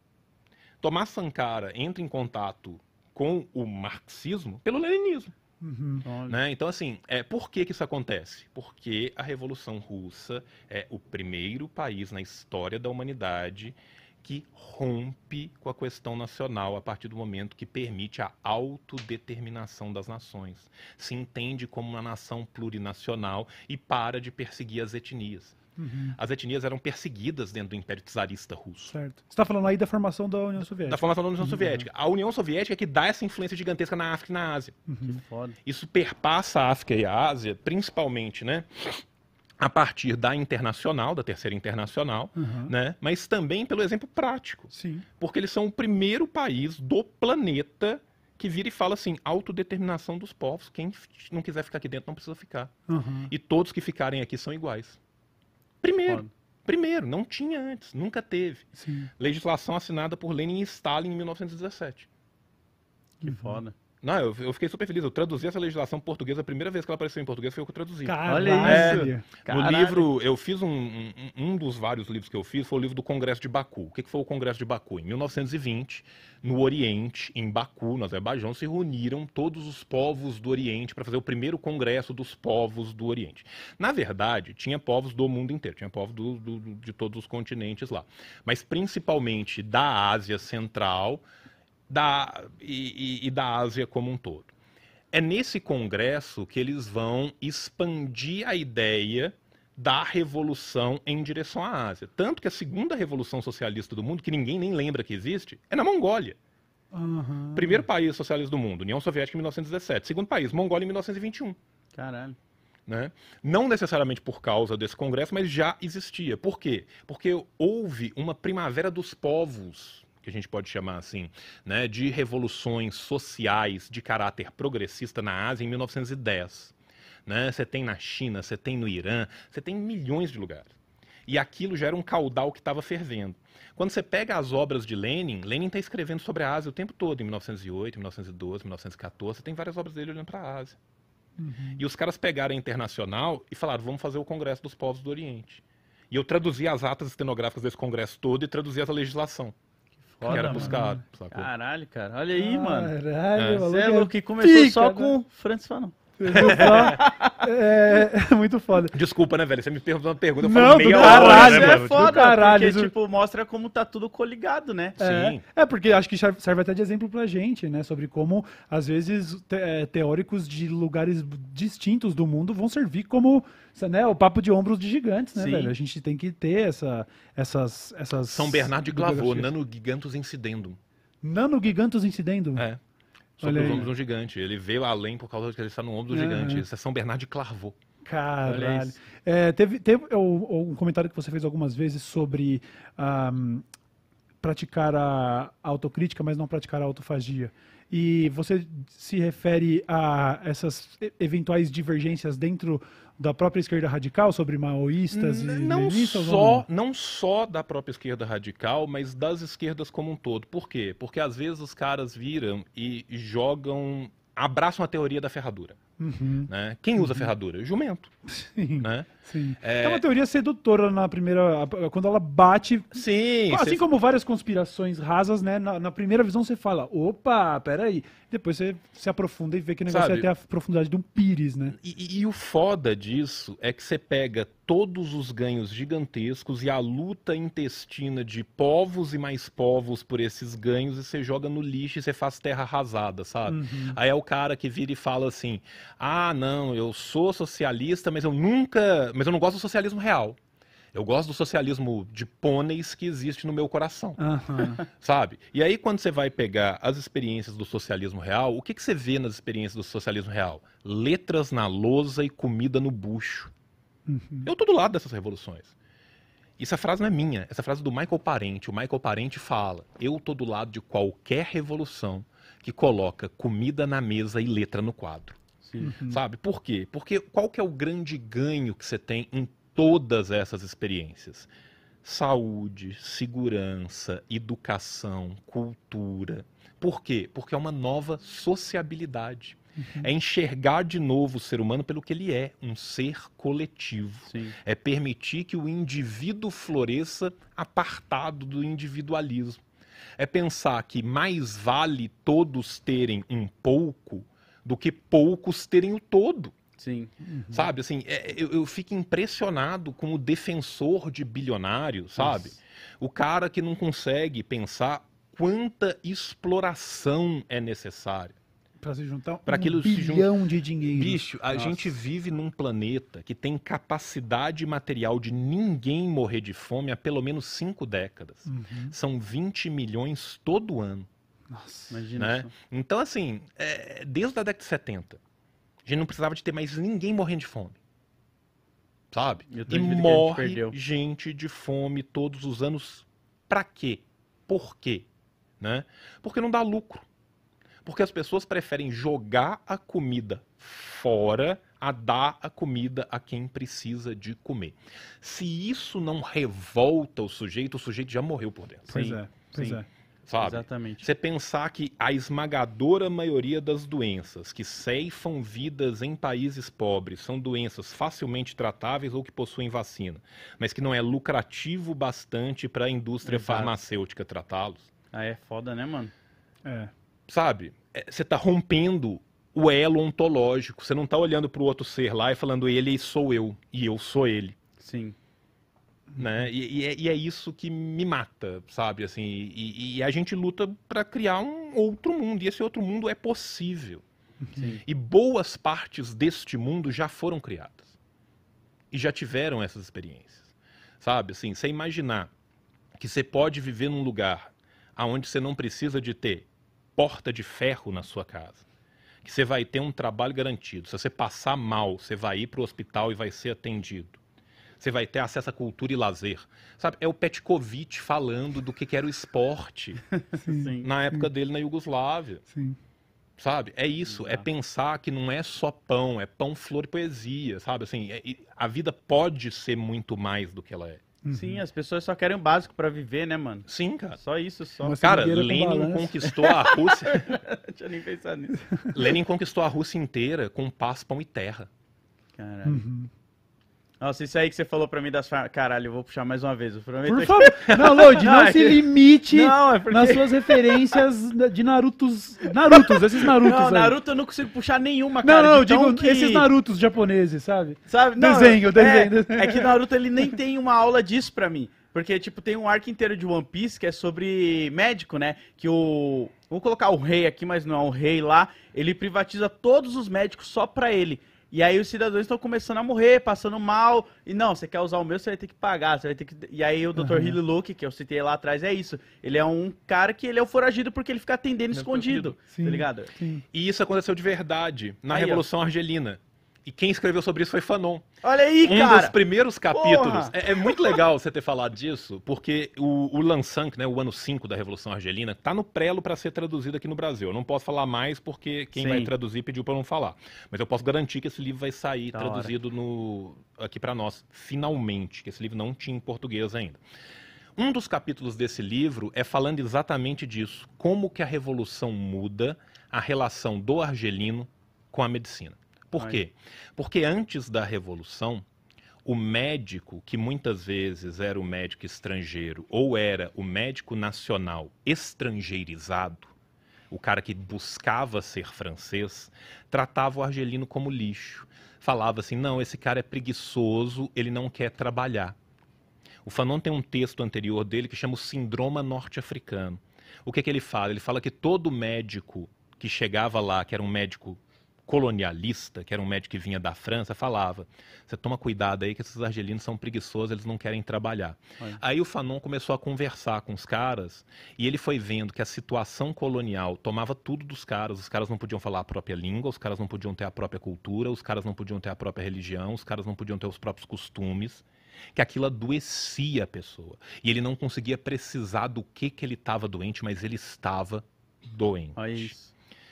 Tomás Sankara entra em contato com o marxismo pelo leninismo. Né? Então, assim, por que isso acontece? Porque a Revolução Russa é o primeiro país na história da humanidade que rompe com a questão nacional a partir do momento que permite a autodeterminação das nações. Se entende como uma nação plurinacional e para de perseguir as etnias. As etnias eram perseguidas dentro do Império Czarista russo. Certo. Você está falando aí da formação da União Soviética. Da formação da União Soviética. A União Soviética é que dá essa influência gigantesca na África e na Ásia. Que foda. Isso perpassa a África e a Ásia, principalmente, né, a partir da Internacional, da Terceira Internacional, né, mas também pelo exemplo prático. Sim. Porque eles são o primeiro país do planeta que vira e fala assim, autodeterminação dos povos. Quem não quiser ficar aqui dentro não precisa ficar. E todos que ficarem aqui são iguais. Primeiro, não tinha antes, nunca teve. Sim. Legislação assinada por Lenin e Stalin em 1917. Que foda. Não, eu fiquei super feliz. Eu traduzi essa legislação portuguesa. A primeira vez que ela apareceu em português foi eu que traduzi. Caralho. Olha isso. No livro, eu fiz um dos vários livros que eu fiz, foi o livro do Congresso de Baku. O que foi o Congresso de Baku? Em 1920, no Oriente, em Baku, no Azerbaijão, se reuniram todos os povos do Oriente para fazer o primeiro Congresso dos povos do Oriente. Na verdade, tinha povos do mundo inteiro, tinha povos de todos os continentes lá. Mas principalmente da Ásia Central e da Ásia como um todo. É nesse congresso que eles vão expandir a ideia da revolução em direção à Ásia. Tanto que a segunda revolução socialista do mundo, que ninguém nem lembra que existe, é na Mongólia. Primeiro país socialista do mundo, União Soviética em 1917. Segundo país, Mongólia em 1921. Caralho. Né? Não necessariamente por causa desse congresso, mas já existia. Por quê? Porque houve uma primavera dos povos, que a gente pode chamar assim, né, de revoluções sociais de caráter progressista na Ásia em 1910. Né? Você tem na China, você tem no Irã, você tem em milhões de lugares. E aquilo já era um caudal que estava fervendo. Quando você pega as obras de Lenin, Lenin está escrevendo sobre a Ásia o tempo todo, em 1908, 1912, 1914, você tem várias obras dele olhando para a Ásia. E os caras pegaram a Internacional e falaram, vamos fazer o Congresso dos Povos do Oriente. E eu traduzi as atas estenográficas desse congresso todo e traduzi essa legislação. Foda, Que era mano. buscado, sacou? Caralho, cara. Olha aí, mano. Caralho, Você é maluco, louco que começou pica, só né? com Francis Fanon. É muito foda. Desculpa, né, velho? Você me perguntou uma pergunta, eu Não, falo do meia caralho, hora, Isso né, é mano? foda, Do caralho, porque, isso- tipo, mostra como tá tudo coligado, né? Sim. Porque acho que serve até de exemplo pra gente, né? Sobre como, às vezes, teóricos de lugares distintos do mundo vão servir como, né, o papo de ombros de gigantes, né, Sim. velho? A gente tem que ter essas... São Bernardo de Clairvaux, biografias. Nano Gigantus Incidendum. Nano gigantus incidendo? É. Sobre Olha os aí. ombros de um gigante. Ele veio além por causa de que ele está no ombro do gigante. Isso é São Bernardo de Clairvaux. Olha Caralho. isso. Teve um comentário que você fez algumas vezes sobre praticar a autocrítica, mas não praticar a autofagia. E você se refere a essas eventuais divergências dentro da própria esquerda radical sobre maoístas e leninistas? ou Não só da própria esquerda radical, mas das esquerdas como um todo. Por quê? Porque às vezes os caras viram e abraçam a teoria da ferradura. Né? Quem usa ferradura? Jumento. Sim. Né? Sim. É uma teoria sedutora na primeira... Quando ela bate... Sim. Assim como várias conspirações rasas, né? Na primeira visão você fala, opa, peraí. Depois você se aprofunda e vê que o negócio é até a profundidade de um pires, né? E o foda disso é que você pega todos os ganhos gigantescos e a luta intestina de povos e mais povos por esses ganhos e você joga no lixo e você faz terra arrasada, sabe? Aí é o cara que vira e fala assim, não, eu sou socialista, mas eu não gosto do socialismo real. Eu gosto do socialismo de pôneis que existe no meu coração, sabe? E aí quando você vai pegar as experiências do socialismo real, o que você vê nas experiências do socialismo real? Letras na lousa e comida no bucho. Eu tô do lado dessas revoluções. Essa frase não é minha, essa frase é do Michael Parente. O Michael Parente fala, eu tô do lado de qualquer revolução que coloca comida na mesa e letra no quadro. Sabe? Por quê? Porque qual que é o grande ganho que você tem em todas essas experiências? Saúde, segurança, educação, cultura. Por quê? Porque é uma nova sociabilidade. É enxergar de novo o ser humano pelo que ele é, um ser coletivo. É permitir que o indivíduo floresça apartado do individualismo. É pensar que mais vale todos terem um pouco do que poucos terem o todo. Sim. Sabe, assim, eu fico impressionado com o defensor de bilionário, sabe? O cara que não consegue pensar quanta exploração é necessária. Para se juntar pra um bilhão de dinheiro. Bicho, a gente vive num planeta que tem capacidade material de ninguém morrer de fome há pelo menos 5 décadas. São 20 milhões todo ano. Nossa, imagina isso. Então, assim, desde a década de 70, a gente não precisava de ter mais ninguém morrendo de fome. Sabe? E morre gente de fome todos os anos. Pra quê? Por quê? Né? Porque não dá lucro. Porque as pessoas preferem jogar a comida fora a dar a comida a quem precisa de comer. Se isso não revolta o sujeito já morreu por dentro. Pois é. Sabe? Exatamente. Você pensar que a esmagadora maioria das doenças que ceifam vidas em países pobres são doenças facilmente tratáveis ou que possuem vacina, mas que não é lucrativo bastante para a indústria farmacêutica tratá-los. É foda, né, mano? Sabe? Você tá rompendo o elo ontológico. Você não tá olhando pro outro ser lá e falando ele sou eu e eu sou ele. Sim. Né? E é isso que me mata, sabe? Assim, e a gente luta para criar um outro mundo. E esse outro mundo é possível. E boas partes deste mundo já foram criadas. E já tiveram essas experiências. Sabe? Assim, você imaginar que você pode viver num lugar onde você não precisa de ter porta de ferro na sua casa. Que você vai ter um trabalho garantido. Se você passar mal, você vai ir para o hospital e vai ser atendido. Você vai ter acesso à cultura e lazer. Sabe, é o Petkovic falando do que era o esporte na época dele na Iugoslávia. Sabe, é isso, é pensar que não é só pão, é pão, flor e poesia, sabe, assim, a vida pode ser muito mais do que ela é. Sim, as pessoas só querem o básico pra viver, né, mano? Sim, cara. Só isso, só. Uma Cara, fogueira com Lenin balanço. conquistou a Rússia. Deixa eu nem pensar nisso. Lenin conquistou a Rússia inteira com paz, pão e terra. Caralho. Nossa, isso aí que você falou pra mim das... Caralho, eu vou puxar mais uma vez. Eu prometo Por favor. Não, Lodi, não se limite Não, é porque... nas suas referências de Narutos, esses Narutos Não, aí. Naruto eu não consigo puxar nenhuma, Não, cara. não, eu de tão digo esses Narutos japoneses, sabe? Sabe? Não, Desenho. É que Naruto, ele nem tem uma aula disso pra mim. Porque, tipo, tem um arco inteiro de One Piece que é sobre médico, né? Que o... Vou colocar o rei aqui, mas não é o rei lá. Ele privatiza todos os médicos só pra ele. E aí os cidadãos estão começando a morrer, passando mal. E não, você quer usar o meu, você vai ter que pagar. Você vai ter que... E aí o Dr. Hilly Luke, que eu citei lá atrás, é isso. Ele é um cara que ele é o foragido porque ele fica atendendo escondido. Sim, tá ligado? Sim. E isso aconteceu de verdade na Aí, Revolução Argelina. E quem escreveu sobre isso foi Fanon. Olha aí, Um cara! dos primeiros capítulos. Porra! É muito legal você ter falado disso, porque o Lansang, né, o ano 5 da Revolução Argelina, tá no prelo para ser traduzido aqui no Brasil. Eu não posso falar mais porque quem vai traduzir pediu para não falar. Mas eu posso garantir que esse livro vai sair traduzido aqui para nós, finalmente, que esse livro não tinha em português ainda. Um dos capítulos desse livro é falando exatamente disso, como que a Revolução muda a relação do argelino com a medicina. Por quê? Porque antes da Revolução, o médico, que muitas vezes era o médico estrangeiro, ou era o médico nacional estrangeirizado, o cara que buscava ser francês, tratava o argelino como lixo. Falava assim, não, esse cara é preguiçoso, ele não quer trabalhar. O Fanon tem um texto anterior dele que chama o Síndrome Norte-Africano. O que ele fala? Ele fala que todo médico que chegava lá, que era um médico colonialista, que era um médico que vinha da França, falava, você toma cuidado aí que esses argelinos são preguiçosos, eles não querem trabalhar. Aí o Fanon começou a conversar com os caras e ele foi vendo que a situação colonial tomava tudo dos caras, os caras não podiam falar a própria língua, os caras não podiam ter a própria cultura, os caras não podiam ter a própria religião, os caras não podiam ter os próprios costumes, que aquilo adoecia a pessoa. E ele não conseguia precisar do que ele estava doente, mas ele estava doente. Olha isso.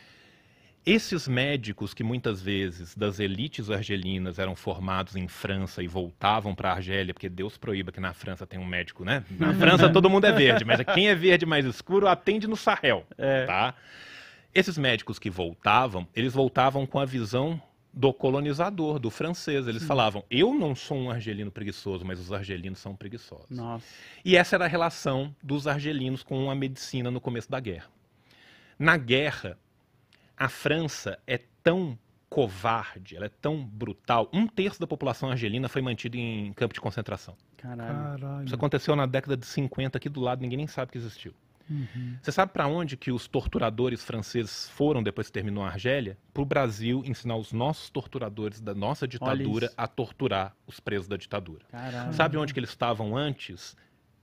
Esses médicos que muitas vezes das elites argelinas eram formados em França e voltavam para a Argélia, porque Deus proíba que na França tem um médico, né? Na França todo mundo é verde, mas quem é verde mais escuro atende no Sahel, tá? Esses médicos que voltavam, eles voltavam com a visão do colonizador, do francês. Eles falavam, eu não sou um argelino preguiçoso, mas os argelinos são preguiçosos. Nossa. E essa era a relação dos argelinos com a medicina no começo da guerra. Na guerra, a França é tão covarde, ela é tão brutal. 1/3 da população argelina foi mantida em campo de concentração. Caralho. Isso aconteceu na década de 50, aqui do lado, ninguém nem sabe que existiu. Você sabe para onde que os torturadores franceses foram depois que terminou a Argélia? Para o Brasil ensinar os nossos torturadores da nossa ditadura a torturar os presos da ditadura. Caralho. Sabe onde que eles estavam antes?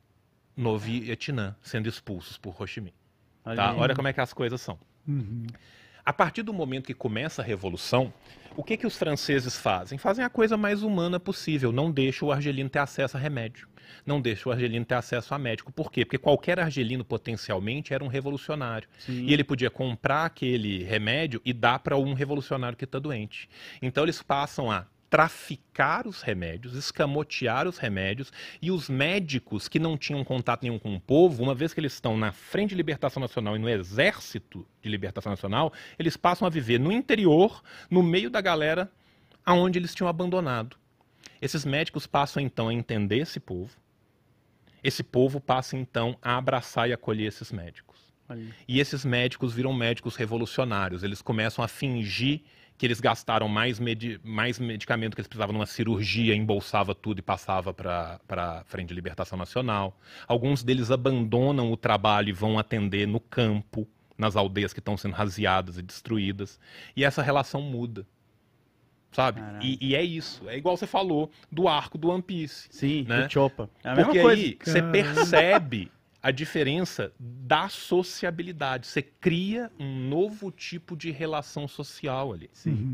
No Vietnã, sendo expulsos por Ho Chi Minh. Tá? Olha como é que as coisas são. A partir do momento que começa a Revolução, o que os franceses fazem? Fazem a coisa mais humana possível, não deixam o argelino ter acesso a remédio, não deixam o argelino ter acesso a médico. Por quê? Porque qualquer argelino potencialmente era um revolucionário. Sim. E ele podia comprar aquele remédio e dar para um revolucionário que está doente. Então eles passam a traficar os remédios, escamotear os remédios, e os médicos que não tinham contato nenhum com o povo, uma vez que eles estão na Frente de Libertação Nacional e no Exército de Libertação Nacional, eles passam a viver no interior, no meio da galera aonde eles tinham abandonado. Esses médicos passam então a entender esse povo passa então a abraçar e acolher esses médicos. E esses médicos viram médicos revolucionários, eles começam a fingir que eles gastaram mais medicamento que eles precisavam numa cirurgia, embolsava tudo e passava para a Frente de Libertação Nacional. Alguns deles abandonam o trabalho e vão atender no campo, nas aldeias que estão sendo raziadas e destruídas. E essa relação muda, sabe? E é isso. É igual você falou do arco do One Piece. Sim, né? do Choppa. É a Porque mesma coisa. aí você percebe a diferença da sociabilidade. Você cria um novo tipo de relação social ali.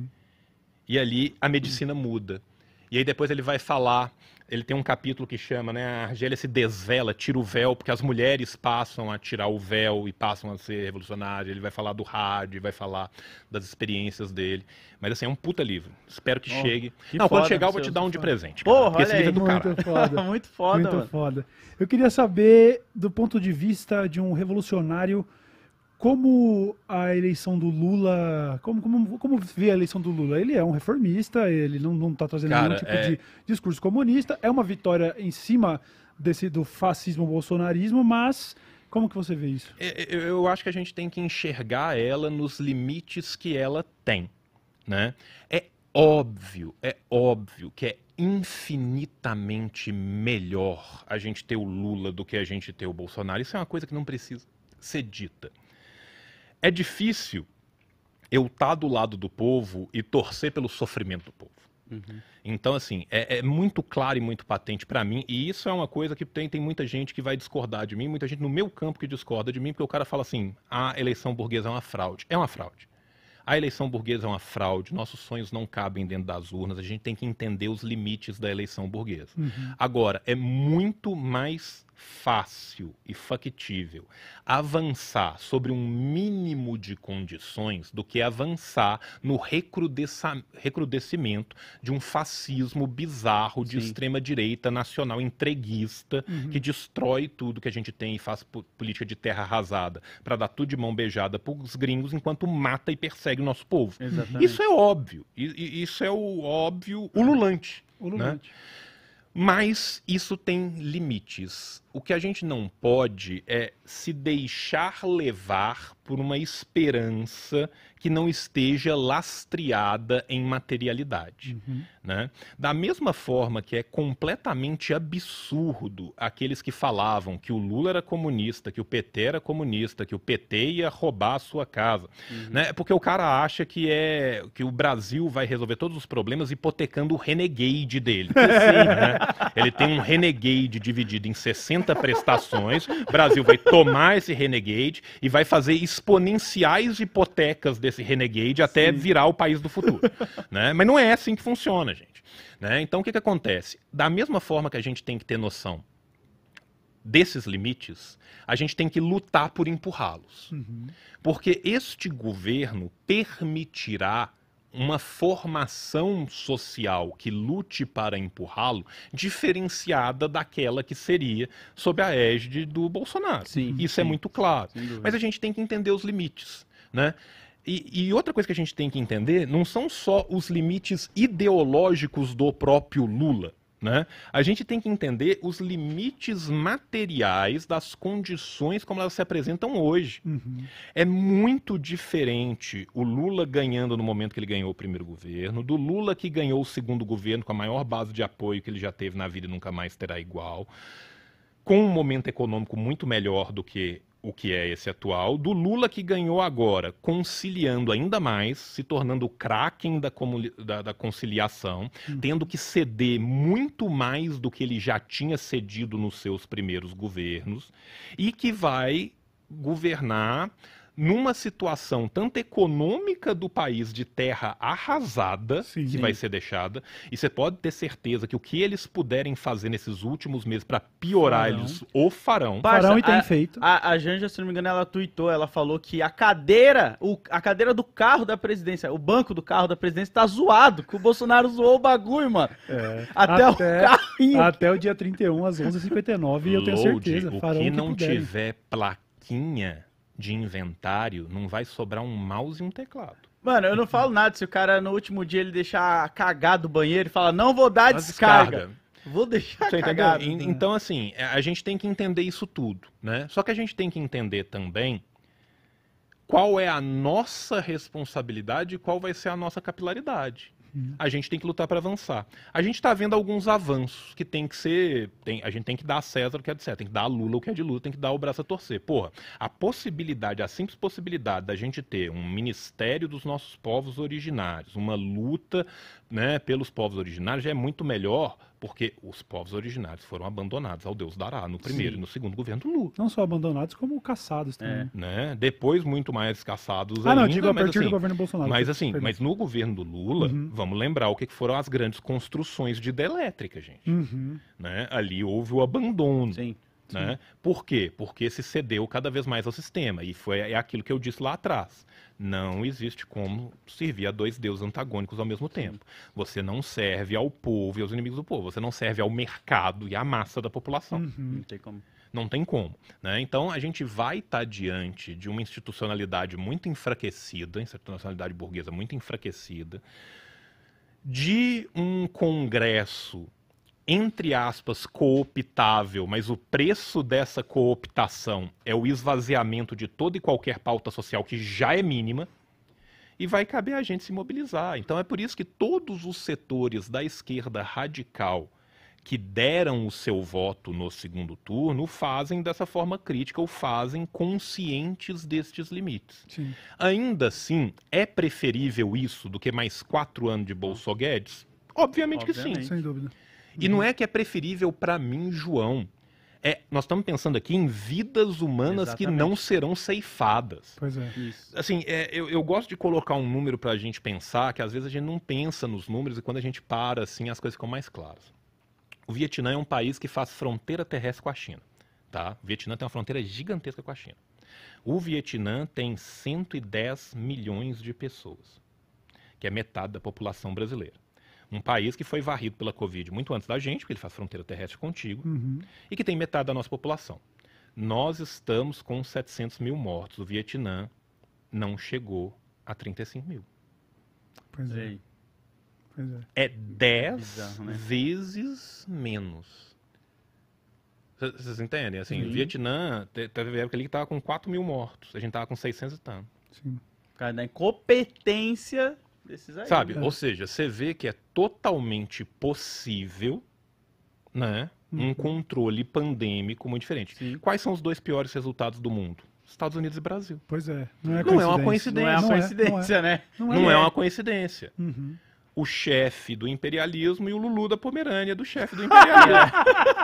E ali a medicina muda. E aí depois ele vai falar, ele tem um capítulo que chama, né, a Argélia se desvela, tira o véu, porque as mulheres passam a tirar o véu e passam a ser revolucionárias. Ele vai falar do rádio, vai falar das experiências dele. Mas assim, é um puta livro. Espero que chegue. Não, quando chegar eu vou te dar um de presente. Porra, porque esse livro é do caralho. Muito foda. Muito foda, Muito mano. foda. Eu queria saber, do ponto de vista de um revolucionário, como a eleição do Lula, como vê a eleição do Lula? Ele é um reformista, ele não está trazendo nenhum tipo de discurso comunista, é uma vitória em cima do fascismo bolsonarismo, mas como que você vê isso? Eu acho que a gente tem que enxergar ela nos limites que ela tem, né? É óbvio que é infinitamente melhor a gente ter o Lula do que a gente ter o Bolsonaro. Isso é uma coisa que não precisa ser dita. É difícil eu estar do lado do povo e torcer pelo sofrimento do povo. Então, assim, é muito claro e muito patente para mim, e isso é uma coisa que tem muita gente que vai discordar de mim, muita gente no meu campo que discorda de mim, porque o cara fala assim, a eleição burguesa é uma fraude. É uma fraude. A eleição burguesa é uma fraude, nossos sonhos não cabem dentro das urnas, a gente tem que entender os limites da eleição burguesa. Agora, é muito mais fácil e factível avançar sobre um mínimo de condições do que avançar no recrudescimento de um fascismo bizarro de extrema-direita nacional entreguista que destrói tudo que a gente tem e faz política de terra arrasada para dar tudo de mão beijada para os gringos enquanto mata e persegue o nosso povo. Exatamente. Isso é óbvio. Isso é o óbvio ululante. Ululante. Né? Mas isso tem limites. O que a gente não pode é se deixar levar por uma esperança que não esteja lastreada em materialidade. Né? Da mesma forma que é completamente absurdo aqueles que falavam que o Lula era comunista, que o PT era comunista, que o PT ia roubar a sua casa. Né? Porque o cara acha que o Brasil vai resolver todos os problemas hipotecando o renegade dele. Né? Ele tem um renegade dividido em 60 prestações, o Brasil vai tomar esse renegade e vai fazer exponenciais hipotecas desse renegade até virar o país do futuro. Né? Mas não é assim que funciona, gente. Né? Então o que acontece? Da mesma forma que a gente tem que ter noção desses limites, a gente tem que lutar por empurrá-los. Porque este governo permitirá uma formação social que lute para empurrá-lo, diferenciada daquela que seria sob a égide do Bolsonaro. Isso é muito claro. Mas a gente tem que entender os limites, né? E outra coisa que a gente tem que entender não são só os limites ideológicos do próprio Lula. Né? A gente tem que entender os limites materiais das condições como elas se apresentam hoje. É muito diferente o Lula ganhando no momento que ele ganhou o primeiro governo, do Lula que ganhou o segundo governo com a maior base de apoio que ele já teve na vida e nunca mais terá igual, com um momento econômico muito melhor do que o que é esse atual, do Lula que ganhou agora, conciliando ainda mais, se tornando o Kraken da conciliação, tendo que ceder muito mais do que ele já tinha cedido nos seus primeiros governos, e que vai governar numa situação tanto econômica do país de terra arrasada, que vai ser deixada, e você pode ter certeza que o que eles puderem fazer nesses últimos meses para piorar, eles o farão. Farão e tem feito. A Janja, se não me engano, ela tweetou, ela falou que a cadeira do carro da presidência, o banco do carro da presidência tá zoado, que o Bolsonaro zoou o bagulho, mano. Até o carrinho. Até o dia 31, às 11h59, eu tenho certeza. O Farão que o não puderem. tiver plaquinha de inventário, não vai sobrar um mouse e um teclado. Mano, eu não falo nada se o cara no último dia ele deixar cagar do banheiro e fala, não vou dar descarga. Vou deixar Você cagado. entendeu? Então, assim, a gente tem que entender isso tudo, né? Só que a gente tem que entender também qual é a nossa responsabilidade e qual vai ser a nossa capilaridade. A gente tem que lutar para avançar. A gente está vendo alguns avanços que tem que ser... a gente tem que dar a César o que é de César, tem que dar a Lula o que é de Lula, tem que dar o braço a torcer. Porra, a simples possibilidade da gente ter um ministério dos nossos povos originários, uma luta, né, pelos povos originários, já é muito melhor, porque os povos originários foram abandonados ao Deus dará no primeiro e no segundo governo do Lula. Não só abandonados, como caçados também. Né? Depois muito mais caçados ainda. Não, digo a partir do governo Bolsonaro. Mas no governo do Lula, vamos lembrar o que foram as grandes construções de hidrelétrica, gente. Né? Ali houve o abandono. Né? Por quê? Porque se cedeu cada vez mais ao sistema. E é aquilo que eu disse lá atrás. Não existe como servir a dois deuses antagônicos ao mesmo tempo. Você não serve ao povo e aos inimigos do povo. Você não serve ao mercado e à massa da população. Não tem como. Não tem como. Né? Então, a gente vai estar diante de uma institucionalidade muito enfraquecida, institucionalidade burguesa muito enfraquecida, de um Congresso, entre aspas, cooptável, mas o preço dessa cooptação é o esvaziamento de toda e qualquer pauta social que já é mínima, e vai caber a gente se mobilizar. Então é por isso que todos os setores da esquerda radical que deram o seu voto no segundo turno fazem dessa forma crítica ou fazem conscientes destes limites. Ainda assim, é preferível isso do que mais 4 anos de Bolsonaro Guedes? Obviamente que sim. Sem dúvida. E não é que é preferível para mim, João. Nós estamos pensando aqui em vidas humanas que não serão ceifadas. Pois é. Assim, eu gosto de colocar um número para a gente pensar, que às vezes a gente não pensa nos números e quando a gente para, assim, as coisas ficam mais claras. O Vietnã é um país que faz fronteira terrestre com a China. Tá? O Vietnã tem uma fronteira gigantesca com a China. O Vietnã tem 110 milhões de pessoas, que é metade da população brasileira. Um país que foi varrido pela Covid muito antes da gente, porque ele faz fronteira terrestre contigo, e que tem metade da nossa população. Nós estamos com 700 mil mortos. O Vietnã não chegou a 35 mil. Pois é. Pois é. É 10 Bizarro, né? vezes menos. Vocês entendem? Assim, o Vietnã teve época ali que tava com 4 mil mortos. A gente tava com 600 e tanto. Sim. Cara, da incompetência desses aí. Sabe? né? Ou seja, você vê que é totalmente possível, né, um controle pandêmico muito diferente. Sim. Quais são os 2 piores resultados do mundo? Estados Unidos e Brasil. Pois é. Não é uma coincidência. Não é uma Não é, coincidência, né? Não é uma coincidência. Uhum. O chefe do imperialismo e o Lulu da Pomerânia do chefe do imperialismo.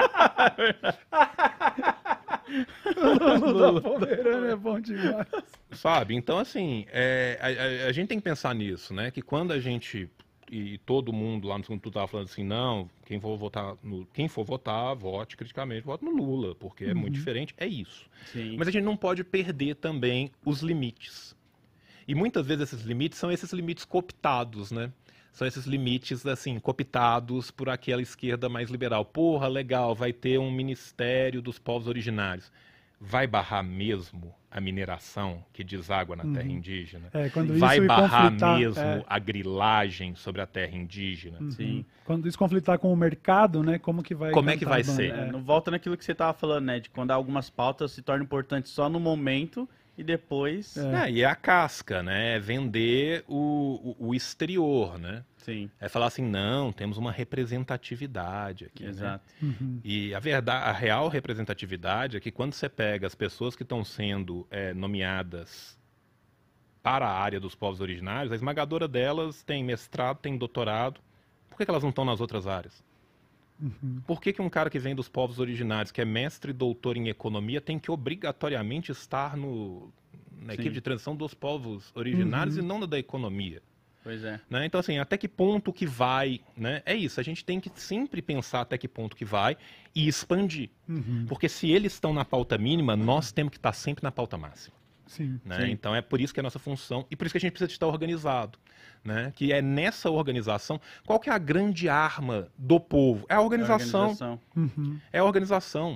Lula Pomerânia é bom demais. Sabe? Então, assim, a gente tem que pensar nisso, né? Que quando a gente, e todo mundo lá no segundo turno tava falando assim, não, quem for votar, vote criticamente, vote no Lula, porque é muito diferente, é isso. Sim. Mas a gente não pode perder também os limites. E muitas vezes esses limites são esses limites cooptados, né? São esses limites, assim, cooptados por aquela esquerda mais liberal. Porra, legal, vai ter um Ministério dos Povos Originários. Vai barrar mesmo a mineração que deságua na terra indígena? Quando Vai isso barrar conflitar, mesmo a grilagem sobre a terra indígena? Sim. Quando isso conflitar com o mercado, né? Como que vai Como é que cantar vai a banda? ser? É, não volta naquilo que você tava falando, né? De quando algumas pautas se tornam importantes só no momento e depois. E é a casca, né? É vender o exterior, né? Sim, É falar assim, não, temos uma representatividade aqui, né? exato. E a real representatividade é que quando você pega as pessoas que estão sendo nomeadas para a área dos povos originários, a esmagadora delas tem mestrado, tem doutorado. Por que elas não estão nas outras áreas? Por que um cara que vem dos povos originários, que é mestre e doutor em economia, tem que obrigatoriamente estar na equipe de transição dos povos originários e não na da economia? Pois é. Né? Então, assim, até que ponto que vai, né? É isso, a gente tem que sempre pensar até que ponto que vai e expandir. Porque se eles estão na pauta mínima, nós temos que estar sempre na pauta máxima. Sim. Né? Sim. Então é por isso que é a nossa função e por isso que a gente precisa estar organizado. Né? Que é nessa organização, qual que é a grande arma do povo? É a organização. É a organização.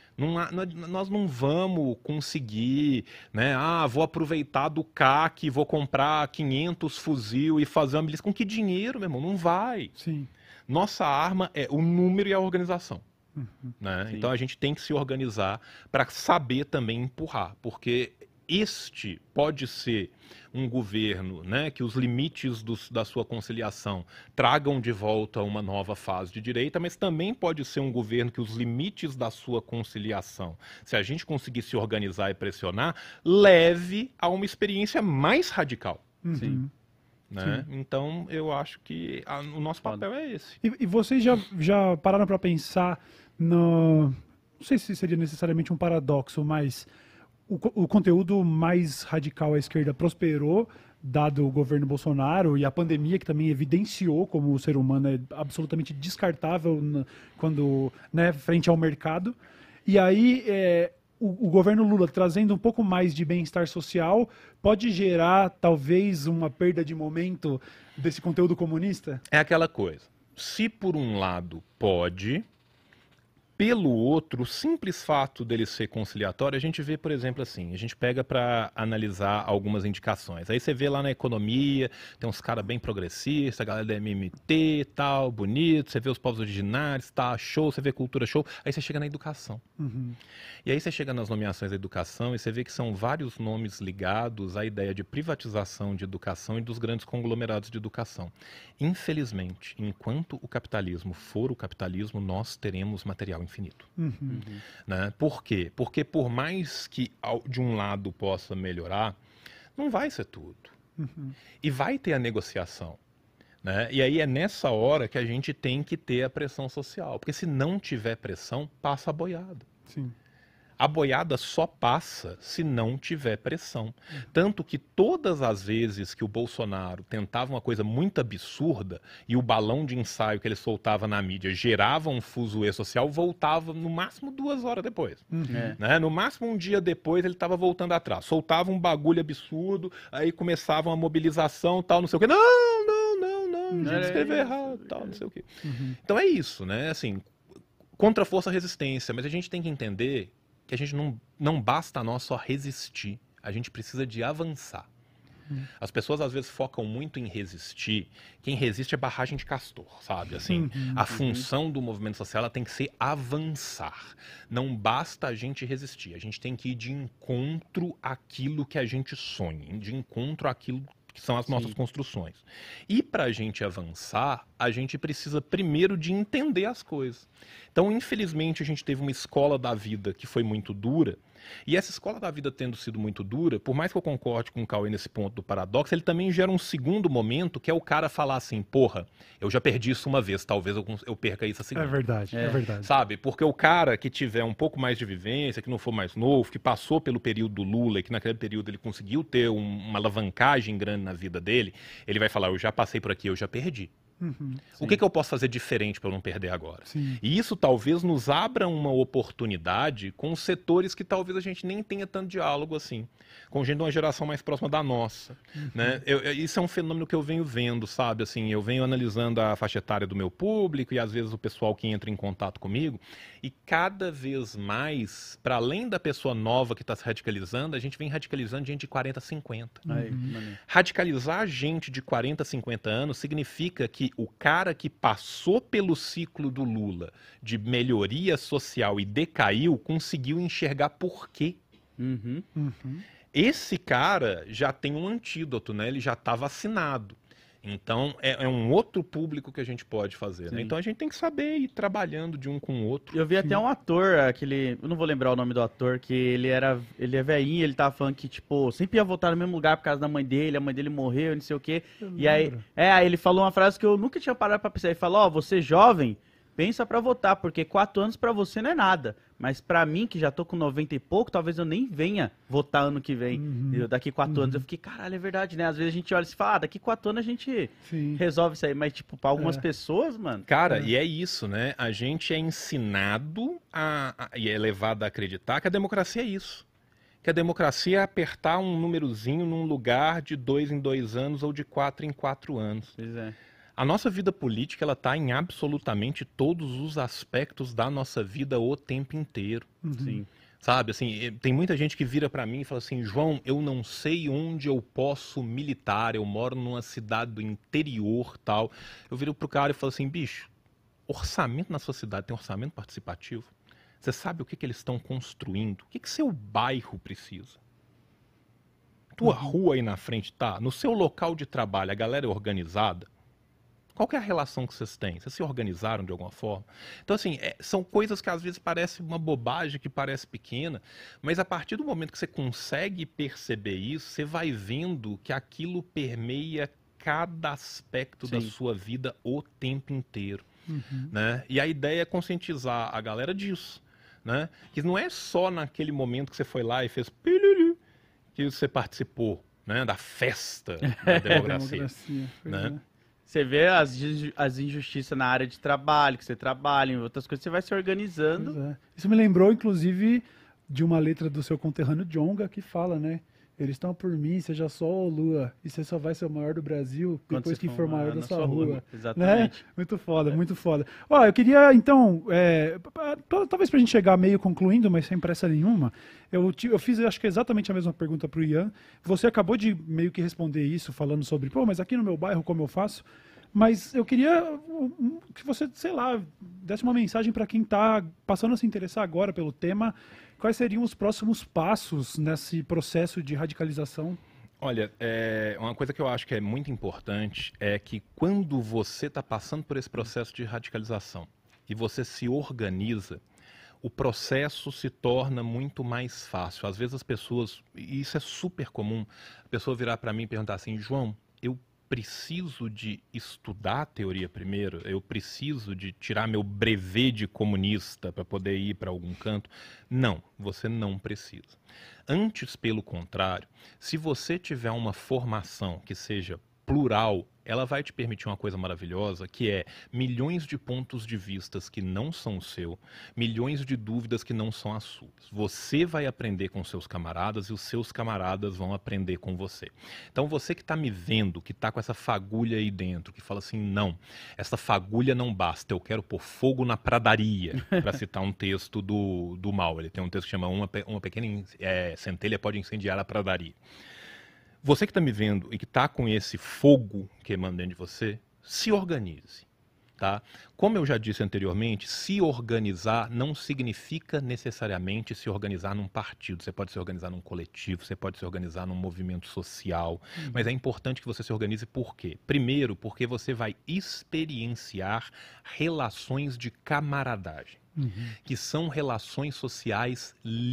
Nós não vamos conseguir, né? Vou aproveitar do CAC, vou comprar 500 fuzil e fazer uma milícia. Com que dinheiro, meu irmão? Não vai. Sim. Nossa arma é o número e a organização. Né? Então a gente tem que se organizar para saber também empurrar, porque este pode ser um governo, né, que os limites da sua conciliação tragam de volta uma nova fase de direita, mas também pode ser um governo que os limites da sua conciliação, se a gente conseguir se organizar e pressionar, leve a uma experiência mais radical. Sim. Né? Então, eu acho que o nosso papel é esse. E vocês já pararam para pensar no... Não sei se seria necessariamente um paradoxo, mas o conteúdo mais radical à esquerda prosperou, dado o governo Bolsonaro e a pandemia, que também evidenciou como o ser humano é absolutamente descartável quando, né, frente ao mercado. E aí, o governo Lula trazendo um pouco mais de bem-estar social pode gerar, talvez, uma perda de momento desse conteúdo comunista? É aquela coisa. Se por um lado pode, pelo outro, o simples fato dele ser conciliatório, a gente vê, por exemplo, assim, a gente pega para analisar algumas indicações. Aí você vê lá na economia, tem uns caras bem progressistas, a galera da MMT, tal, bonito, você vê os povos originários, tá, show, você vê cultura, show. Aí você chega na educação. E aí você chega nas nomeações da educação e você vê que são vários nomes ligados à ideia de privatização de educação e dos grandes conglomerados de educação. Infelizmente, enquanto o capitalismo for o capitalismo, nós teremos material infinito. Né? Por quê? Porque por mais que de um lado possa melhorar, não vai ser tudo. E vai ter a negociação. Né? E aí é nessa hora que a gente tem que ter a pressão social. Porque se não tiver pressão, passa a boiada. Sim. A boiada só passa se não tiver pressão. Tanto que todas as vezes que o Bolsonaro tentava uma coisa muito absurda e o balão de ensaio que ele soltava na mídia gerava um fuzuê social, voltava no máximo 2 horas depois. Né? No máximo um dia depois ele estava voltando atrás. Soltava um bagulho absurdo, aí começava uma mobilização, tal, não sei o quê. Não, gente escreveu errado, tal, não sei o quê. Então é isso, né? Assim, contra a força-resistência, mas a gente tem que entender que a gente não basta nós só resistir, a gente precisa de avançar. As pessoas às vezes focam muito em resistir. Quem resiste é barragem de castor, sabe? Assim, a função do movimento social ela tem que ser avançar. Não basta a gente resistir, a gente tem que ir de encontro àquilo que a gente sonha, de encontro àquilo que são as nossas construções. E para a gente avançar, a gente precisa primeiro de entender as coisas. Então, infelizmente, a gente teve uma escola da vida que foi muito dura, e essa escola da vida tendo sido muito dura, por mais que eu concorde com o Cauê nesse ponto do paradoxo, ele também gera um segundo momento, que é o cara falar assim, porra, eu já perdi isso uma vez, talvez eu perca isso a segunda. É verdade, é verdade. Sabe? Porque o cara que tiver um pouco mais de vivência, que não for mais novo, que passou pelo período do Lula e que naquele período ele conseguiu ter uma alavancagem grande na vida dele, ele vai falar, eu já passei por aqui, eu já perdi. O que eu posso fazer diferente para eu não perder agora? E isso talvez nos abra uma oportunidade com setores que talvez a gente nem tenha tanto diálogo assim, com gente de uma geração mais próxima da nossa. Né? Isso é um fenômeno que eu venho vendo, sabe? Assim, eu venho analisando a faixa etária do meu público e às vezes o pessoal que entra em contato comigo, e cada vez mais, para além da pessoa nova que está se radicalizando, a gente vem radicalizando gente de 40, 50. Radicalizar gente de 40, 50 anos significa que o cara que passou pelo ciclo do Lula de melhoria social e decaiu, conseguiu enxergar por quê. Esse cara já tem um antídoto, né? Ele já está vacinado. Então, é um outro público que a gente pode fazer, né? Então, a gente tem que saber ir trabalhando de um com o outro. Eu vi até um ator, eu não vou lembrar o nome do ator, que ele é velhinho, ele tava falando que, tipo, sempre ia voltar no mesmo lugar por causa da mãe dele, a mãe dele morreu, não sei o quê. Aí ele falou uma frase que eu nunca tinha parado pra pensar. Ele falou, você jovem, pensa pra votar, porque 4 anos pra você não é nada. Mas pra mim, que já tô com 90 e pouco, talvez eu nem venha votar ano que vem. Daqui 4 anos eu fiquei, caralho, é verdade, né? Às vezes a gente olha e fala, daqui 4 anos a gente resolve isso aí. Mas, tipo, pra algumas pessoas, mano... Cara, e é isso, né? A gente é ensinado e é levado a acreditar que a democracia é isso. Que a democracia é apertar um númerozinho num lugar de 2 em 2 anos ou de 4 em 4 anos. Pois é. A nossa vida política, ela está em absolutamente todos os aspectos da nossa vida o tempo inteiro. Sim. Sabe, assim, tem muita gente que vira para mim e fala assim, João, eu não sei onde eu posso militar, eu moro numa cidade do interior, tal. Eu viro pro cara e falo assim, bicho, orçamento na sua cidade tem orçamento participativo? Você sabe o que eles estão construindo? O que seu bairro precisa? Tua rua aí na frente tá? No seu local de trabalho, a galera é organizada? Qual que é a relação que vocês têm? Vocês se organizaram de alguma forma? Então, assim, são coisas que às vezes parecem uma bobagem, que parece pequena, mas a partir do momento que você consegue perceber isso, você vai vendo que aquilo permeia cada aspecto da sua vida o tempo inteiro. Né? E a ideia é conscientizar a galera disso. Né? Que não é só naquele momento que você foi lá e fez que você participou, né? Da festa da democracia. Né? Você vê as injustiças na área de trabalho, que você trabalha, em outras coisas, você vai se organizando. Isso me lembrou, inclusive, de uma letra do seu conterrâneo Djonga, que fala, né? Eles estão por mim, seja sol ou lua, e você só vai ser o maior do Brasil depois que for maior da sua rua. Exatamente. Né? Muito foda, muito foda. Ó, eu queria, então, talvez pra gente chegar meio concluindo, mas sem pressa nenhuma, eu fiz, acho que exatamente a mesma pergunta pro Ian. Você acabou de meio que responder isso, falando sobre, mas aqui no meu bairro, como eu faço? Mas eu queria que você, sei lá, desse uma mensagem para quem está passando a se interessar agora pelo tema. Quais seriam os próximos passos nesse processo de radicalização? Olha, uma coisa que eu acho que é muito importante é que quando você está passando por esse processo de radicalização e você se organiza, o processo se torna muito mais fácil. Às vezes as pessoas, e isso é super comum, a pessoa virar para mim e perguntar assim, João, eu preciso de estudar a teoria primeiro, eu preciso de tirar meu brevet de comunista para poder ir para algum canto. Não, você não precisa. Antes, pelo contrário, se você tiver uma formação que seja plural, ela vai te permitir uma coisa maravilhosa, que é milhões de pontos de vistas que não são o seu, milhões de dúvidas que não são as suas. Você vai aprender com seus camaradas e os seus camaradas vão aprender com você. Então você que está me vendo, que está com essa fagulha aí dentro, que fala assim, não, essa fagulha não basta, eu quero pôr fogo na pradaria, para citar um texto do Mao. Ele tem um texto que chama Uma Pequena Centelha Pode Incendiar a Pradaria. Você que está me vendo e que está com esse fogo queimando dentro de você, se organize. Tá? Como eu já disse anteriormente, se organizar não significa necessariamente se organizar num partido. Você pode se organizar num coletivo, você pode se organizar num movimento social, mas é importante que você se organize por quê? Primeiro, porque você vai experienciar relações de camaradagem, que são relações sociais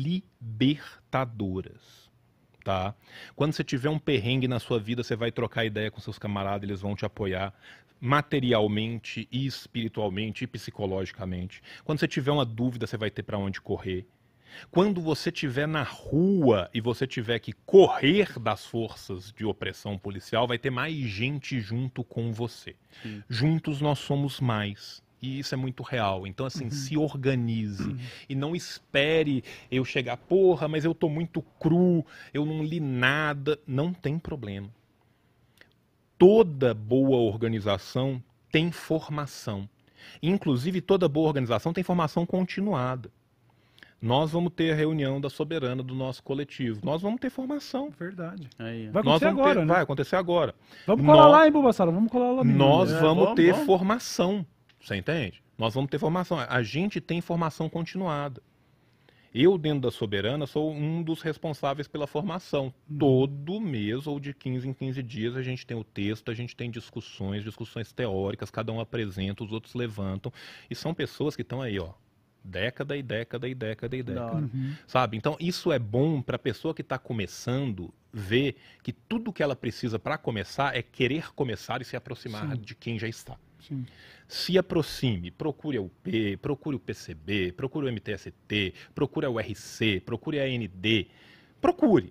libertadoras. Tá? Quando você tiver um perrengue na sua vida, você vai trocar ideia com seus camaradas, eles vão te apoiar materialmente e espiritualmente e psicologicamente. Quando você tiver uma dúvida, você vai ter para onde correr. Quando você estiver na rua e você tiver que correr das forças de opressão policial, vai ter mais gente junto com você. Sim. Juntos nós somos mais. E isso é muito real. Então, assim, se organize. E não espere eu chegar, porra, mas eu tô muito cru, eu não li nada. Não tem problema. Toda boa organização tem formação. Inclusive, toda boa organização tem formação continuada. Nós vamos ter a reunião da Soberana do nosso coletivo. Nós vamos ter formação. Verdade. Aí, vai acontecer agora, né? Vai acontecer agora. Vamos colar lá em Bubaçara, vamos colar lá mesmo. Nós vamos ter formação. Você entende? Nós vamos ter formação. A gente tem formação continuada. Eu, dentro da Soberana, sou um dos responsáveis pela formação. Todo mês, ou de 15 em 15 dias, a gente tem o texto, a gente tem discussões teóricas, cada um apresenta, os outros levantam. E são pessoas que estão aí, ó, década e década e década e década. Sabe? Então, isso é bom para a pessoa que está começando ver que tudo que ela precisa para começar é querer começar e se aproximar de quem já está. Sim. Se aproxime, procure a UP, procure o PCB, procure o MTST, procure a URC, procure a AND, procure.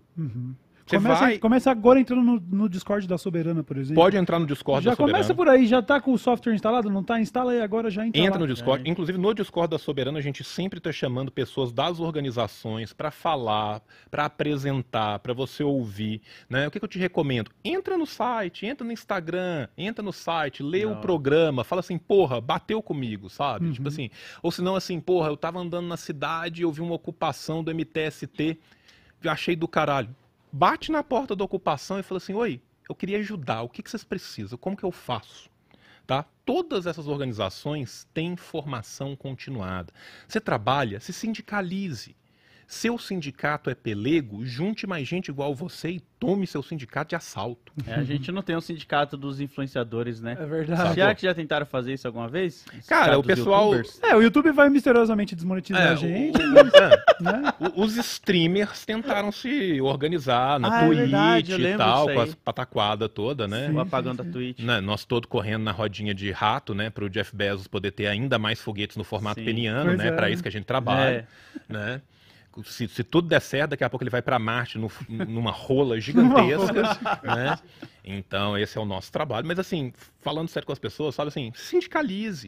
Começa agora entrando no Discord da Soberana, por exemplo. Pode entrar no Discord da Soberana. Já começa por aí, já tá com o software instalado? Não tá? Instala aí agora, já entra no Discord. Inclusive, no Discord da Soberana, a gente sempre está chamando pessoas das organizações para falar, para apresentar, para você ouvir. Né? O que eu te recomendo? Entra no site, entra no Instagram, entra no site, lê o programa, fala assim, porra, bateu comigo, sabe? Tipo assim, ou senão assim, porra, eu tava andando na cidade, eu vi uma ocupação do MTST, eu achei do caralho. Bate na porta da ocupação e fala assim, oi, eu queria ajudar, o que vocês precisam, como que eu faço? Tá? Todas essas organizações têm formação continuada. Você trabalha, se sindicalize. Seu sindicato é pelego, junte mais gente igual você e tome seu sindicato de assalto. A gente não tem um sindicato dos influenciadores, né? É verdade. Será que já tentaram fazer isso alguma vez? Cara, o pessoal... o YouTube vai misteriosamente desmonetizar a gente. Né? Os streamers tentaram se organizar na Twitch e tal, com as pataquadas toda, né? O apagão da Twitch. Né? Nós todos correndo na rodinha de rato, né? Para o Jeff Bezos poder ter ainda mais foguetes no formato peniano, né? Para isso que a gente trabalha, né? Se tudo der certo, daqui a pouco ele vai para Marte numa rola gigantesca, né? Então, esse é o nosso trabalho. Mas, assim, falando sério com as pessoas, sabe assim, sindicalize.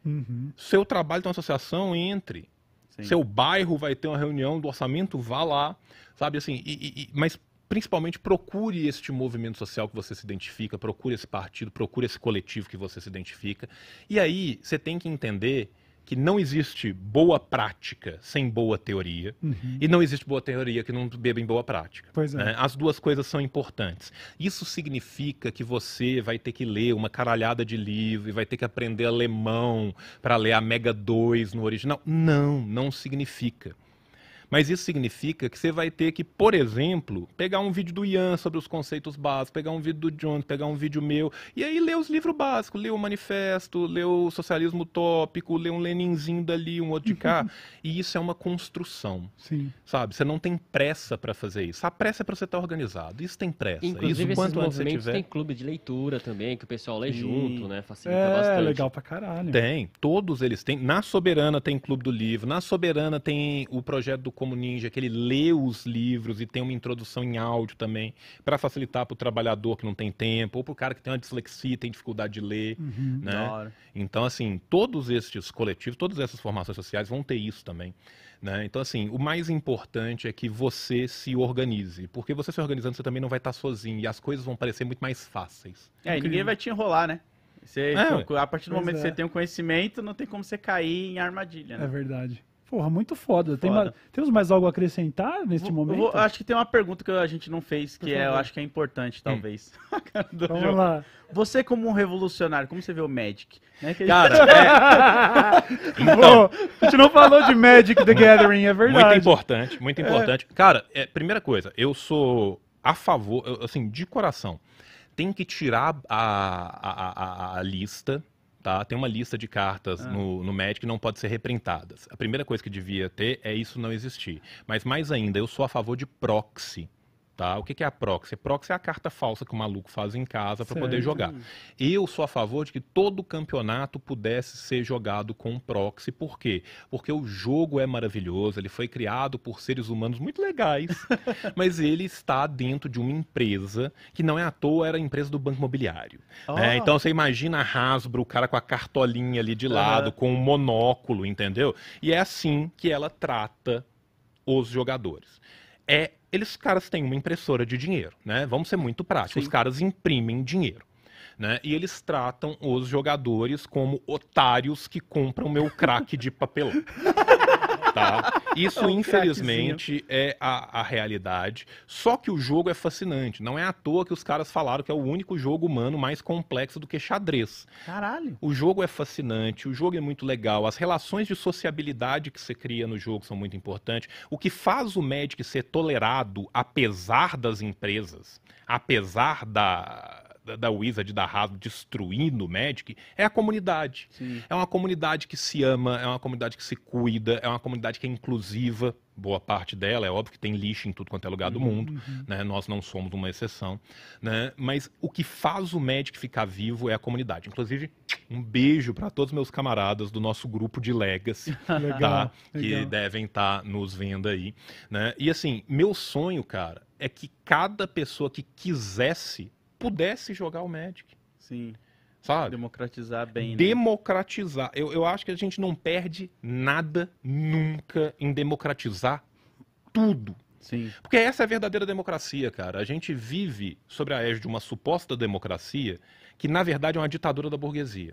Seu trabalho tem uma associação, entre. Sim. Seu bairro vai ter uma reunião do orçamento, vá lá, sabe assim. Mas, principalmente, procure este movimento social que você se identifica, procure esse partido, procure esse coletivo que você se identifica. E aí, você tem que entender que não existe boa prática sem boa teoria, e não existe boa teoria que não beba em boa prática. Pois é. Né? As duas coisas são importantes. Isso significa que você vai ter que ler uma caralhada de livro, e vai ter que aprender alemão para ler a Mega 2 no original. Não significa. Mas isso significa que você vai ter que, por exemplo, pegar um vídeo do Ian sobre os conceitos básicos, pegar um vídeo do John, pegar um vídeo meu, e aí ler os livros básicos, ler o Manifesto, ler o Socialismo Utópico, ler um Leninzinho dali, um outro de cá. E isso é uma construção. Sim. Sabe? Você não tem pressa para fazer isso. A pressa é para você estar organizado. Isso tem pressa. Inclusive, isso quanto antes você tiver. Tem clube de leitura também, que o pessoal lê junto, né? Facilita bastante. É, legal pra caralho. Tem. Todos eles têm. Na Soberana tem Clube do Livro. Na Soberana tem o projeto do Como Ninja, que ele lê os livros e tem uma introdução em áudio também, para facilitar para o trabalhador que não tem tempo, ou para o cara que tem uma dislexia e tem dificuldade de ler. Né? Então, assim, todos estes coletivos, todas essas formações sociais vão ter isso também. Né? Então, assim, o mais importante é que você se organize, porque você se organizando, você também não vai estar sozinho, e as coisas vão parecer muito mais fáceis. E ninguém vai te enrolar, né? A partir do momento que você tem um conhecimento, não tem como você cair em armadilha, né? É verdade. Porra, muito foda. Foda. Temos mais algo a acrescentar neste momento? Acho que tem uma pergunta que a gente não fez, que eu favor. acho que é importante, talvez. Vamos lá. Você, como um revolucionário, como você vê o Magic? Né, que Cara, Então, a gente não falou de Magic the Gathering, é verdade. muito importante, muito importante. Cara, primeira coisa, eu sou a favor, assim, de coração, tem que tirar a lista, tá? Tem uma lista de cartas no Magic que não pode ser reprintadas. A primeira coisa que devia ter é isso não existir. Mas mais ainda, eu sou a favor de proxy. Tá? O que é a proxy? Proxy é a carta falsa que o maluco faz em casa para poder jogar. Eu sou a favor de que todo campeonato pudesse ser jogado com proxy. Por quê? Porque o jogo é maravilhoso, ele foi criado por seres humanos muito legais, mas ele está dentro de uma empresa que não é à toa, era a empresa do Banco Imobiliário. Né? Então você imagina a Hasbro, o cara com a cartolinha ali de lado, com um monóculo, entendeu? E é assim que ela trata os jogadores. Eles, caras, têm uma impressora de dinheiro, né? Vamos ser muito práticos. Os caras imprimem dinheiro, né? E eles tratam os jogadores como otários que compram meu crack de papelão. Tá? Isso, infelizmente, é a realidade. Só que o jogo é fascinante. Não é à toa que os caras falaram que é o único jogo humano mais complexo do que xadrez. Caralho. O jogo é fascinante, o jogo é muito legal, as relações de sociabilidade que você cria no jogo são muito importantes. O que faz o Magic ser tolerado, apesar das empresas, apesar da Wizard, da Hasbro destruindo o Magic, é a comunidade. Sim. É uma comunidade que se ama, é uma comunidade que se cuida, é uma comunidade que é inclusiva, boa parte dela, é óbvio que tem lixo em tudo quanto é lugar do mundo, né? Nós não somos uma exceção, né? Mas o que faz o Magic ficar vivo é a comunidade. Inclusive, um beijo para todos os meus camaradas do nosso grupo de Legacy, tá? Que devem estar nos vendo aí, né? E assim, meu sonho, cara, é que cada pessoa que quisesse pudesse jogar o Magic. Sim. Sabe? Democratizar bem, né? Democratizar. Eu acho que a gente não perde nada nunca em democratizar tudo. Sim. Porque essa é a verdadeira democracia, cara. A gente vive sobre a égide de uma suposta democracia que, na verdade, é uma ditadura da burguesia.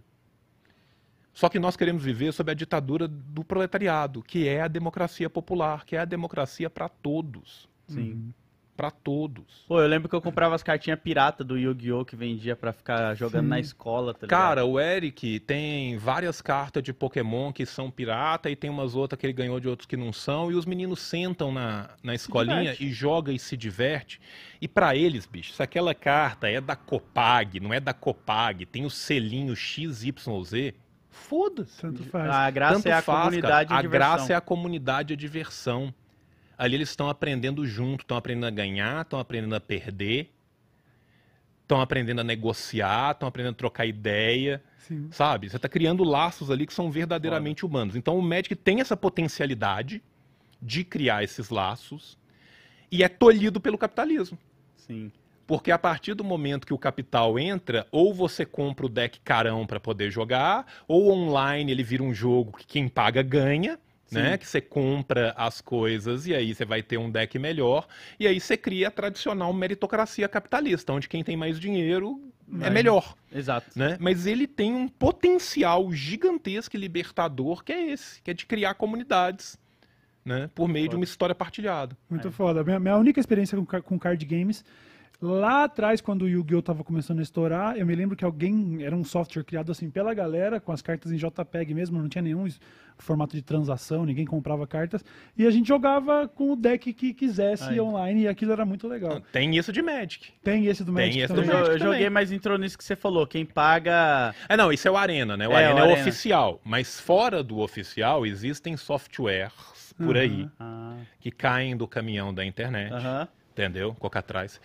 Só que nós queremos viver sob a ditadura do proletariado, que é a democracia popular, que é a democracia para todos. Sim. Para todos. Pô, eu lembro que eu comprava as cartinhas pirata do Yu-Gi-Oh! Que vendia pra ficar jogando na escola, tá ligado? Cara, o Eric tem várias cartas de Pokémon que são pirata e tem umas outras que ele ganhou de outros que não são. E os meninos sentam na escolinha e jogam e se diverte. E pra eles, bicho, se aquela carta é da Copag, não é da Copag, tem o selinho XYZ, foda-se. Tanto faz. A graça Tanto é a faz, comunidade cara. e a diversão. A graça é a comunidade e a diversão. Ali eles estão aprendendo junto, estão aprendendo a ganhar, estão aprendendo a perder, estão aprendendo a negociar, estão aprendendo a trocar ideia, sabe? Você está criando laços ali que são verdadeiramente humanos. Então o Magic tem essa potencialidade de criar esses laços e é tolhido pelo capitalismo. Sim. Porque a partir do momento que o capital entra, ou você compra o deck carão para poder jogar, ou online ele vira um jogo que quem paga ganha, né? Que você compra as coisas e aí você vai ter um deck melhor. E aí você cria a tradicional meritocracia capitalista, onde quem tem mais dinheiro é melhor. Exato. Né? Mas ele tem um potencial gigantesco e libertador que é esse, que é de criar comunidades, né? Por meio de uma história partilhada. Muito foda. Minha única experiência com card games, lá atrás, quando o Yu-Gi-Oh! Tava começando a estourar, eu me lembro que era um software criado assim pela galera, com as cartas em JPEG mesmo, não tinha nenhum formato de transação, ninguém comprava cartas, e a gente jogava com o deck que quisesse online, e aquilo era muito legal. Tem isso de Magic. Tem esse do Magic esse também. do Magic Eu joguei, mas entrou nisso que você falou. Quem paga... Não, isso é o Arena, né? O Arena é o oficial. Mas fora do oficial, existem softwares por aí que caem do caminhão da internet. Entendeu? Coca atrás.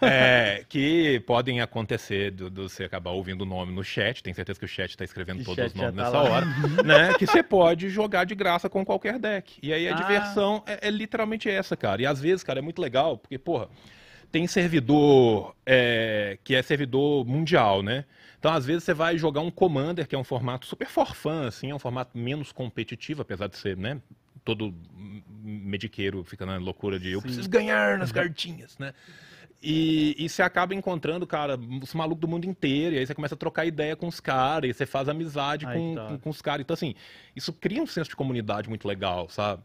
Que podem acontecer de você acabar ouvindo o nome no chat. Tenho certeza que o chat está escrevendo todos os nomes nessa hora. Né? Que você pode jogar de graça com qualquer deck. E aí a diversão é literalmente essa, cara. E às vezes, cara, é muito legal, porque, porra, tem servidor que é servidor mundial, né? Então, às vezes, você vai jogar um Commander, que é um formato super for fun, assim, é um formato menos competitivo, apesar de ser, né? Todo mediqueiro fica na loucura de eu preciso ganhar nas cartinhas, né? E você acaba encontrando, cara, os malucos do mundo inteiro, e aí você começa a trocar ideia com os caras, e você faz amizade com os caras. Então, assim, isso cria um senso de comunidade muito legal, sabe?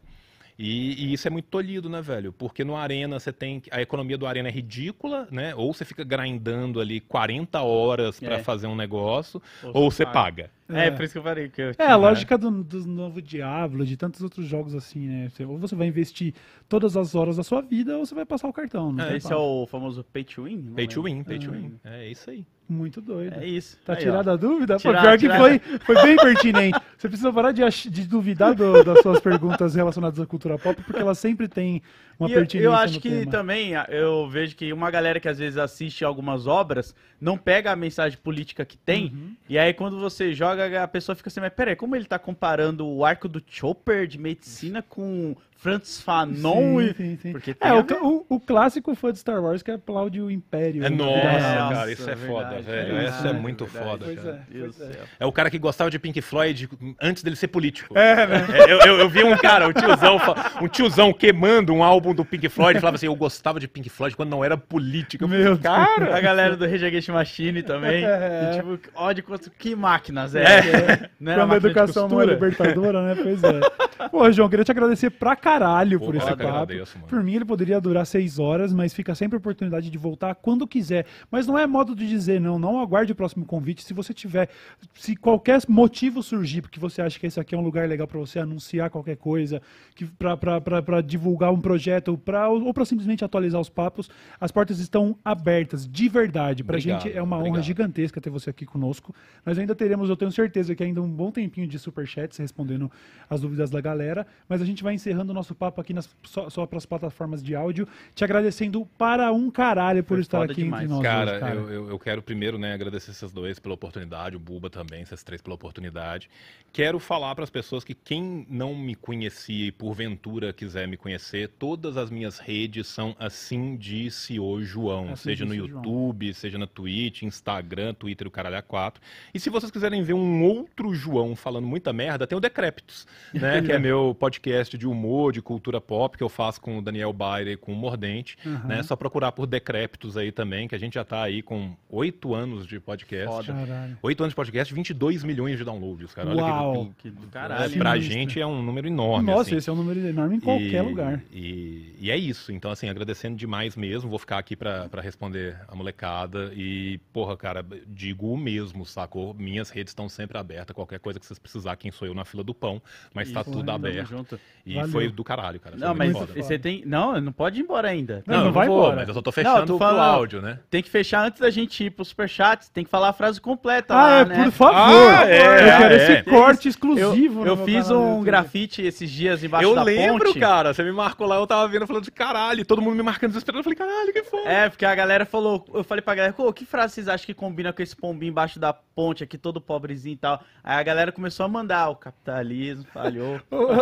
E isso é muito tolhido, né, velho? Porque no Arena você tem... A economia do Arena é ridícula, né? Ou você fica grindando ali 40 horas pra fazer um negócio, ou você paga. Por isso que eu falei. A lógica do novo Diablo, de tantos outros jogos assim, né? Ou você vai investir todas as horas da sua vida, ou você vai passar o cartão. Esse é o famoso pay to win? Pay to win. É isso aí. Muito doido. É isso. Tá aí, tirada a dúvida? Tirar. Que foi bem pertinente. Você precisa parar de duvidar das suas perguntas relacionadas à cultura pop, porque elas sempre têm uma pertinência eu acho no que tema. também, eu vejo que uma galera que às vezes assiste algumas obras, não pega a mensagem política que tem, e aí quando você joga, a pessoa fica assim, mas peraí, como ele tá comparando o arco do Chopper de medicina com Francis Fanon? Sim. Porque tem o clássico fã de Star Wars que aplaude o Império. Nossa, cara, isso é foda, velho. Essa é muito foda, cara. É o cara que gostava de Pink Floyd antes dele ser político. Né? Eu vi um cara, um tiozão queimando um álbum do Pink Floyd e falava assim, eu gostava de Pink Floyd quando não era político. Meu cara, a galera do Rage Against the Machine também. E, tipo, ódio contra que máquinas, Quando a educação não é libertadora, né? Pois é. Pô, João, queria te agradecer pra caralho por esse papo. Agradeço, mano. Por mim, ele poderia durar 6 horas, mas fica sempre a oportunidade de voltar quando quiser. Mas não é modo de dizer, não aguarde o próximo convite. Se você tiver, se qualquer motivo surgir, porque você acha que esse aqui é um lugar legal pra você anunciar qualquer coisa, pra divulgar um projeto, ou pra simplesmente atualizar os papos, as portas estão abertas, de verdade. Pra Obrigado, gente é uma honra gigantesca ter você aqui conosco. Nós ainda teremos, eu tenho certeza que ainda um bom tempinho de superchats respondendo as dúvidas da galera, mas a gente vai encerrando o nosso papo aqui só para as plataformas de áudio, te agradecendo para um caralho por estar aqui demais. entre nós. Cara, hoje, cara. Eu quero primeiro, né, agradecer esses dois pela oportunidade, o Buba também, esses três pela oportunidade. Quero falar para as pessoas que quem não me conhecia e porventura quiser me conhecer, todas as minhas redes são Assim Disse o João, Assim seja no Disse o João. YouTube, seja na Twitch, Instagram, Twitter, o caralho A4. E se vocês quiserem ver um outro João falando muita merda, tem o Decrépitos, né, que é meu podcast de humor, de cultura pop, que eu faço com o Daniel Bayer e com o Mordente, né, só procurar por Decrépitos aí também, que a gente já tá aí com 8 anos de podcast. Caralho. 8 anos de podcast, 22 milhões de downloads, cara. Uau. Olha Que do caralho. pra Sinistro. gente é um número enorme. Nossa, assim. esse é um número enorme em qualquer lugar. E é isso. Então, assim, agradecendo demais mesmo. Vou ficar aqui pra responder a molecada. E, porra, cara, digo o mesmo, sacou? Minhas redes estão sempre abertas. Qualquer coisa que vocês precisar, quem sou eu na fila do pão. Mas tá tudo aberto. Junto. E Valeu. foi do caralho, cara. Foi Não, muito mas foda. você tem... Não pode ir embora ainda. Não, eu vai vou, embora. mas eu só tô Não, fechando eu tô o falando- áudio, né? Tem que fechar antes da gente ir pro superchat. Tem que falar a frase completa Ah, lá, né? por favor. Eu quero esse é. corte exclusivo. Eu no meu fiz canal no um YouTube. grafite esses dias embaixo Eu da lembro, ponte. cara. Você me marcou lá, eu tava vendo, falando de caralho. Todo mundo me marcando desesperado. Eu falei, caralho, que foda. É, porque a galera falou, eu falei pra galera, "Pô, que frase vocês acham que combina com esse pombinho embaixo da ponte aqui, todo pobrezinho e tal?" Aí a galera começou a mandar, o capitalismo falhou.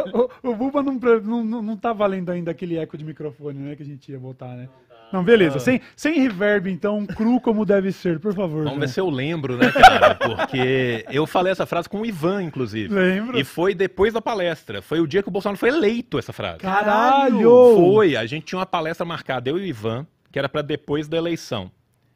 O Buba não tá valendo ainda aquele eco de microfone, né, que a gente ia botar, né? Não, beleza. Sem reverb, então, cru como deve ser, por favor. Vamos João. ver se eu lembro, né, cara? Porque eu falei essa frase com o Ivan, inclusive. Lembro. E foi depois da palestra. Foi o dia que o Bolsonaro foi eleito, essa frase. Caralho! Foi. A gente tinha uma palestra marcada, eu e o Ivan, que era pra depois da eleição.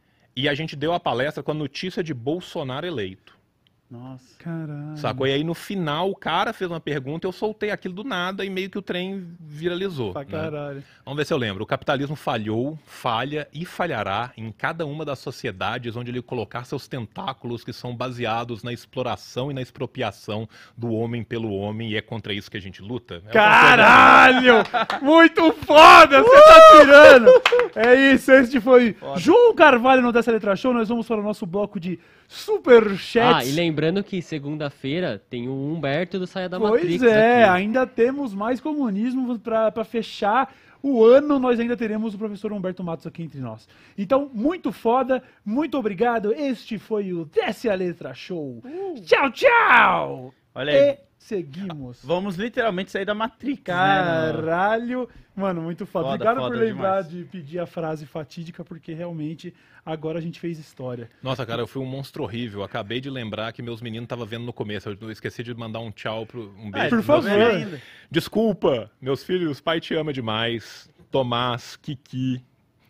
E a gente deu a palestra com a notícia de Bolsonaro eleito. Nossa. Caralho. Sacou? E aí no final o cara fez uma pergunta, eu soltei aquilo do nada e meio que o trem viralizou. Pra né? caralho. Vamos ver se eu lembro. O capitalismo falhou, falha e falhará em cada uma das sociedades onde ele colocar seus tentáculos que são baseados na exploração e na expropriação do homem pelo homem, e é contra isso que a gente luta. É Caralho! Muito foda! Você tá tirando! É isso, este foi João Carvalho no Dessa Letra Show. Nós vamos para o nosso bloco de superchats. Ah, e lembrando que segunda-feira tem o Humberto do Saia da Pois Matrix é, aqui. ainda temos mais comunismo pra fechar o ano. Nós ainda teremos o professor Humberto Matos aqui entre nós. Então, muito foda, muito obrigado. Este foi o Desce a Letra Show. Tchau, tchau! Olha aí. E seguimos. Vamos literalmente sair da Matrix, né, mano? Caralho! Mano, muito foda. Foda, Obrigado foda por lembrar demais. de pedir a frase fatídica, porque realmente agora a gente fez história. Nossa, cara, eu fui um monstro horrível. Acabei de lembrar que meus meninos estavam vendo no começo. Eu esqueci de mandar um tchau, um beijo. por pros meus favor. filhos. Ainda. Desculpa, meus filhos, pai te ama demais. Tomás, Kiki,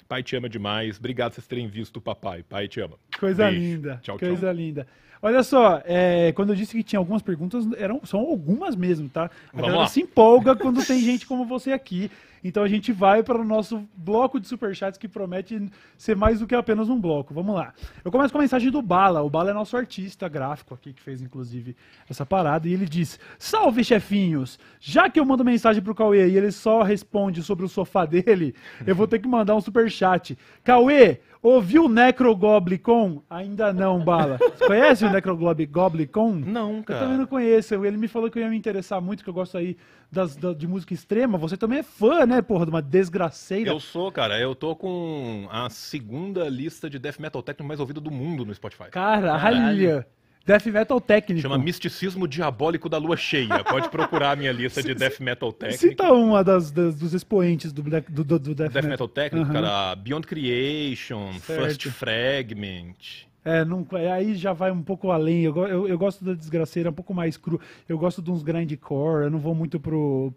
Pai te ama demais. Obrigado por vocês terem visto o papai. Pai te ama. Coisa Beijo. linda. Tchau, Coisa linda. Olha só, quando eu disse que tinha algumas perguntas, são algumas mesmo, tá? A Vamos galera lá. se empolga quando tem gente como você aqui. Então a gente vai para o nosso bloco de superchats que promete ser mais do que apenas um bloco. Vamos lá. Eu começo com a mensagem do Bala. O Bala é nosso artista gráfico aqui, que fez inclusive essa parada. E ele diz: salve, chefinhos! Já que eu mando mensagem pro Cauê e ele só responde sobre o sofá dele, eu vou ter que mandar um superchat. Cauê, ouviu o Necrogoblicon? Ainda não, Bala. Você conhece o Necrogoblicon? Não, Eu cara. também não conheço. Ele me falou que eu ia me interessar muito, que eu gosto aí de música extrema. Você também é fã, né, porra, de uma desgraceira. Eu sou, cara. Eu tô com a segunda lista de death metal técnico mais ouvida do mundo no Spotify. Caralho! Death Metal Técnico. Chama Misticismo Diabólico da Lua Cheia. Pode procurar a minha lista de death metal técnico. Cita uma dos expoentes do Death Death metal técnico, Aham. cara. Beyond Creation, Certo. First Fragment. Aí já vai um pouco além. Eu gosto da desgraceira um pouco mais cru. Eu gosto de uns grindcore. Eu não vou muito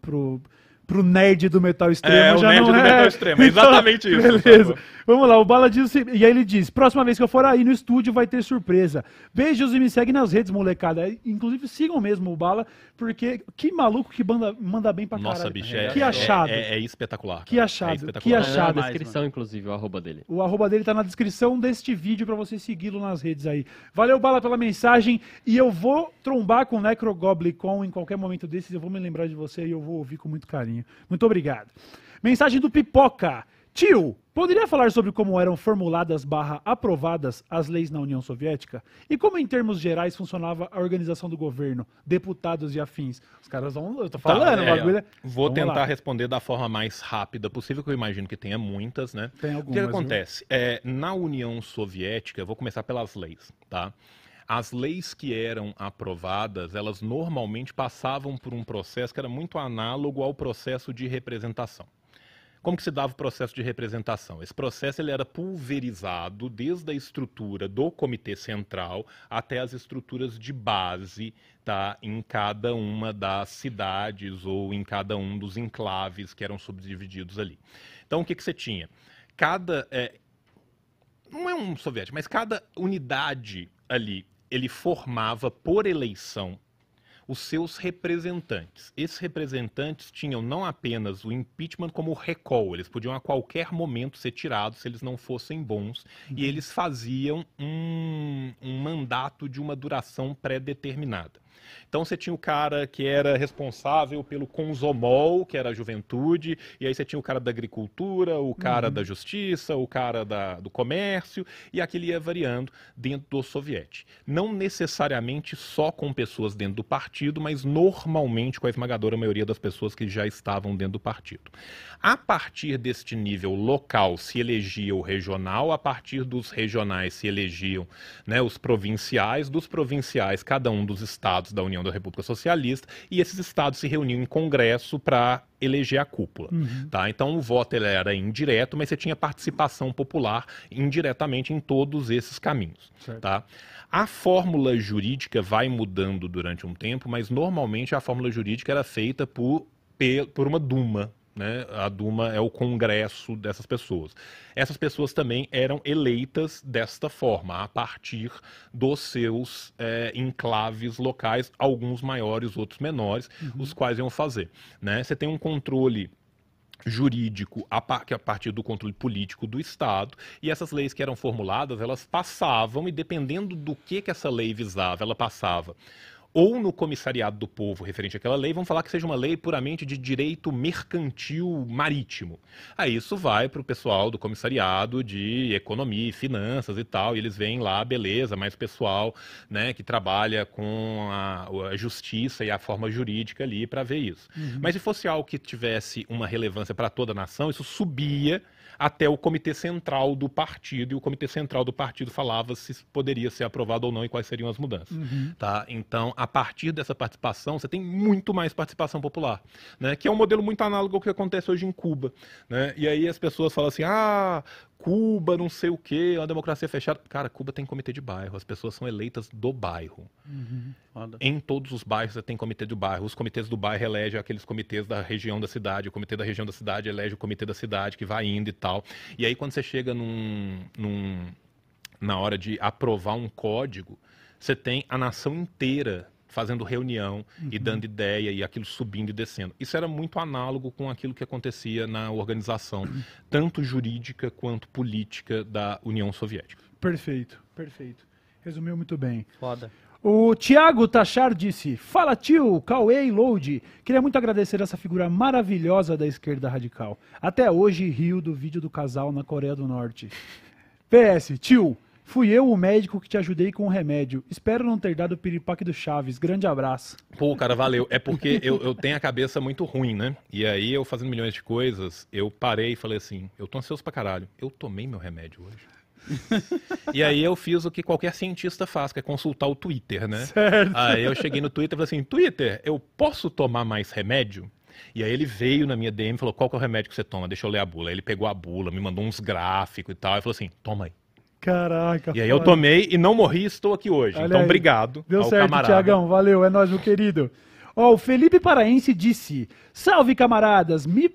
pro nerd do metal extremo. O já nerd não do é. metal extremo. É exatamente isso. Beleza. sabe? Vamos lá, o Bala diz, e aí ele diz: próxima vez que eu for aí no estúdio vai ter surpresa. Beijos e me segue nas redes, molecada. Inclusive sigam mesmo o Bala, porque que maluco que manda bem pra caralho. Nossa, bicho, Que achado. É espetacular. Que cara. achado, É que espetacular. achado. Tá na demais, descrição, inclusive, o arroba dele. O arroba dele tá na descrição deste vídeo pra você segui-lo nas redes aí. Valeu, Bala, pela mensagem. E eu vou trombar com o Necrogoblicon em qualquer momento desses. Eu vou me lembrar de você e eu vou ouvir com muito carinho. Muito obrigado. Mensagem do Pipoca. Tio, poderia falar sobre como eram formuladas / aprovadas as leis na União Soviética? E como, em termos gerais, funcionava a organização do governo, deputados e afins? Os caras vão... Eu tô falando, o bagulho... Vou Vamos tentar lá. responder da forma mais rápida possível, que eu imagino que tenha muitas, né? Tem O algumas, que viu? acontece? Na União Soviética, eu vou começar pelas leis, tá? As leis que eram aprovadas, elas normalmente passavam por um processo que era muito análogo ao processo de representação. Como que se dava o processo de representação? Esse processo ele era pulverizado desde a estrutura do Comitê Central até as estruturas de base, tá, em cada uma das cidades ou em cada um dos enclaves que eram subdivididos ali. Então, o que você tinha? Não é um soviético, mas cada unidade ali, ele formava por eleição os seus representantes. Esses representantes tinham não apenas o impeachment como o recall, eles podiam a qualquer momento ser tirados se eles não fossem bons, e eles faziam um mandato de uma duração pré-determinada. Então você tinha o cara que era responsável pelo Komsomol, que era a juventude, e aí você tinha o cara da agricultura, o cara da justiça, o cara do comércio, e aquilo ia variando dentro do soviete. Não necessariamente só com pessoas dentro do partido, mas normalmente com a esmagadora maioria das pessoas que já estavam dentro do partido. A partir deste nível local se elegia o regional, a partir dos regionais se elegiam, né, os provinciais, dos provinciais cada um dos estados da União da República Socialista, e esses estados se reuniam em congresso para eleger a cúpula. Tá? Então o voto ele era indireto, mas você tinha participação popular indiretamente em todos esses caminhos. Tá? A fórmula jurídica vai mudando durante um tempo, mas normalmente a fórmula jurídica era feita por uma Duma. Né? A Duma é o congresso dessas pessoas. Essas pessoas também eram eleitas desta forma, a partir dos seus enclaves locais, alguns maiores, outros menores, os quais iam fazer. Né? Você tem um controle jurídico a partir do controle político do Estado, e essas leis que eram formuladas, elas passavam, e dependendo do que essa lei visava, ela passava ou no comissariado do povo referente àquela lei, vamos falar que seja uma lei puramente de direito mercantil marítimo. Aí isso vai para o pessoal do comissariado de economia e finanças e tal, e eles veem lá, beleza, mais pessoal, né, que trabalha com a justiça e a forma jurídica ali para ver isso. Mas se fosse algo que tivesse uma relevância para toda a nação, isso subia até o Comitê Central do Partido, e o Comitê Central do Partido falava se poderia ser aprovado ou não e quais seriam as mudanças. Tá? Então, a a partir dessa participação, você tem muito mais participação popular, né? Que é um modelo muito análogo ao que acontece hoje em Cuba, né? E aí as pessoas falam assim, Cuba, não sei o quê, é uma democracia fechada. Cara, Cuba tem comitê de bairro, as pessoas são eleitas do bairro. Em todos os bairros você tem comitê de bairro. Os comitês do bairro elegem aqueles comitês da região da cidade, o comitê da região da cidade elege o comitê da cidade que vai indo e tal. E aí quando você chega na hora de aprovar um código, você tem a nação inteira fazendo reunião e dando ideia e aquilo subindo e descendo. Isso era muito análogo com aquilo que acontecia na organização, tanto jurídica quanto política da União Soviética. Perfeito, perfeito. Resumiu muito bem. Foda. O Thiago Tachar disse, fala tio, Cauê e Load. Queria muito agradecer essa figura maravilhosa da esquerda radical. Até hoje rio do vídeo do casal na Coreia do Norte. PS, tio, fui eu o médico que te ajudei com o remédio. Espero não ter dado o piripaque do Chaves. Grande abraço. Pô, cara, valeu. É porque eu tenho a cabeça muito ruim, né? E aí eu fazendo milhões de coisas, eu parei e falei assim, eu tô ansioso pra caralho. Eu tomei meu remédio hoje. E aí eu fiz o que qualquer cientista faz, que é consultar o Twitter, né? Certo. Aí eu cheguei no Twitter e falei assim, Twitter, eu posso tomar mais remédio? E aí ele veio na minha DM e falou, qual que é o remédio que você toma? Deixa eu ler a bula. Aí ele pegou a bula, me mandou uns gráficos e tal, e falou assim, toma aí. Caraca. E aí eu tomei e não morri e estou aqui hoje. Olha Então aí. Obrigado Deu ao certo, camarada. Tiagão. Valeu, é nóis, meu querido. Ó, o Felipe Paraense disse, salve, camaradas, me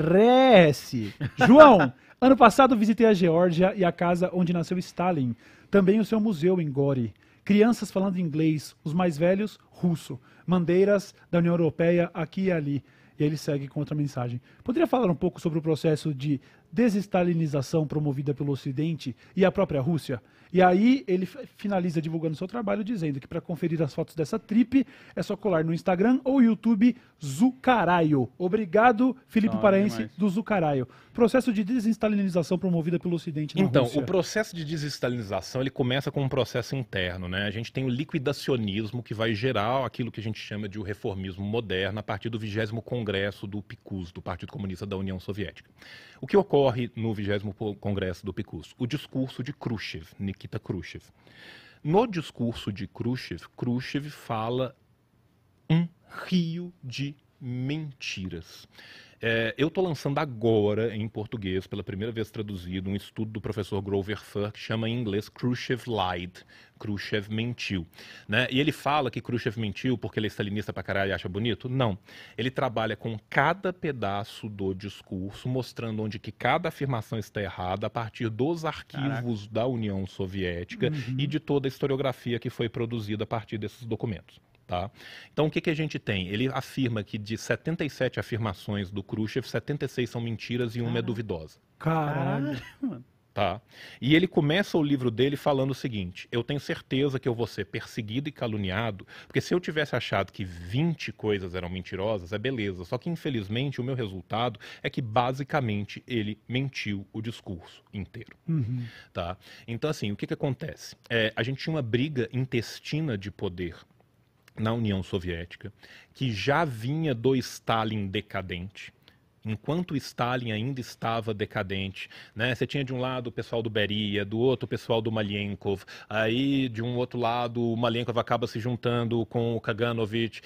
parece. João, ano passado visitei a Geórgia e a casa onde nasceu Stalin. Também o seu museu em Gori. Crianças falando inglês, os mais velhos, russo. Bandeiras da União Europeia aqui e ali. E aí ele segue com outra mensagem. Poderia falar um pouco sobre o processo de desestalinização promovida pelo Ocidente e a própria Rússia? E aí ele finaliza divulgando seu trabalho dizendo que para conferir as fotos dessa trip é só colar no Instagram ou YouTube Zucaraio. Obrigado, Felipe Paraense, demais. do Zucaraio. Processo de desestalinização promovida pelo Ocidente na Então, Rússia. o processo de desestalinização, ele começa com um processo interno, né? A gente tem o liquidacionismo que vai gerar aquilo que a gente chama de o reformismo moderno a partir do 20º Congresso do PICUS, do Partido Comunista da União Soviética. O que ocorre no 20º Congresso do PICUS? O discurso de Khrushchev, Nikita Khrushchev. No discurso de Khrushchev, Khrushchev fala um rio de mentiras. Eu estou lançando agora, em português, pela primeira vez traduzido, um estudo do professor Grover Furr, que chama em inglês Khrushchev Lied. Khrushchev mentiu. Né? E ele fala que Khrushchev mentiu porque ele é stalinista pra caralho e acha bonito? Não. Ele trabalha com cada pedaço do discurso, mostrando onde que cada afirmação está errada a partir dos arquivos da União Soviética e de toda a historiografia que foi produzida a partir desses documentos. Tá? Então o que a gente tem? Ele afirma que de 77 afirmações do Khrushchev, 76 são mentiras e uma é duvidosa. Caralho. Tá? E ele começa o livro dele falando o seguinte, eu tenho certeza que eu vou ser perseguido e caluniado, porque se eu tivesse achado que 20 coisas eram mentirosas, é beleza, só que infelizmente o meu resultado é que basicamente ele mentiu o discurso inteiro. Tá? Então assim, o que acontece? A gente tinha uma briga intestina de poder na União Soviética, que já vinha do Stalin decadente. Enquanto o Stalin ainda estava decadente, né? Você tinha de um lado o pessoal do Beria, do outro o pessoal do Malenkov, aí de um outro lado o Malenkov acaba se juntando com o Kaganovich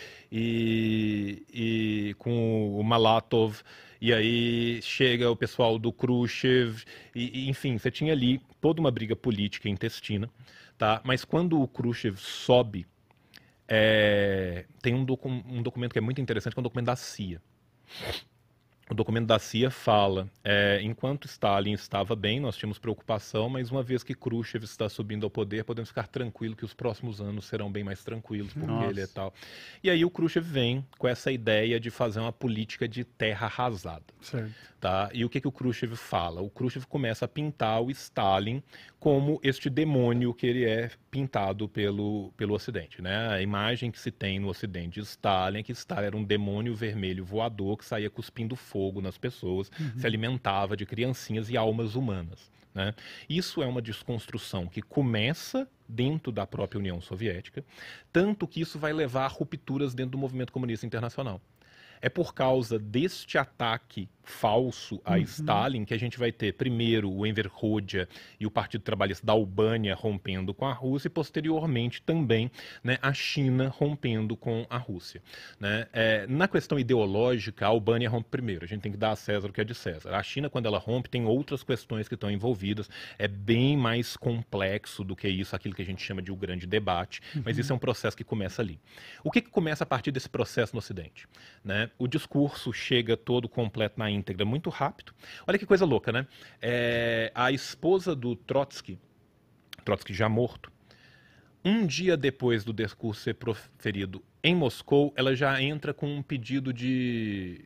e com o Malatov, e aí chega o pessoal do Khrushchev, e enfim, você tinha ali toda uma briga política intestina, tá? Mas quando o Khrushchev sobe, tem um documento que é muito interessante, que é um documento da CIA. O documento da CIA fala, enquanto Stalin estava bem, nós tínhamos preocupação, mas uma vez que Khrushchev está subindo ao poder, podemos ficar tranquilos que os próximos anos serão bem mais tranquilos, porque ele é tal. E aí o Khrushchev vem com essa ideia de fazer uma política de terra arrasada. Certo. Tá? E o que o Khrushchev fala? O Khrushchev começa a pintar o Stalin como este demônio que ele é pintado pelo Ocidente. Né? A imagem que se tem no Ocidente de Stalin é que Stalin era um demônio vermelho voador que saía cuspindo fogo nas pessoas, se alimentava de criancinhas e almas humanas. Né? Isso é uma desconstrução que começa dentro da própria União Soviética, tanto que isso vai levar a rupturas dentro do movimento comunista internacional. É por causa deste ataque falso a Stalin, que a gente vai ter primeiro o Enver Hoxha e o Partido Trabalhista da Albânia rompendo com a Rússia e posteriormente também, né, a China rompendo com a Rússia, né? Na questão ideológica, a Albânia rompe primeiro, a gente tem que dar a César o que é de César. A China, quando ela rompe, tem outras questões que estão envolvidas, é bem mais complexo do que isso, aquilo que a gente chama de o grande debate, mas isso é um processo que começa ali. O que começa a partir desse processo no Ocidente, né? O discurso chega todo completo na íntegra muito rápido. Olha que coisa louca, né? A esposa do Trotsky já morto, um dia depois do discurso ser proferido em Moscou, ela já entra com um pedido de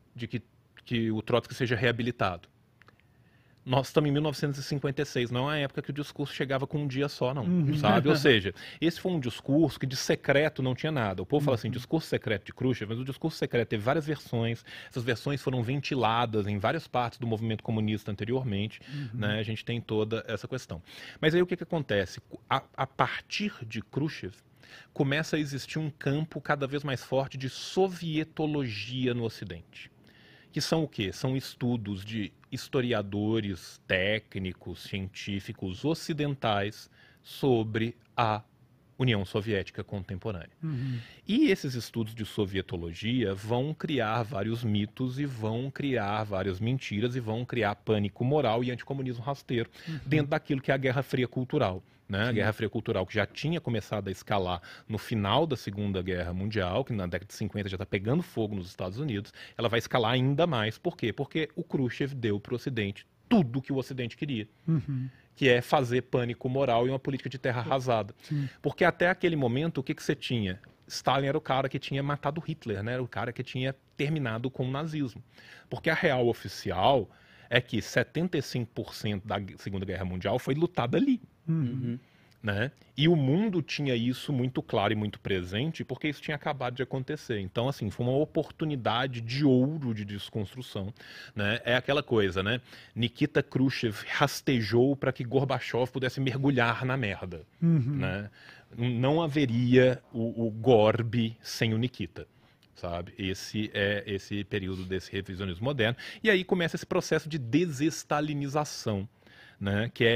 que o Trotsky seja reabilitado. Nós estamos em 1956, não é uma época que o discurso chegava com um dia só, não, sabe? Ou seja, esse foi um discurso que de secreto não tinha nada. O povo fala assim, discurso secreto de Khrushchev, mas o discurso secreto teve várias versões, essas versões foram ventiladas em várias partes do movimento comunista anteriormente, né? A gente tem toda essa questão. Mas aí o que acontece? A partir de Khrushchev, começa a existir um campo cada vez mais forte de sovietologia no Ocidente. Que são o quê? São estudos de historiadores, técnicos, científicos ocidentais sobre a União Soviética contemporânea. E esses estudos de sovietologia vão criar vários mitos e vão criar várias mentiras e vão criar pânico moral e anticomunismo rasteiro dentro daquilo que é a Guerra Fria cultural. Né? A Guerra Fria cultural que já tinha começado a escalar no final da Segunda Guerra Mundial, que na década de 50 já está pegando fogo nos Estados Unidos, ela vai escalar ainda mais. Por quê? Porque o Khrushchev deu para o Ocidente tudo que o Ocidente queria, que é fazer pânico moral e uma política de terra arrasada. Porque até aquele momento, o que você tinha? Stalin era o cara que tinha matado Hitler, né? Era o cara que tinha terminado com o nazismo. Porque a real oficial é que 75% da Segunda Guerra Mundial foi lutada ali. Né? E o mundo tinha isso muito claro e muito presente porque isso tinha acabado de acontecer. Então, assim, foi uma oportunidade de ouro de desconstrução, né? É aquela coisa, né? Nikita Khrushchev rastejou para que Gorbachev pudesse mergulhar na merda, né? Não haveria o Gorby sem o Nikita. Sabe? Esse é esse período desse revisionismo moderno. E aí começa esse processo de desestalinização, né? Que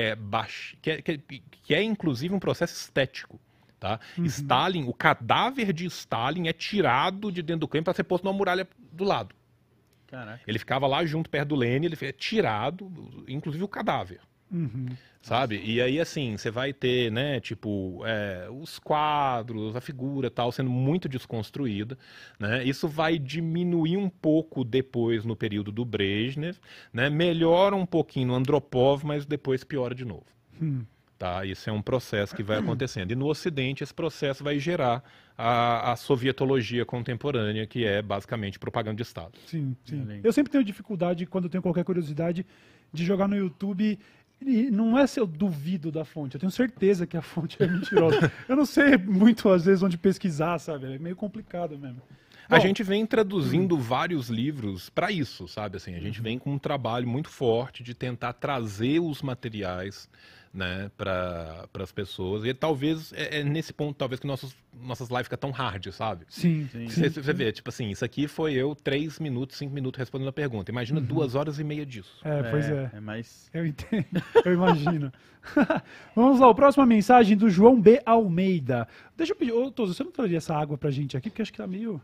é inclusive um processo estético. Tá? Stalin, o cadáver de Stalin é tirado de dentro do Kremlin para ser posto numa muralha do lado. Caraca. Ele ficava lá junto, perto do Lenin, ele foi tirado, inclusive o cadáver. Sabe? E aí, assim, você vai ter, né, tipo, os quadros, a figura tal, sendo muito desconstruída, né? Isso vai diminuir um pouco depois no período do Brezhnev, né? Melhora um pouquinho no Andropov, mas depois piora de novo. Tá? Isso é um processo que vai acontecendo. E no Ocidente, esse processo vai gerar a sovietologia contemporânea, que é basicamente propaganda de Estado. Sim. Eu sempre tenho dificuldade, quando eu tenho qualquer curiosidade, de jogar no YouTube. E não é se eu duvido da fonte, eu tenho certeza que a fonte é mentirosa. Eu não sei muito, às vezes, onde pesquisar, sabe? É meio complicado mesmo. A gente vem traduzindo vários livros para isso, sabe? Assim, a gente vem com um trabalho muito forte de tentar trazer os materiais, né, para as pessoas. E talvez, nesse ponto, talvez que nossas lives ficam tão hard, sabe? Sim. Você vê, tipo assim, isso aqui foi eu 3 minutos, 5 minutos respondendo a pergunta. Imagina 2 horas e meia disso. Pois é. É mais... Eu entendo, eu imagino. Vamos lá, a próxima mensagem do João B. Almeida. Deixa eu pedir, Toso, você não traria essa água pra gente aqui? Porque acho que tá meio...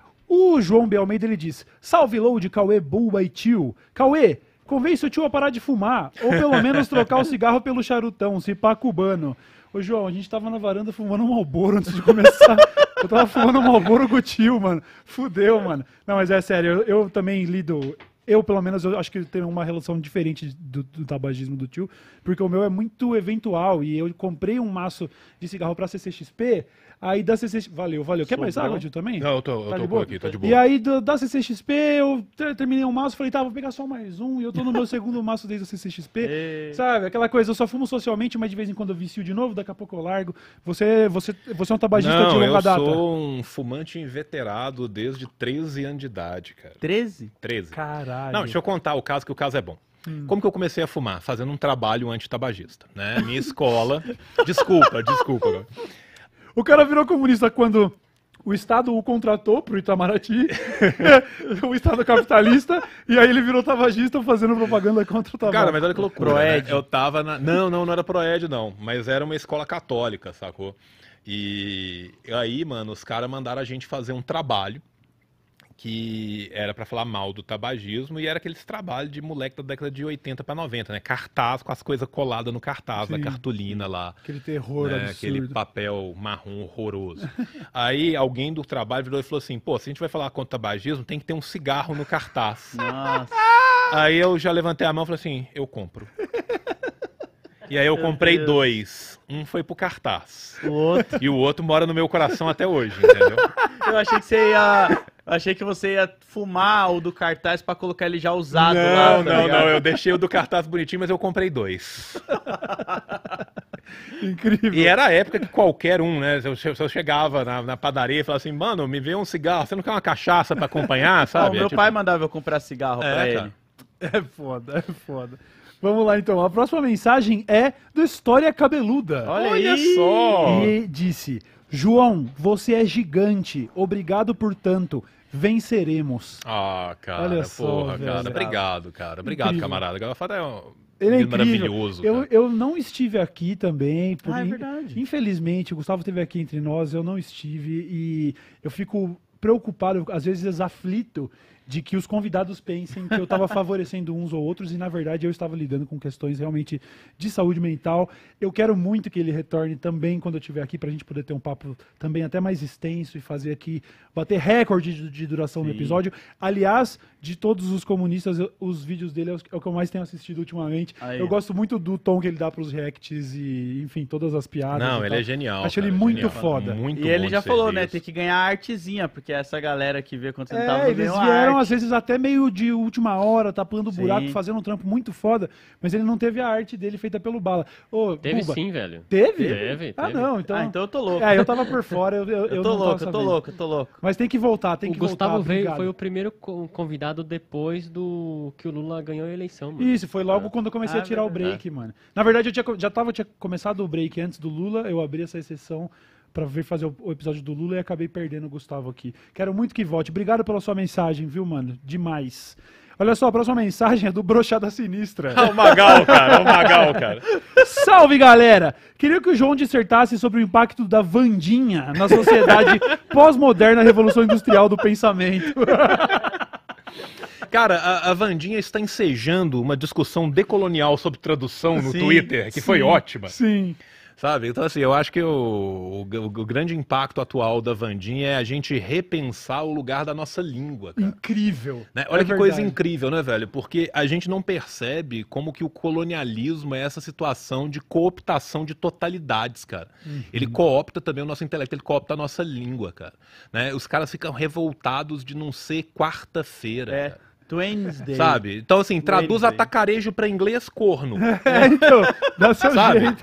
O João B. Almeida, ele diz: salve load, Cauê, Bulba e tio. Cauê, convence o tio a parar de fumar, ou pelo menos trocar o cigarro pelo charutão, se pá cubano. Ô, João, a gente tava na varanda fumando um Marlboro antes de começar. Eu tava fumando um Marlboro com o tio, mano. Fudeu, mano. Não, mas é sério, eu também lido... Eu, pelo menos, eu acho que tenho uma relação diferente do tabagismo do tio, porque o meu é muito eventual, e eu comprei um maço de cigarro pra CCXP, aí da CCXP... Valeu. Quer mais água, tio, também? Não, eu tô por aqui, tá de boa. E aí, da CCXP, eu terminei um maço, falei, tá, vou pegar só mais um, e eu tô no meu segundo maço desde a CCXP, sabe? Aquela coisa, eu só fumo socialmente, mas de vez em quando eu vicio de novo, daqui a pouco eu largo. Você é um tabagista de longa data? Eu sou um fumante inveterado desde 13 anos de idade, cara. 13? 13. Caralho. Não, deixa eu contar o caso, que o caso é bom. Como que eu comecei a fumar? Fazendo um trabalho antitabagista, né? Minha escola... Desculpa. O cara virou comunista quando O Estado o contratou pro Itamaraty, o Estado capitalista, e aí ele virou tabagista fazendo propaganda contra o tabaco. Cara, mas olha que loucura. Proed. Né? Eu tava na... Não era Proed, não. Mas era uma escola católica, sacou? E aí, mano, os caras mandaram a gente fazer um trabalho que era pra falar mal do tabagismo, e era aqueles trabalhos de moleque da década de 80 pra 90, né? Cartaz com as coisas coladas no cartaz, Sim. da cartolina lá. Aquele terror Né, absurdo. aquele papel marrom horroroso. Aí alguém do trabalho virou e falou assim, pô, se a gente vai falar contra o tabagismo, tem que ter um cigarro no cartaz. Nossa. Aí eu já levantei a mão e falei assim, eu compro. E aí eu comprei 2. Um foi pro cartaz. O outro. E o outro mora no meu coração até hoje, entendeu? Eu achei que você ia. Eu achei que você ia fumar o do cartaz pra colocar ele já usado lá. tá ligado? Não. Eu deixei o do cartaz bonitinho, mas eu comprei 2. Incrível. E era a época que qualquer um, né? Se eu chegava na padaria e falava assim, mano, me vê um cigarro, você não quer uma cachaça pra acompanhar, Não, sabe? meu Tipo, pai mandava eu comprar cigarro pra cara. ele. É foda, é foda. Vamos lá então. A próxima mensagem é do História Cabeluda. Olha Olha aí. só! E disse: João, você é gigante. Obrigado por tanto. Venceremos. Ah, cara, Olha só, porra, velho. cara. Obrigado, cara. Obrigado, Incrível. camarada. Galafada é um Ele é menino incrível. maravilhoso. Eu, cara. eu não estive aqui também. Ah, é verdade. Infelizmente, o Gustavo esteve aqui entre nós, eu não estive. E eu fico preocupado, às vezes aflito, de que os convidados pensem que eu estava favorecendo uns ou outros e, na verdade, eu estava lidando com questões realmente de saúde mental. Eu quero muito que ele retorne também quando eu estiver aqui, para a gente poder ter um papo também até mais extenso e fazer aqui, bater recorde de duração no Sim. episódio. Aliás, de todos os comunistas, os vídeos dele é o que eu mais tenho assistido ultimamente. Aí. Eu gosto muito do tom que ele dá para os reacts e, enfim, todas as piadas. Não, e ele tal. é genial. Acho ele cara, muito genial. foda. Muito E ele bom já de falou, né? serviço. Tem que ganhar artezinha, porque essa galera que vê quando você não tava não Eles ganhou vieram, arte. às vezes, até meio de última hora, tapando o Sim. buraco, fazendo um trampo muito foda, mas ele não teve a arte dele feita pelo Bala. Ô, Teve Buba, sim, velho. Teve? Teve, Ah, teve. não, então... Ah, então eu tô louco. É, eu tava por fora, eu eu tô não tava louco, eu tô sabendo. louco, eu tô louco. Mas tem que voltar, tem O que Gustavo voltar, veio, obrigado. foi o primeiro convidado depois do que o Lula ganhou a eleição, mano. Isso, foi logo quando eu comecei Ah, a tirar o verdade. break, mano. Na verdade, eu tinha começado o break antes do Lula, eu abri essa exceção pra vir fazer o episódio do Lula e acabei perdendo o Gustavo aqui. Quero muito que volte. Obrigado pela sua mensagem, viu, mano? Demais. Olha só, a próxima mensagem é do Brochada Sinistra. É o Magal, cara. É o Magal, cara. Salve, galera! Queria que o João dissertasse sobre o impacto da Vandinha na sociedade pós-moderna Revolução Industrial do pensamento. Cara, a Vandinha está ensejando uma discussão decolonial sobre tradução no Sim, Twitter, que foi ótima. Sim. Sabe? Então, assim, eu acho que o grande impacto atual da Vandinha é a gente repensar o lugar da nossa língua, cara. Incrível. Né? Olha É que coisa verdade. incrível, né, velho? Porque a gente não percebe como que o colonialismo é essa situação de cooptação de totalidades, cara. Ele coopta também o nosso intelecto, ele coopta a nossa língua, cara. Né? Os caras ficam revoltados de não ser quarta-feira, É. cara. Wednesday. Sabe? Então, assim, traduz Wednesday. atacarejo pra inglês, corno. É, então, dá seu Sabe? jeito.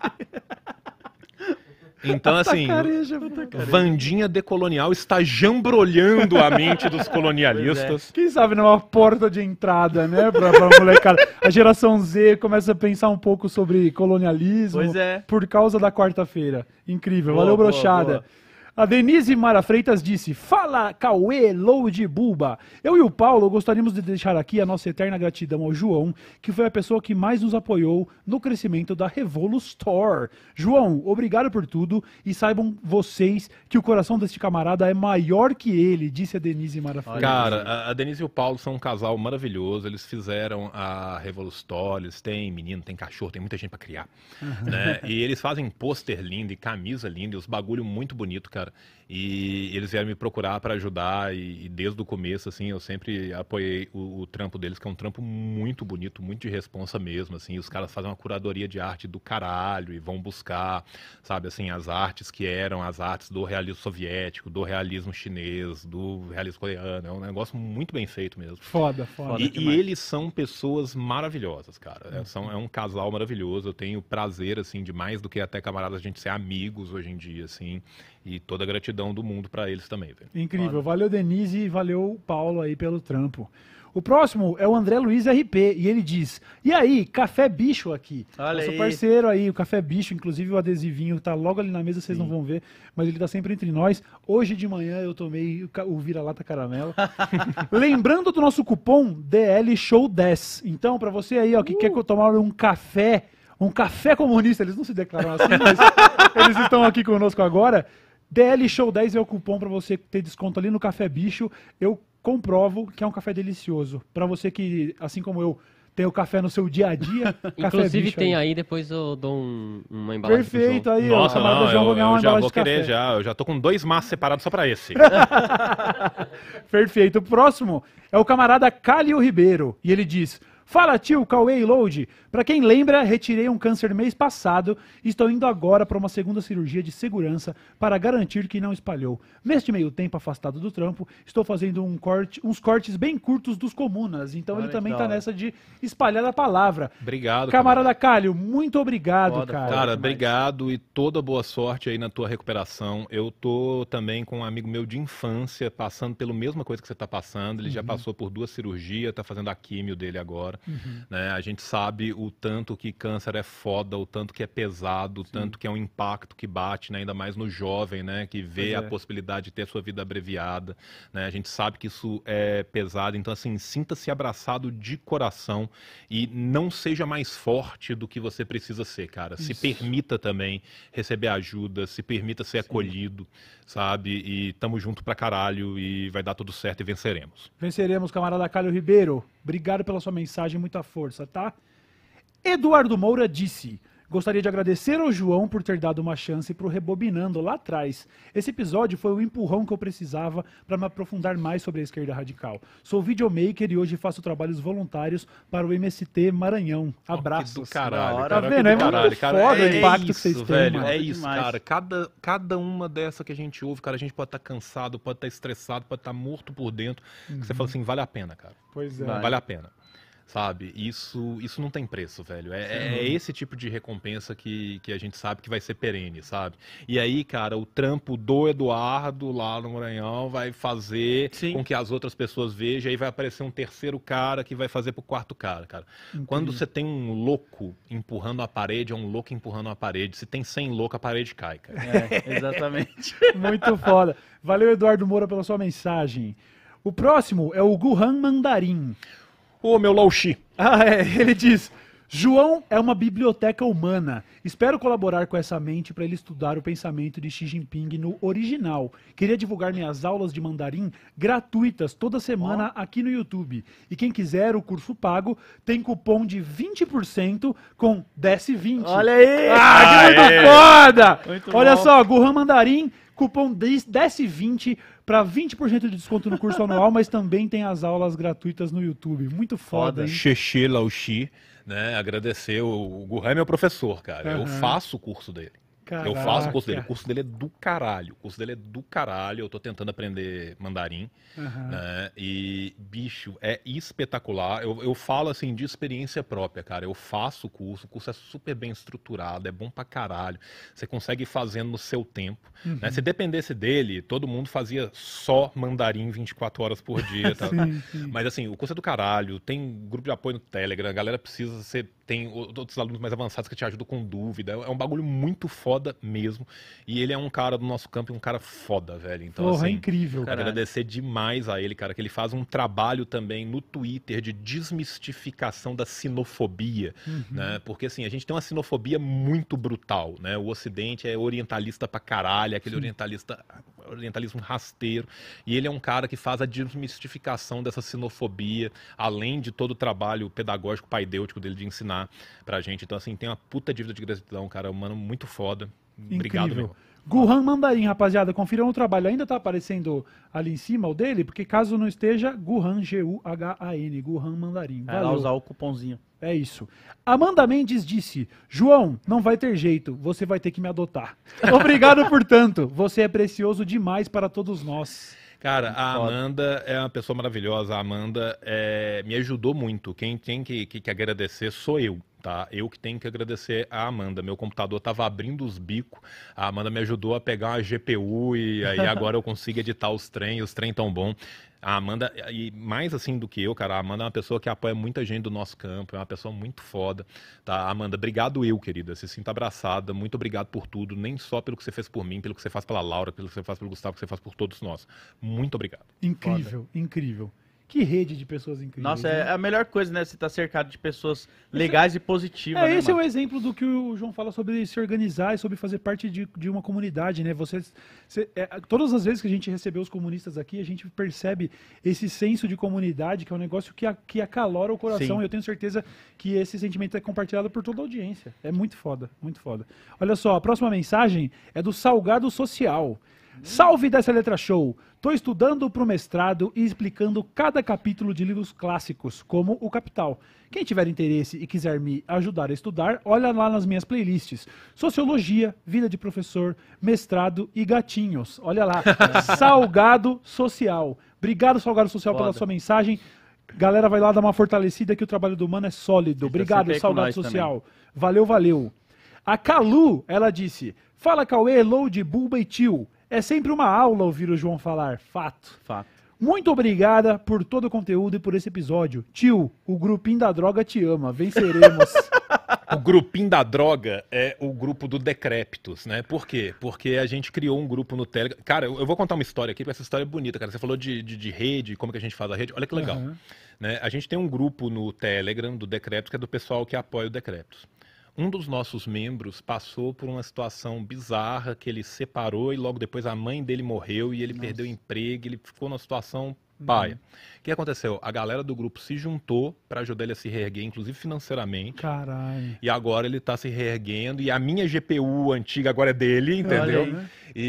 Então, assim, Tacareja, Vandinha decolonial está jambrolhando a mente dos colonialistas. Quem sabe não é uma porta de entrada, né, pra molecada. A geração Z começa a pensar um pouco sobre colonialismo Pois é. por causa da quarta-feira. Incrível. Boa, Valeu, boa, brochada. boa. A Denise Mara Freitas disse: Fala, Cauê, Load Buba. Eu e o Paulo gostaríamos de deixar aqui a nossa eterna gratidão ao João, que foi a pessoa que mais nos apoiou no crescimento da Revolu Store. João, obrigado por tudo e saibam vocês que o coração deste camarada é maior que ele, disse a Denise Mara Freitas. Cara, a Denise e o Paulo são um casal maravilhoso. Eles fizeram a Revolu Store, eles têm menino, tem cachorro, tem muita gente pra criar. Né? E eles fazem pôster lindo e camisa linda, e os bagulho muito bonito, cara. E eles vieram me procurar para ajudar e desde o começo, assim, eu sempre apoiei o trampo deles, que é um trampo muito bonito, muito de responsa mesmo, assim. Os caras fazem uma curadoria de arte do caralho e vão buscar, sabe, assim, as artes que eram as artes do realismo soviético, do realismo chinês, do realismo coreano. É um negócio muito bem feito mesmo. Foda, foda. E eles são pessoas maravilhosas, cara. É um casal maravilhoso. Eu tenho prazer, assim, de mais do que até camaradas, a gente ser amigos hoje em dia, assim. E toda a gratidão do mundo pra eles também, velho. Incrível. Valeu, Denise, e valeu, Paulo, aí pelo trampo. O próximo é o André Luiz RP, e ele diz, e aí, Café Bicho aqui. Olha Nosso aí. parceiro aí, o Café Bicho, inclusive o adesivinho tá logo ali na mesa, vocês não vão ver, mas ele tá sempre entre nós. Hoje de manhã eu tomei o vira-lata caramelo. Lembrando do nosso cupom DL Show 10. Então, pra você aí, ó, que quer tomar um café comunista, eles não se declaram assim, mas eles estão aqui conosco agora. DL Show 10 é o cupom pra você ter desconto ali no Café Bicho. Eu comprovo que é um café delicioso. Pra você que, assim como eu, tem o café no seu dia a dia. Café Inclusive Bicho tem aí, depois eu dou uma embalagem pro Perfeito, João. aí, Nossa, ó. O camarada não, João vai ganhar uma eu já embalagem vou de café. querer já. Eu já tô com 2 maços separados só pra esse. Perfeito. O próximo é o camarada Calil Ribeiro. E ele diz: fala, tio, Cauê e Load. Pra quem lembra, retirei um câncer mês passado e estou indo agora para uma segunda cirurgia de segurança para garantir que não espalhou. Neste meio tempo afastado do trampo, estou fazendo uns cortes bem curtos dos comunas. Então Olha ele também que tá da hora. nessa de espalhar a palavra. Obrigado, Camarada Calil, muito obrigado, Foda, cara. Cara, demais. obrigado e toda boa sorte aí na tua recuperação. Eu tô também com um amigo meu de infância passando pela mesma coisa que você tá passando. Ele já passou por 2 cirurgias, tá fazendo a químio dele agora. Né? A gente sabe o tanto que câncer é foda, o tanto que é pesado, o tanto que é um impacto que bate, né? Ainda mais no jovem, né? Que vê Pois a é. possibilidade de ter sua vida abreviada. Né? A gente sabe que isso é pesado, então assim, sinta-se abraçado de coração e não seja mais forte do que você precisa ser, cara. Se permita também receber ajuda, se permita ser acolhido, sabe? E tamo junto pra caralho e vai dar tudo certo e venceremos. Venceremos, camarada Calil Ribeiro. Obrigado pela sua mensagem, muita força, tá? Eduardo Moura disse: gostaria de agradecer ao João por ter dado uma chance pro Rebobinando lá atrás. Esse episódio foi o empurrão que eu precisava para me aprofundar mais sobre a esquerda radical. Sou videomaker e hoje faço trabalhos voluntários para o MST Maranhão. Abraços. Que do caralho, Da hora. cara, Tá que vendo? do É muito caralho, cara. foda o É impacto que isso, vocês têm, velho. mano. É isso, Demais. cara. Cada uma dessa que a gente ouve, cara, a gente pode estar cansado, pode estar estressado, pode estar morto por dentro. Que você fala assim, vale a pena, cara. Pois é. Vale a pena. Sabe? Isso não tem preço, velho. É esse tipo de recompensa que a gente sabe que vai ser perene, sabe? E aí, cara, o trampo do Eduardo lá no Maranhão vai fazer Sim. com que as outras pessoas vejam, aí vai aparecer um terceiro cara que vai fazer pro quarto cara, cara. Quando você tem um louco empurrando a parede, é um louco empurrando a parede. Se tem 100 loucos, a parede cai, cara. É, exatamente. Muito foda. Valeu, Eduardo Moura, pela sua mensagem. O próximo é o Guhan Mandarim. Ô, meu Lauxi. Ah, é. Ele diz: João é uma biblioteca humana. Espero colaborar com essa mente para ele estudar o pensamento de Xi Jinping no original. Queria divulgar minhas aulas de mandarim gratuitas toda semana aqui no YouTube. E quem quiser o curso pago tem cupom de 20% com DS20. Olha aí! Ah, que Aê! muito foda! Muito Olha bom. só, Gohan Mandarim, cupom DS20 para 20% de desconto no curso anual, mas também tem as aulas gratuitas no YouTube. Muito foda, hein? Xexê Lauxi, né? Agradecer. O Gurran é meu professor, cara. Eu faço o curso dele. Eu faço o curso dele. O curso dele é do caralho. O curso dele é do caralho. Eu tô tentando aprender mandarim. Né? E, bicho, é espetacular. Eu falo, assim, de experiência própria, cara. Eu faço o curso é super bem estruturado, é bom pra caralho. Você consegue ir fazendo no seu tempo. Né? Se dependesse dele, todo mundo fazia só mandarim 24 horas por dia. Tá? Mas, assim, o curso é do caralho. Tem grupo de apoio no Telegram. A galera precisa ser... Tem outros alunos mais avançados que te ajudam com dúvida. É um bagulho muito foda mesmo. E ele é um cara do nosso campo, um cara foda, velho. Então, Porra, assim, incrível, cara, cara. agradecer demais a ele, cara, que ele faz um trabalho também no Twitter de desmistificação da sinofobia, né? Porque, assim, a gente tem uma sinofobia muito brutal, né? O Ocidente é orientalista pra caralho, aquele orientalismo rasteiro. E ele é um cara que faz a desmistificação dessa sinofobia, além de todo o trabalho pedagógico, paidêutico dele de ensinar pra gente. Então, assim, tem uma puta dívida de gratidão, cara. Um mano muito foda. Obrigado, Incrível. meu. Guhan Mandarim, rapaziada, confiram o trabalho. Ainda tá aparecendo ali em cima o dele? Porque caso não esteja, Guhan, G-U-H-A-N, Guhan Mandarim. Vai lá Valeu. usar o cupomzinho. É isso. Amanda Mendes disse: João, não vai ter jeito, você vai ter que me adotar. Obrigado por tanto, você é precioso demais para todos nós. Cara, a foda. Amanda é uma pessoa maravilhosa. A Amanda me ajudou muito. Quem tem que agradecer sou eu. tá? Eu que tenho que agradecer a Amanda. Meu computador estava abrindo os bicos, a Amanda me ajudou a pegar uma GPU e aí agora eu consigo editar os trem tão bom. A Amanda, e mais assim do que eu, cara, a Amanda é uma pessoa que apoia muita gente do nosso campo, é uma pessoa muito foda, tá? Amanda, obrigado eu, querida, se sinta abraçada, muito obrigado por tudo, nem só pelo que você fez por mim, pelo que você faz pela Laura, pelo que você faz pelo Gustavo, que você faz por todos nós. Muito obrigado. Incrível, incrível. Que rede de pessoas incríveis. Nossa, né? é a melhor coisa, né? Você tá cercado de pessoas legais e positivas, né, Esse é o mano? exemplo do que o João fala sobre se organizar e sobre fazer parte de uma comunidade, né? Todas as vezes que a gente recebeu os comunistas aqui, a gente percebe esse senso de comunidade, que é um negócio que acalora o coração. Sim. E eu tenho certeza que esse sentimento é compartilhado por toda a audiência. É muito foda, muito foda. Olha só, a próxima mensagem é do Salgado Social. Salve dessa letra show! Tô estudando pro mestrado e explicando cada capítulo de livros clássicos, como O Capital. Quem tiver interesse e quiser me ajudar a estudar, olha lá nas minhas playlists. Sociologia, Vida de Professor, Mestrado e Gatinhos. Olha lá. Salgado Social. Obrigado, Salgado Social, pela Foda. sua mensagem. Galera, vai lá dar uma fortalecida que o trabalho do Mano é sólido. Obrigado, sempre aí com Salgado nós Social. Valeu, valeu. A Calu, ela disse: Fala, Cauê, Load, Bulba e Tio. É sempre uma aula ouvir o João falar. Fato. Fato. Muito obrigada por todo o conteúdo e por esse episódio. Tio, o grupinho da droga te ama. Venceremos. O grupinho da droga é o grupo do Decrépitos, né? Por quê? Porque a gente criou um grupo no Telegram. Cara, eu vou contar uma história aqui, porque essa história é bonita, cara. Você falou de rede, como que a gente faz a rede. Olha que legal. Uhum. Né? A gente tem um grupo no Telegram do Decrépitos, que é do pessoal que apoia o Decrépitos. Um dos nossos membros passou por uma situação bizarra, que ele separou e logo depois a mãe dele morreu e ele perdeu o emprego, ele ficou numa situação paia. O que aconteceu? A galera do grupo se juntou para ajudar ele a se reerguer, inclusive financeiramente. Caralho. E agora ele tá se reerguendo e a minha GPU antiga agora é dele, entendeu? Olha aí.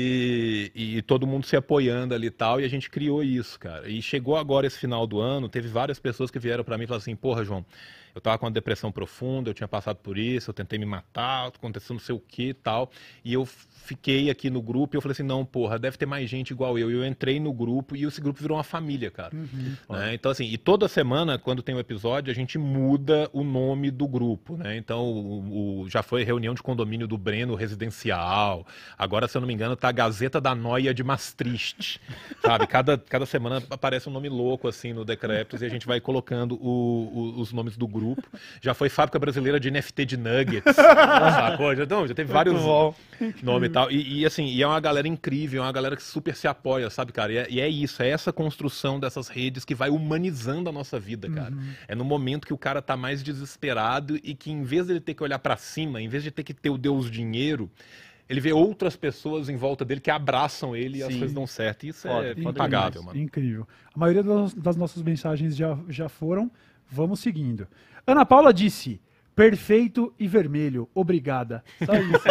E todo mundo se apoiando ali e tal, e a gente criou isso, cara. E chegou agora esse final do ano, teve várias pessoas que vieram pra mim e falaram assim: porra, João, eu tava com uma depressão profunda, eu tinha passado por isso, eu tentei me matar, aconteceu não sei o que e tal. E eu fiquei aqui no grupo e eu falei assim: não, porra, deve ter mais gente igual eu. E eu entrei no grupo e esse grupo virou uma família, cara. Né? Então, assim, e toda semana, quando tem um episódio, a gente muda o nome do grupo, né? Então, já foi reunião de condomínio do Breno Residencial. Agora, se eu não me engano, tá a Gazeta da Noia de Maastricht, sabe? Cada semana aparece um nome louco, assim, no Decrépitos e a gente vai colocando os nomes do grupo. Já foi Fábrica Brasileira de NFT de Nuggets, sacou? Já teve vários nomes e tal. E, assim, e é uma galera incrível, é uma galera que super se apoia, sabe, cara? E é isso, é essa construção dessas redes que vai humanizando a nossa vida, cara. É no momento que o cara tá mais desesperado e que, em vez de ele ter que olhar pra cima, em vez de ter que ter o Deus dinheiro, ele vê outras pessoas em volta dele que abraçam ele e as Sim. coisas dão certo. E isso Foda, é foda impagável, demais. mano. Incrível. A maioria das nossas mensagens já foram. Vamos seguindo. Ana Paula disse: perfeito e vermelho. Obrigada. Só isso.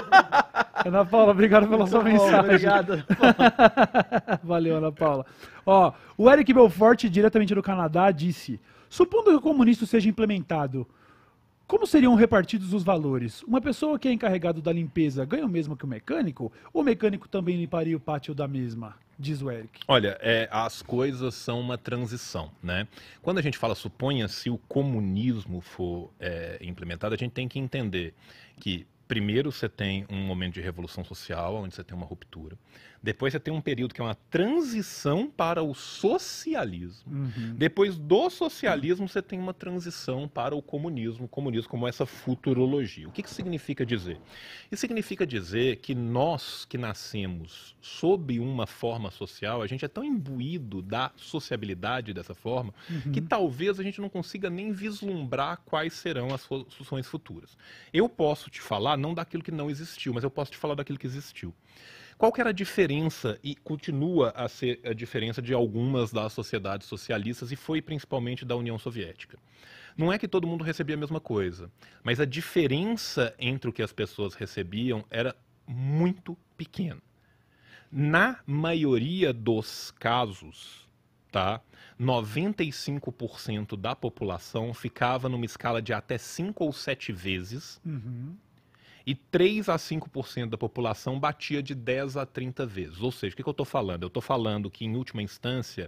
Ana Paula, obrigado pela sua mensagem. Obrigado. Valeu, Ana Paula. Ó, o Eric Belfort, diretamente do Canadá, disse: supondo que o comunismo seja implementado, como seriam repartidos os valores? Uma pessoa que é encarregado da limpeza ganha o mesmo que o mecânico? Ou o mecânico também limparia o pátio da mesma? Diz o Eric. Olha, as coisas são uma transição, né? Quando a gente fala, suponha se o comunismo for implementado, a gente tem que entender que primeiro você tem um momento de revolução social, onde você tem uma ruptura. Depois você tem um período que é uma transição para o socialismo. Depois do socialismo você tem uma transição para o comunismo como essa futurologia. O que isso significa dizer? Isso significa dizer que nós que nascemos sob uma forma social, a gente é tão imbuído da sociabilidade dessa forma, que talvez a gente não consiga nem vislumbrar quais serão as soluções futuras. Eu posso te falar não daquilo que não existiu, mas eu posso te falar daquilo que existiu. Qual que era a diferença, e continua a ser a diferença de algumas das sociedades socialistas, e foi principalmente da União Soviética? Não é que todo mundo recebia a mesma coisa, mas a diferença entre o que as pessoas recebiam era muito pequena. Na maioria dos casos, tá, 95% da população ficava numa escala de até 5 ou 7 vezes E 3 a 5% da população batia de 10 a 30 vezes. Ou seja, o que eu estou falando? Eu estou falando que, em última instância,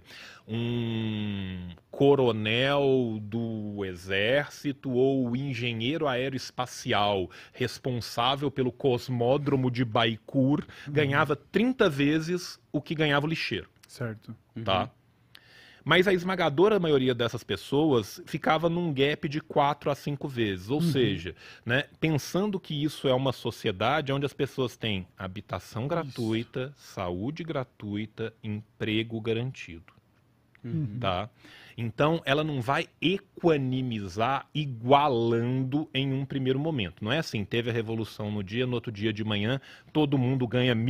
um coronel do exército ou engenheiro aeroespacial responsável pelo cosmódromo de Baikonur ganhava 30 vezes o que ganhava o lixeiro. Certo. Tá? Mas a esmagadora maioria dessas pessoas ficava num gap de 4 a 5 vezes. Ou seja, né, pensando que isso é uma sociedade onde as pessoas têm habitação gratuita, saúde gratuita, emprego garantido. Tá? Então, ela não vai equanimizar igualando em um primeiro momento. Não é assim, teve a revolução no dia, no outro dia de manhã, todo mundo ganha R$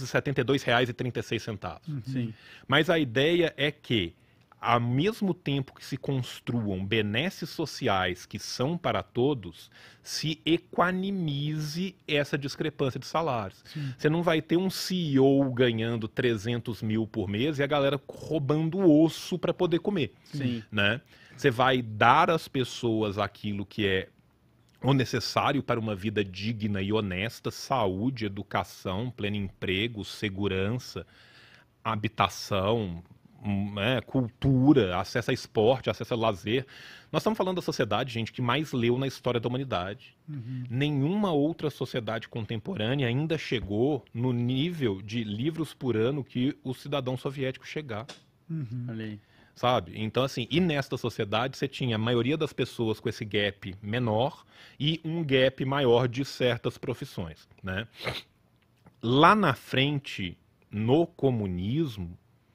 1.872,36. Sim. Mas a ideia é que, ao mesmo tempo que se construam benesses sociais que são para todos, se equanimize essa discrepância de salários. Você não vai ter um CEO ganhando 300 mil por mês e a galera roubando osso para poder comer. Sim. Né? Você vai dar às pessoas aquilo que é o necessário para uma vida digna e honesta, saúde, educação, pleno emprego, segurança, habitação, cultura, acesso a esporte, acesso a lazer. Nós estamos falando da sociedade, gente, que mais leu na história da humanidade. Nenhuma outra sociedade contemporânea ainda chegou no nível de livros por ano que o cidadão soviético chegar. Olha aí. Sabe? Então, assim, e nesta sociedade você tinha a maioria das pessoas com esse gap menor e um gap maior de certas profissões, né? Lá na frente, no comunismo,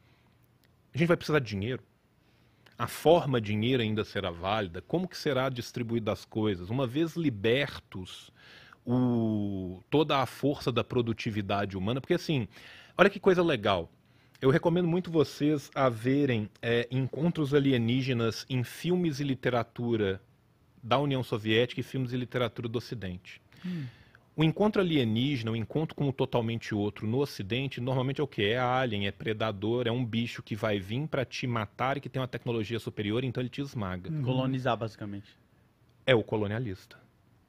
a gente vai precisar de dinheiro. A forma dinheiro ainda será válida. Como que será distribuída as coisas? Uma vez libertos toda a força da produtividade humana, porque assim, olha que coisa legal. Eu recomendo muito vocês a verem encontros alienígenas em filmes e literatura da União Soviética e filmes e literatura do Ocidente. O encontro alienígena, o encontro com o totalmente outro no Ocidente, normalmente é o quê? É alien, é predador, é um bicho que vai vir para te matar e que tem uma tecnologia superior, então ele te esmaga. Colonizar, basicamente. É o colonialista.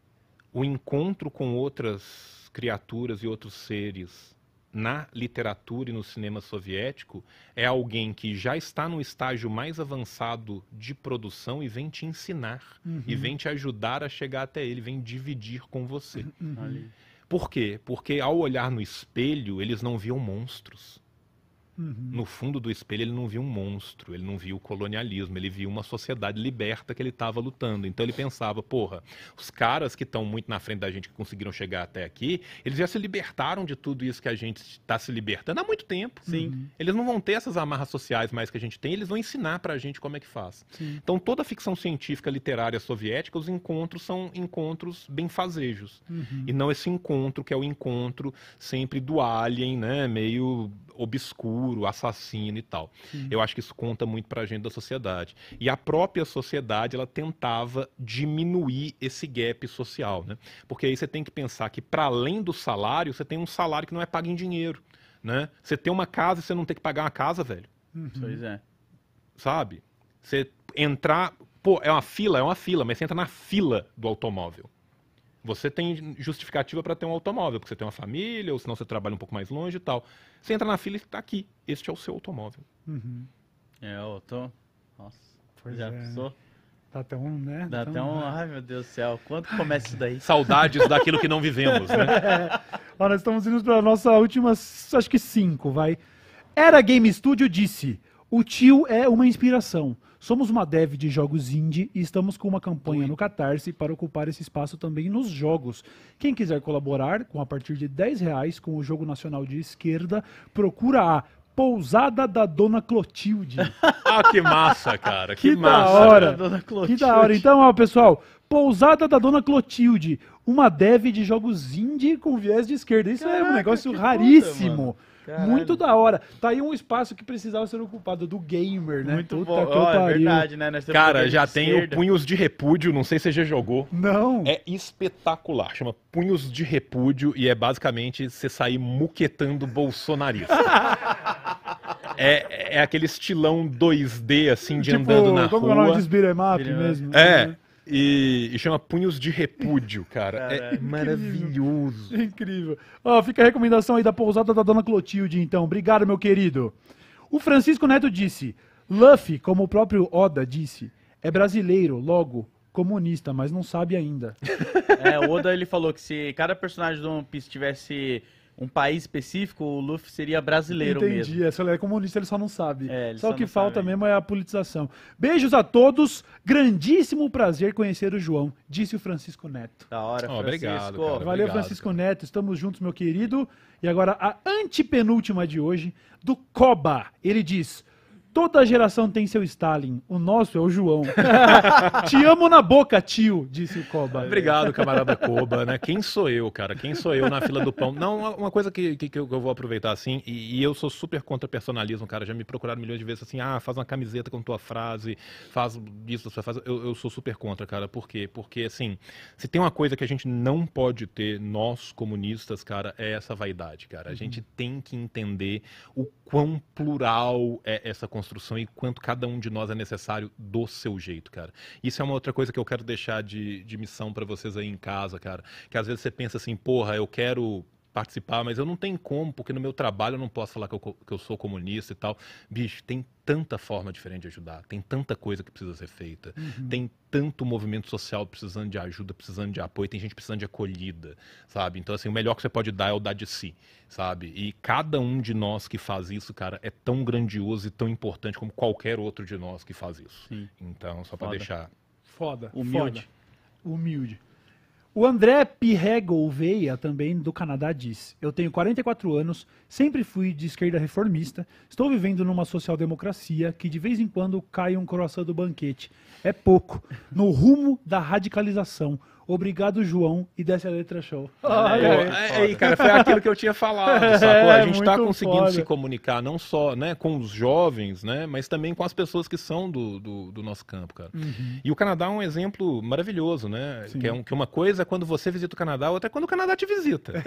O encontro com outras criaturas e outros seres na literatura e no cinema soviético é alguém que já está no estágio mais avançado de produção e vem te ensinar, e vem te ajudar a chegar até ele, vem dividir com você. Por quê? Porque ao olhar no espelho, eles não viam monstros. No fundo do espelho ele não viu um monstro, ele não viu o colonialismo, ele viu uma sociedade liberta que ele estava lutando. Então ele pensava, porra, os caras que estão muito na frente da gente, que conseguiram chegar até aqui, eles já se libertaram de tudo isso que a gente está se libertando há muito tempo. Sim. Eles não vão ter essas amarras sociais mais que a gente tem, eles vão ensinar pra gente como é que faz. Então toda a ficção científica literária soviética, os encontros são encontros benfazejos. E não esse encontro que é o encontro sempre do alien, né, meio obscuro, assassino e tal. Eu acho que isso conta muito pra gente da sociedade. E a própria sociedade, ela tentava diminuir esse gap social, né? Porque aí você tem que pensar que, para além do salário, você tem um salário que não é pago em dinheiro, né? Você tem uma casa e você não tem que pagar uma casa, velho. Pois é. Sabe? Você entrar... Pô, é uma fila, mas você entra na fila do automóvel. Você tem justificativa para ter um automóvel, porque você tem uma família, ou senão você trabalha um pouco mais longe e tal. Você entra na fila e está aqui. Este é o seu automóvel. Eu tô... Nossa. Pois Já é. pensou? Dá até um, né? Dá até um... Ai, meu Deus do céu. Quanto começa isso daí? Saudades daquilo que não vivemos, né? Ó, nós estamos indo para a nossa última, acho que 5, vai. Era Game Studio disse: o tio é uma inspiração. Somos uma dev de jogos indie e estamos com uma campanha no Catarse para ocupar esse espaço também nos jogos. Quem quiser colaborar com a partir de R$10 com o jogo nacional de esquerda, procura a Pousada da Dona Clotilde. Ah, que massa, cara. Que Da massa. hora. Dona Que Clotilde. da hora. Então, ó, pessoal, Pousada da Dona Clotilde, uma dev de jogos indie com viés de esquerda. Isso é um Caraca, negócio que raríssimo. foda, mano. Caralho. Muito da hora. Tá aí um espaço que precisava ser ocupado do gamer, né? Muito Puta bom. que Ó, é pariu. verdade, né? Nós temos Cara, jogador já de tem o esquerda. Punhos de Repúdio, não sei se você já jogou. Não. É espetacular, chama Punhos de Repúdio e é basicamente você sair muquetando bolsonarista. é aquele estilão 2D, assim, de Tipo, andando na como é o nome rua. disso? Beat'em up Beat'em up. mesmo. É. E chama Punhos de Repúdio, cara. É Caralho. maravilhoso. Incrível. Ó, fica a recomendação aí da pousada da Dona Clotilde, então. Obrigado, meu querido. O Francisco Neto disse, Luffy, como o próprio Oda disse, é brasileiro, logo, comunista, mas não sabe ainda. O Oda ele falou que se cada personagem do One Piece tivesse um país específico, o Luffy seria brasileiro Entendi, mesmo. essa é comunista, ele só não sabe. Ele Só o que não falta sabe mesmo é a politização. Beijos a todos, grandíssimo prazer conhecer o João, disse o Francisco Neto. Da hora, Francisco. Obrigado, cara. Valeu, Obrigado, Francisco cara. Neto, estamos juntos, meu querido. E agora a antepenúltima de hoje, do Koba. Ele diz, toda geração tem seu Stalin, o nosso é o João. Te amo na boca, tio, disse o Koba. Obrigado, camarada Koba, né? Quem sou eu, cara? Quem sou eu na fila do pão? Não, uma coisa que eu vou aproveitar assim, e eu sou super contra personalismo, cara. Já me procuraram milhões de vezes assim, faz uma camiseta com tua frase, faz isso, faz. Eu sou super contra, cara. Por quê? Porque, assim, se tem uma coisa que a gente não pode ter, nós comunistas, cara, é essa vaidade, cara. A gente tem que entender o quão plural é essa construção e quanto cada um de nós é necessário do seu jeito, cara. Isso é uma outra coisa que eu quero deixar de missão pra vocês aí em casa, cara. Que às vezes você pensa assim, porra, eu quero participar, mas eu não tenho como, porque no meu trabalho eu não posso falar que eu sou comunista e tal. Bicho, tem tanta forma diferente de ajudar, tem tanta coisa que precisa ser feita, tem tanto movimento social precisando de ajuda, precisando de apoio, tem gente precisando de acolhida, sabe? Então, assim, o melhor que você pode dar é o dar de si, sabe? E cada um de nós que faz isso, cara, é tão grandioso e tão importante como qualquer outro de nós que faz isso. Sim. Então, só pra Foda. deixar... Foda. Humilde. Foda. Humilde. O André Pirrego Gouveia, também do Canadá, diz: eu tenho 44 anos, sempre fui de esquerda reformista, estou vivendo numa social-democracia que de vez em quando cai um croissant do banquete. É pouco. No rumo da radicalização. Obrigado, João, e desce a letra show. Aí, cara, foi aquilo que eu tinha falado, sacou? A gente tá muito conseguindo foda. se comunicar não só, né, com os jovens, né, mas também com as pessoas que são do nosso campo, cara. E o Canadá é um exemplo maravilhoso, né? Que uma coisa é quando você visita o Canadá, outra é quando o Canadá te visita.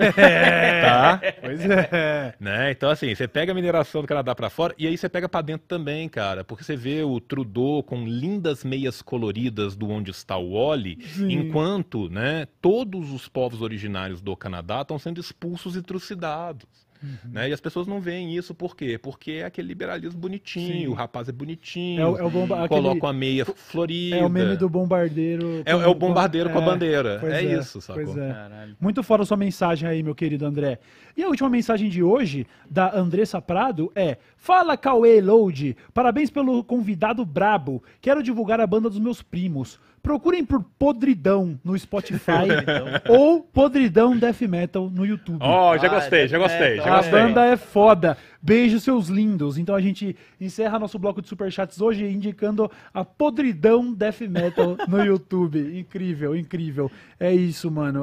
Tá? Pois é. Né? Então, assim, você pega a mineração do Canadá pra fora e aí você pega pra dentro também, cara. Porque você vê o Trudeau com lindas meias coloridas do Onde Está o Wally, enquanto, né, todos os povos originários do Canadá estão sendo expulsos e trucidados. Né? E as pessoas não veem isso por quê? Porque é aquele liberalismo bonitinho, o rapaz é bonitinho, coloca uma meia florida. É o meme do bombardeiro. É o bombardeiro com a bandeira. Pois É isso, sacou? Pois é. Caralho. Muito fora a sua mensagem aí, meu querido André. E a última mensagem de hoje, da Andressa Prado, é: fala, Cauê Load, parabéns pelo convidado brabo. Quero divulgar a banda dos meus primos. Procurem por Podridão no Spotify ou Podridão Death Metal no YouTube. Ó, já gostei, já gostei, já A gostei. banda é foda. Beijo, seus lindos. Então a gente encerra nosso bloco de superchats hoje indicando a Podridão Death Metal no YouTube. Incrível, incrível. É isso, mano.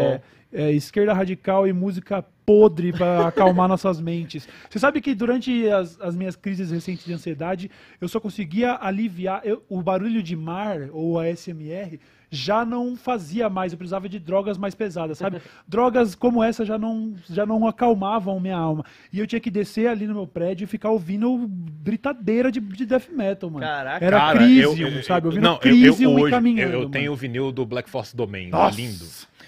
É esquerda radical e música podre para acalmar nossas mentes. Você sabe que durante as minhas crises recentes de ansiedade, eu só conseguia aliviar o barulho de mar ou a ASMR já não fazia mais, eu precisava de drogas mais pesadas, sabe? Drogas como essa já não acalmavam minha alma. E eu tinha que descer ali no meu prédio e ficar ouvindo britadeira de death metal, mano. Caraca. Era Cara, Crisium, sabe? Ouvindo Crisium e hoje, caminhando. eu tenho o mano. vinil do Black Force Domain, Nossa. lindo.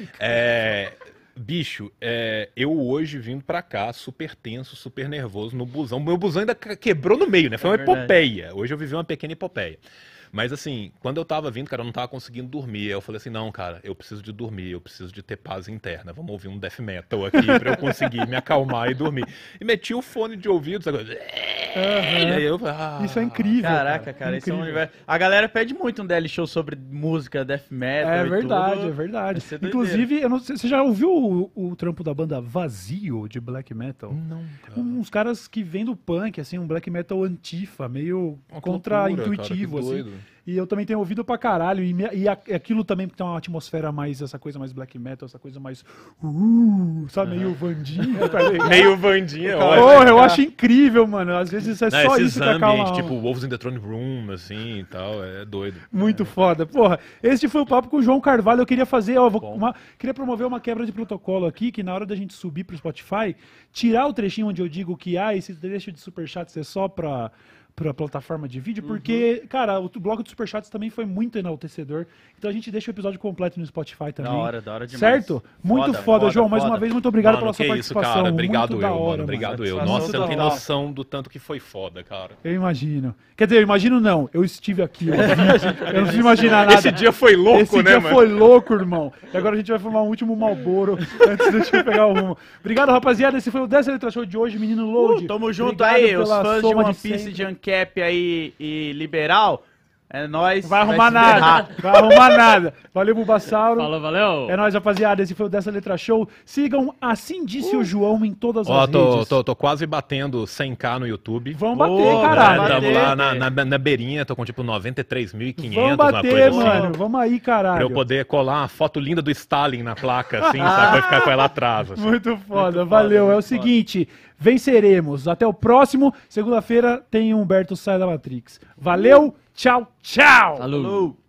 Bicho, eu hoje vindo pra cá, super tenso, super nervoso no busão. Meu busão ainda quebrou no meio, né? Foi uma epopeia. Hoje eu vivi uma pequena epopeia. Mas assim, quando eu tava vindo, cara, eu não tava conseguindo dormir. Aí eu falei assim, não, cara, eu preciso de dormir, eu preciso de ter paz interna. Vamos ouvir um death metal aqui pra eu conseguir me acalmar e dormir. E meti o fone de ouvido, sabe? E aí eu, Isso é incrível. Caraca, cara, isso é um Incrível. universo. A galera pede muito um DL show sobre música, death metal. É e verdade, tudo. é verdade. Vai ser doideira. Inclusive, eu não sei, você já ouviu o trampo da banda Vazio de black metal? Não, cara. Uns caras que vêm do punk, assim, um black metal antifa, meio Uma contra-intuitivo, loucura, cara, que assim. doido. E eu também tenho ouvido pra caralho. E aquilo também tem uma atmosfera mais, essa coisa mais black metal, essa coisa mais. Sabe, meio Vandinha, tá ligado? Meio Vandinha, Porra, eu acho incrível, mano. Às vezes é só esses isso que acalma a ambientes, alma. tipo Wolves in the Throne Room, assim, e tal, é doido. Muito foda. Porra, esse foi o papo com o João Carvalho. Eu queria fazer, ó, queria promover uma quebra de protocolo aqui, que na hora da gente subir pro Spotify, tirar o trechinho onde eu digo que esse trecho de superchats é só pra pra plataforma de vídeo, porque, cara, o bloco de Superchats também foi muito enaltecedor. Então a gente deixa o episódio completo no Spotify também. Da hora demais. Certo? Muito foda, João. Mais uma vez, muito obrigado pela sua que participação. Isso, cara. Obrigado muito eu, da hora, mano. Obrigado eu. Muito Nossa, você não da tem hora. noção do tanto que foi foda, cara. Eu imagino. Quer dizer, eu imagino não. Eu estive aqui. Eu não preciso imaginar nada. Esse dia foi louco, Esse né, dia mano? foi louco, irmão. E agora a gente vai fumar um último Malboro antes de eu pegar o rumo. Obrigado, rapaziada. Esse foi o 10 Letra Show de hoje, menino Load. Tamo junto Obrigado aí, os pela fãs de soma One Piece, sempre. de Ancap aí e Liberal. É nóis. Vai arrumar se nada. ferrar. Vai arrumar nada. Valeu, Bulbasauro. Falou, valeu. É nóis, rapaziada. Esse foi o Dessa Letra Show. Sigam Assim Disse o João em todas Ó, as redes. tô quase batendo 100k no YouTube. Vamos bater, Boa, caralho. vai Tamo bater. lá na beirinha, tô com tipo 93.500, Vamos uma bater, coisa assim. mano. Vamos aí, Pra caralho. eu poder colar uma foto linda do Stalin na placa, assim, sabe? Vai ficar com ela atrás. Assim. Muito foda, valeu. É o seguinte, venceremos. Até o próximo. Segunda-feira tem Humberto Sai da Matrix. Valeu, tchau, tchau. Falou. Falou.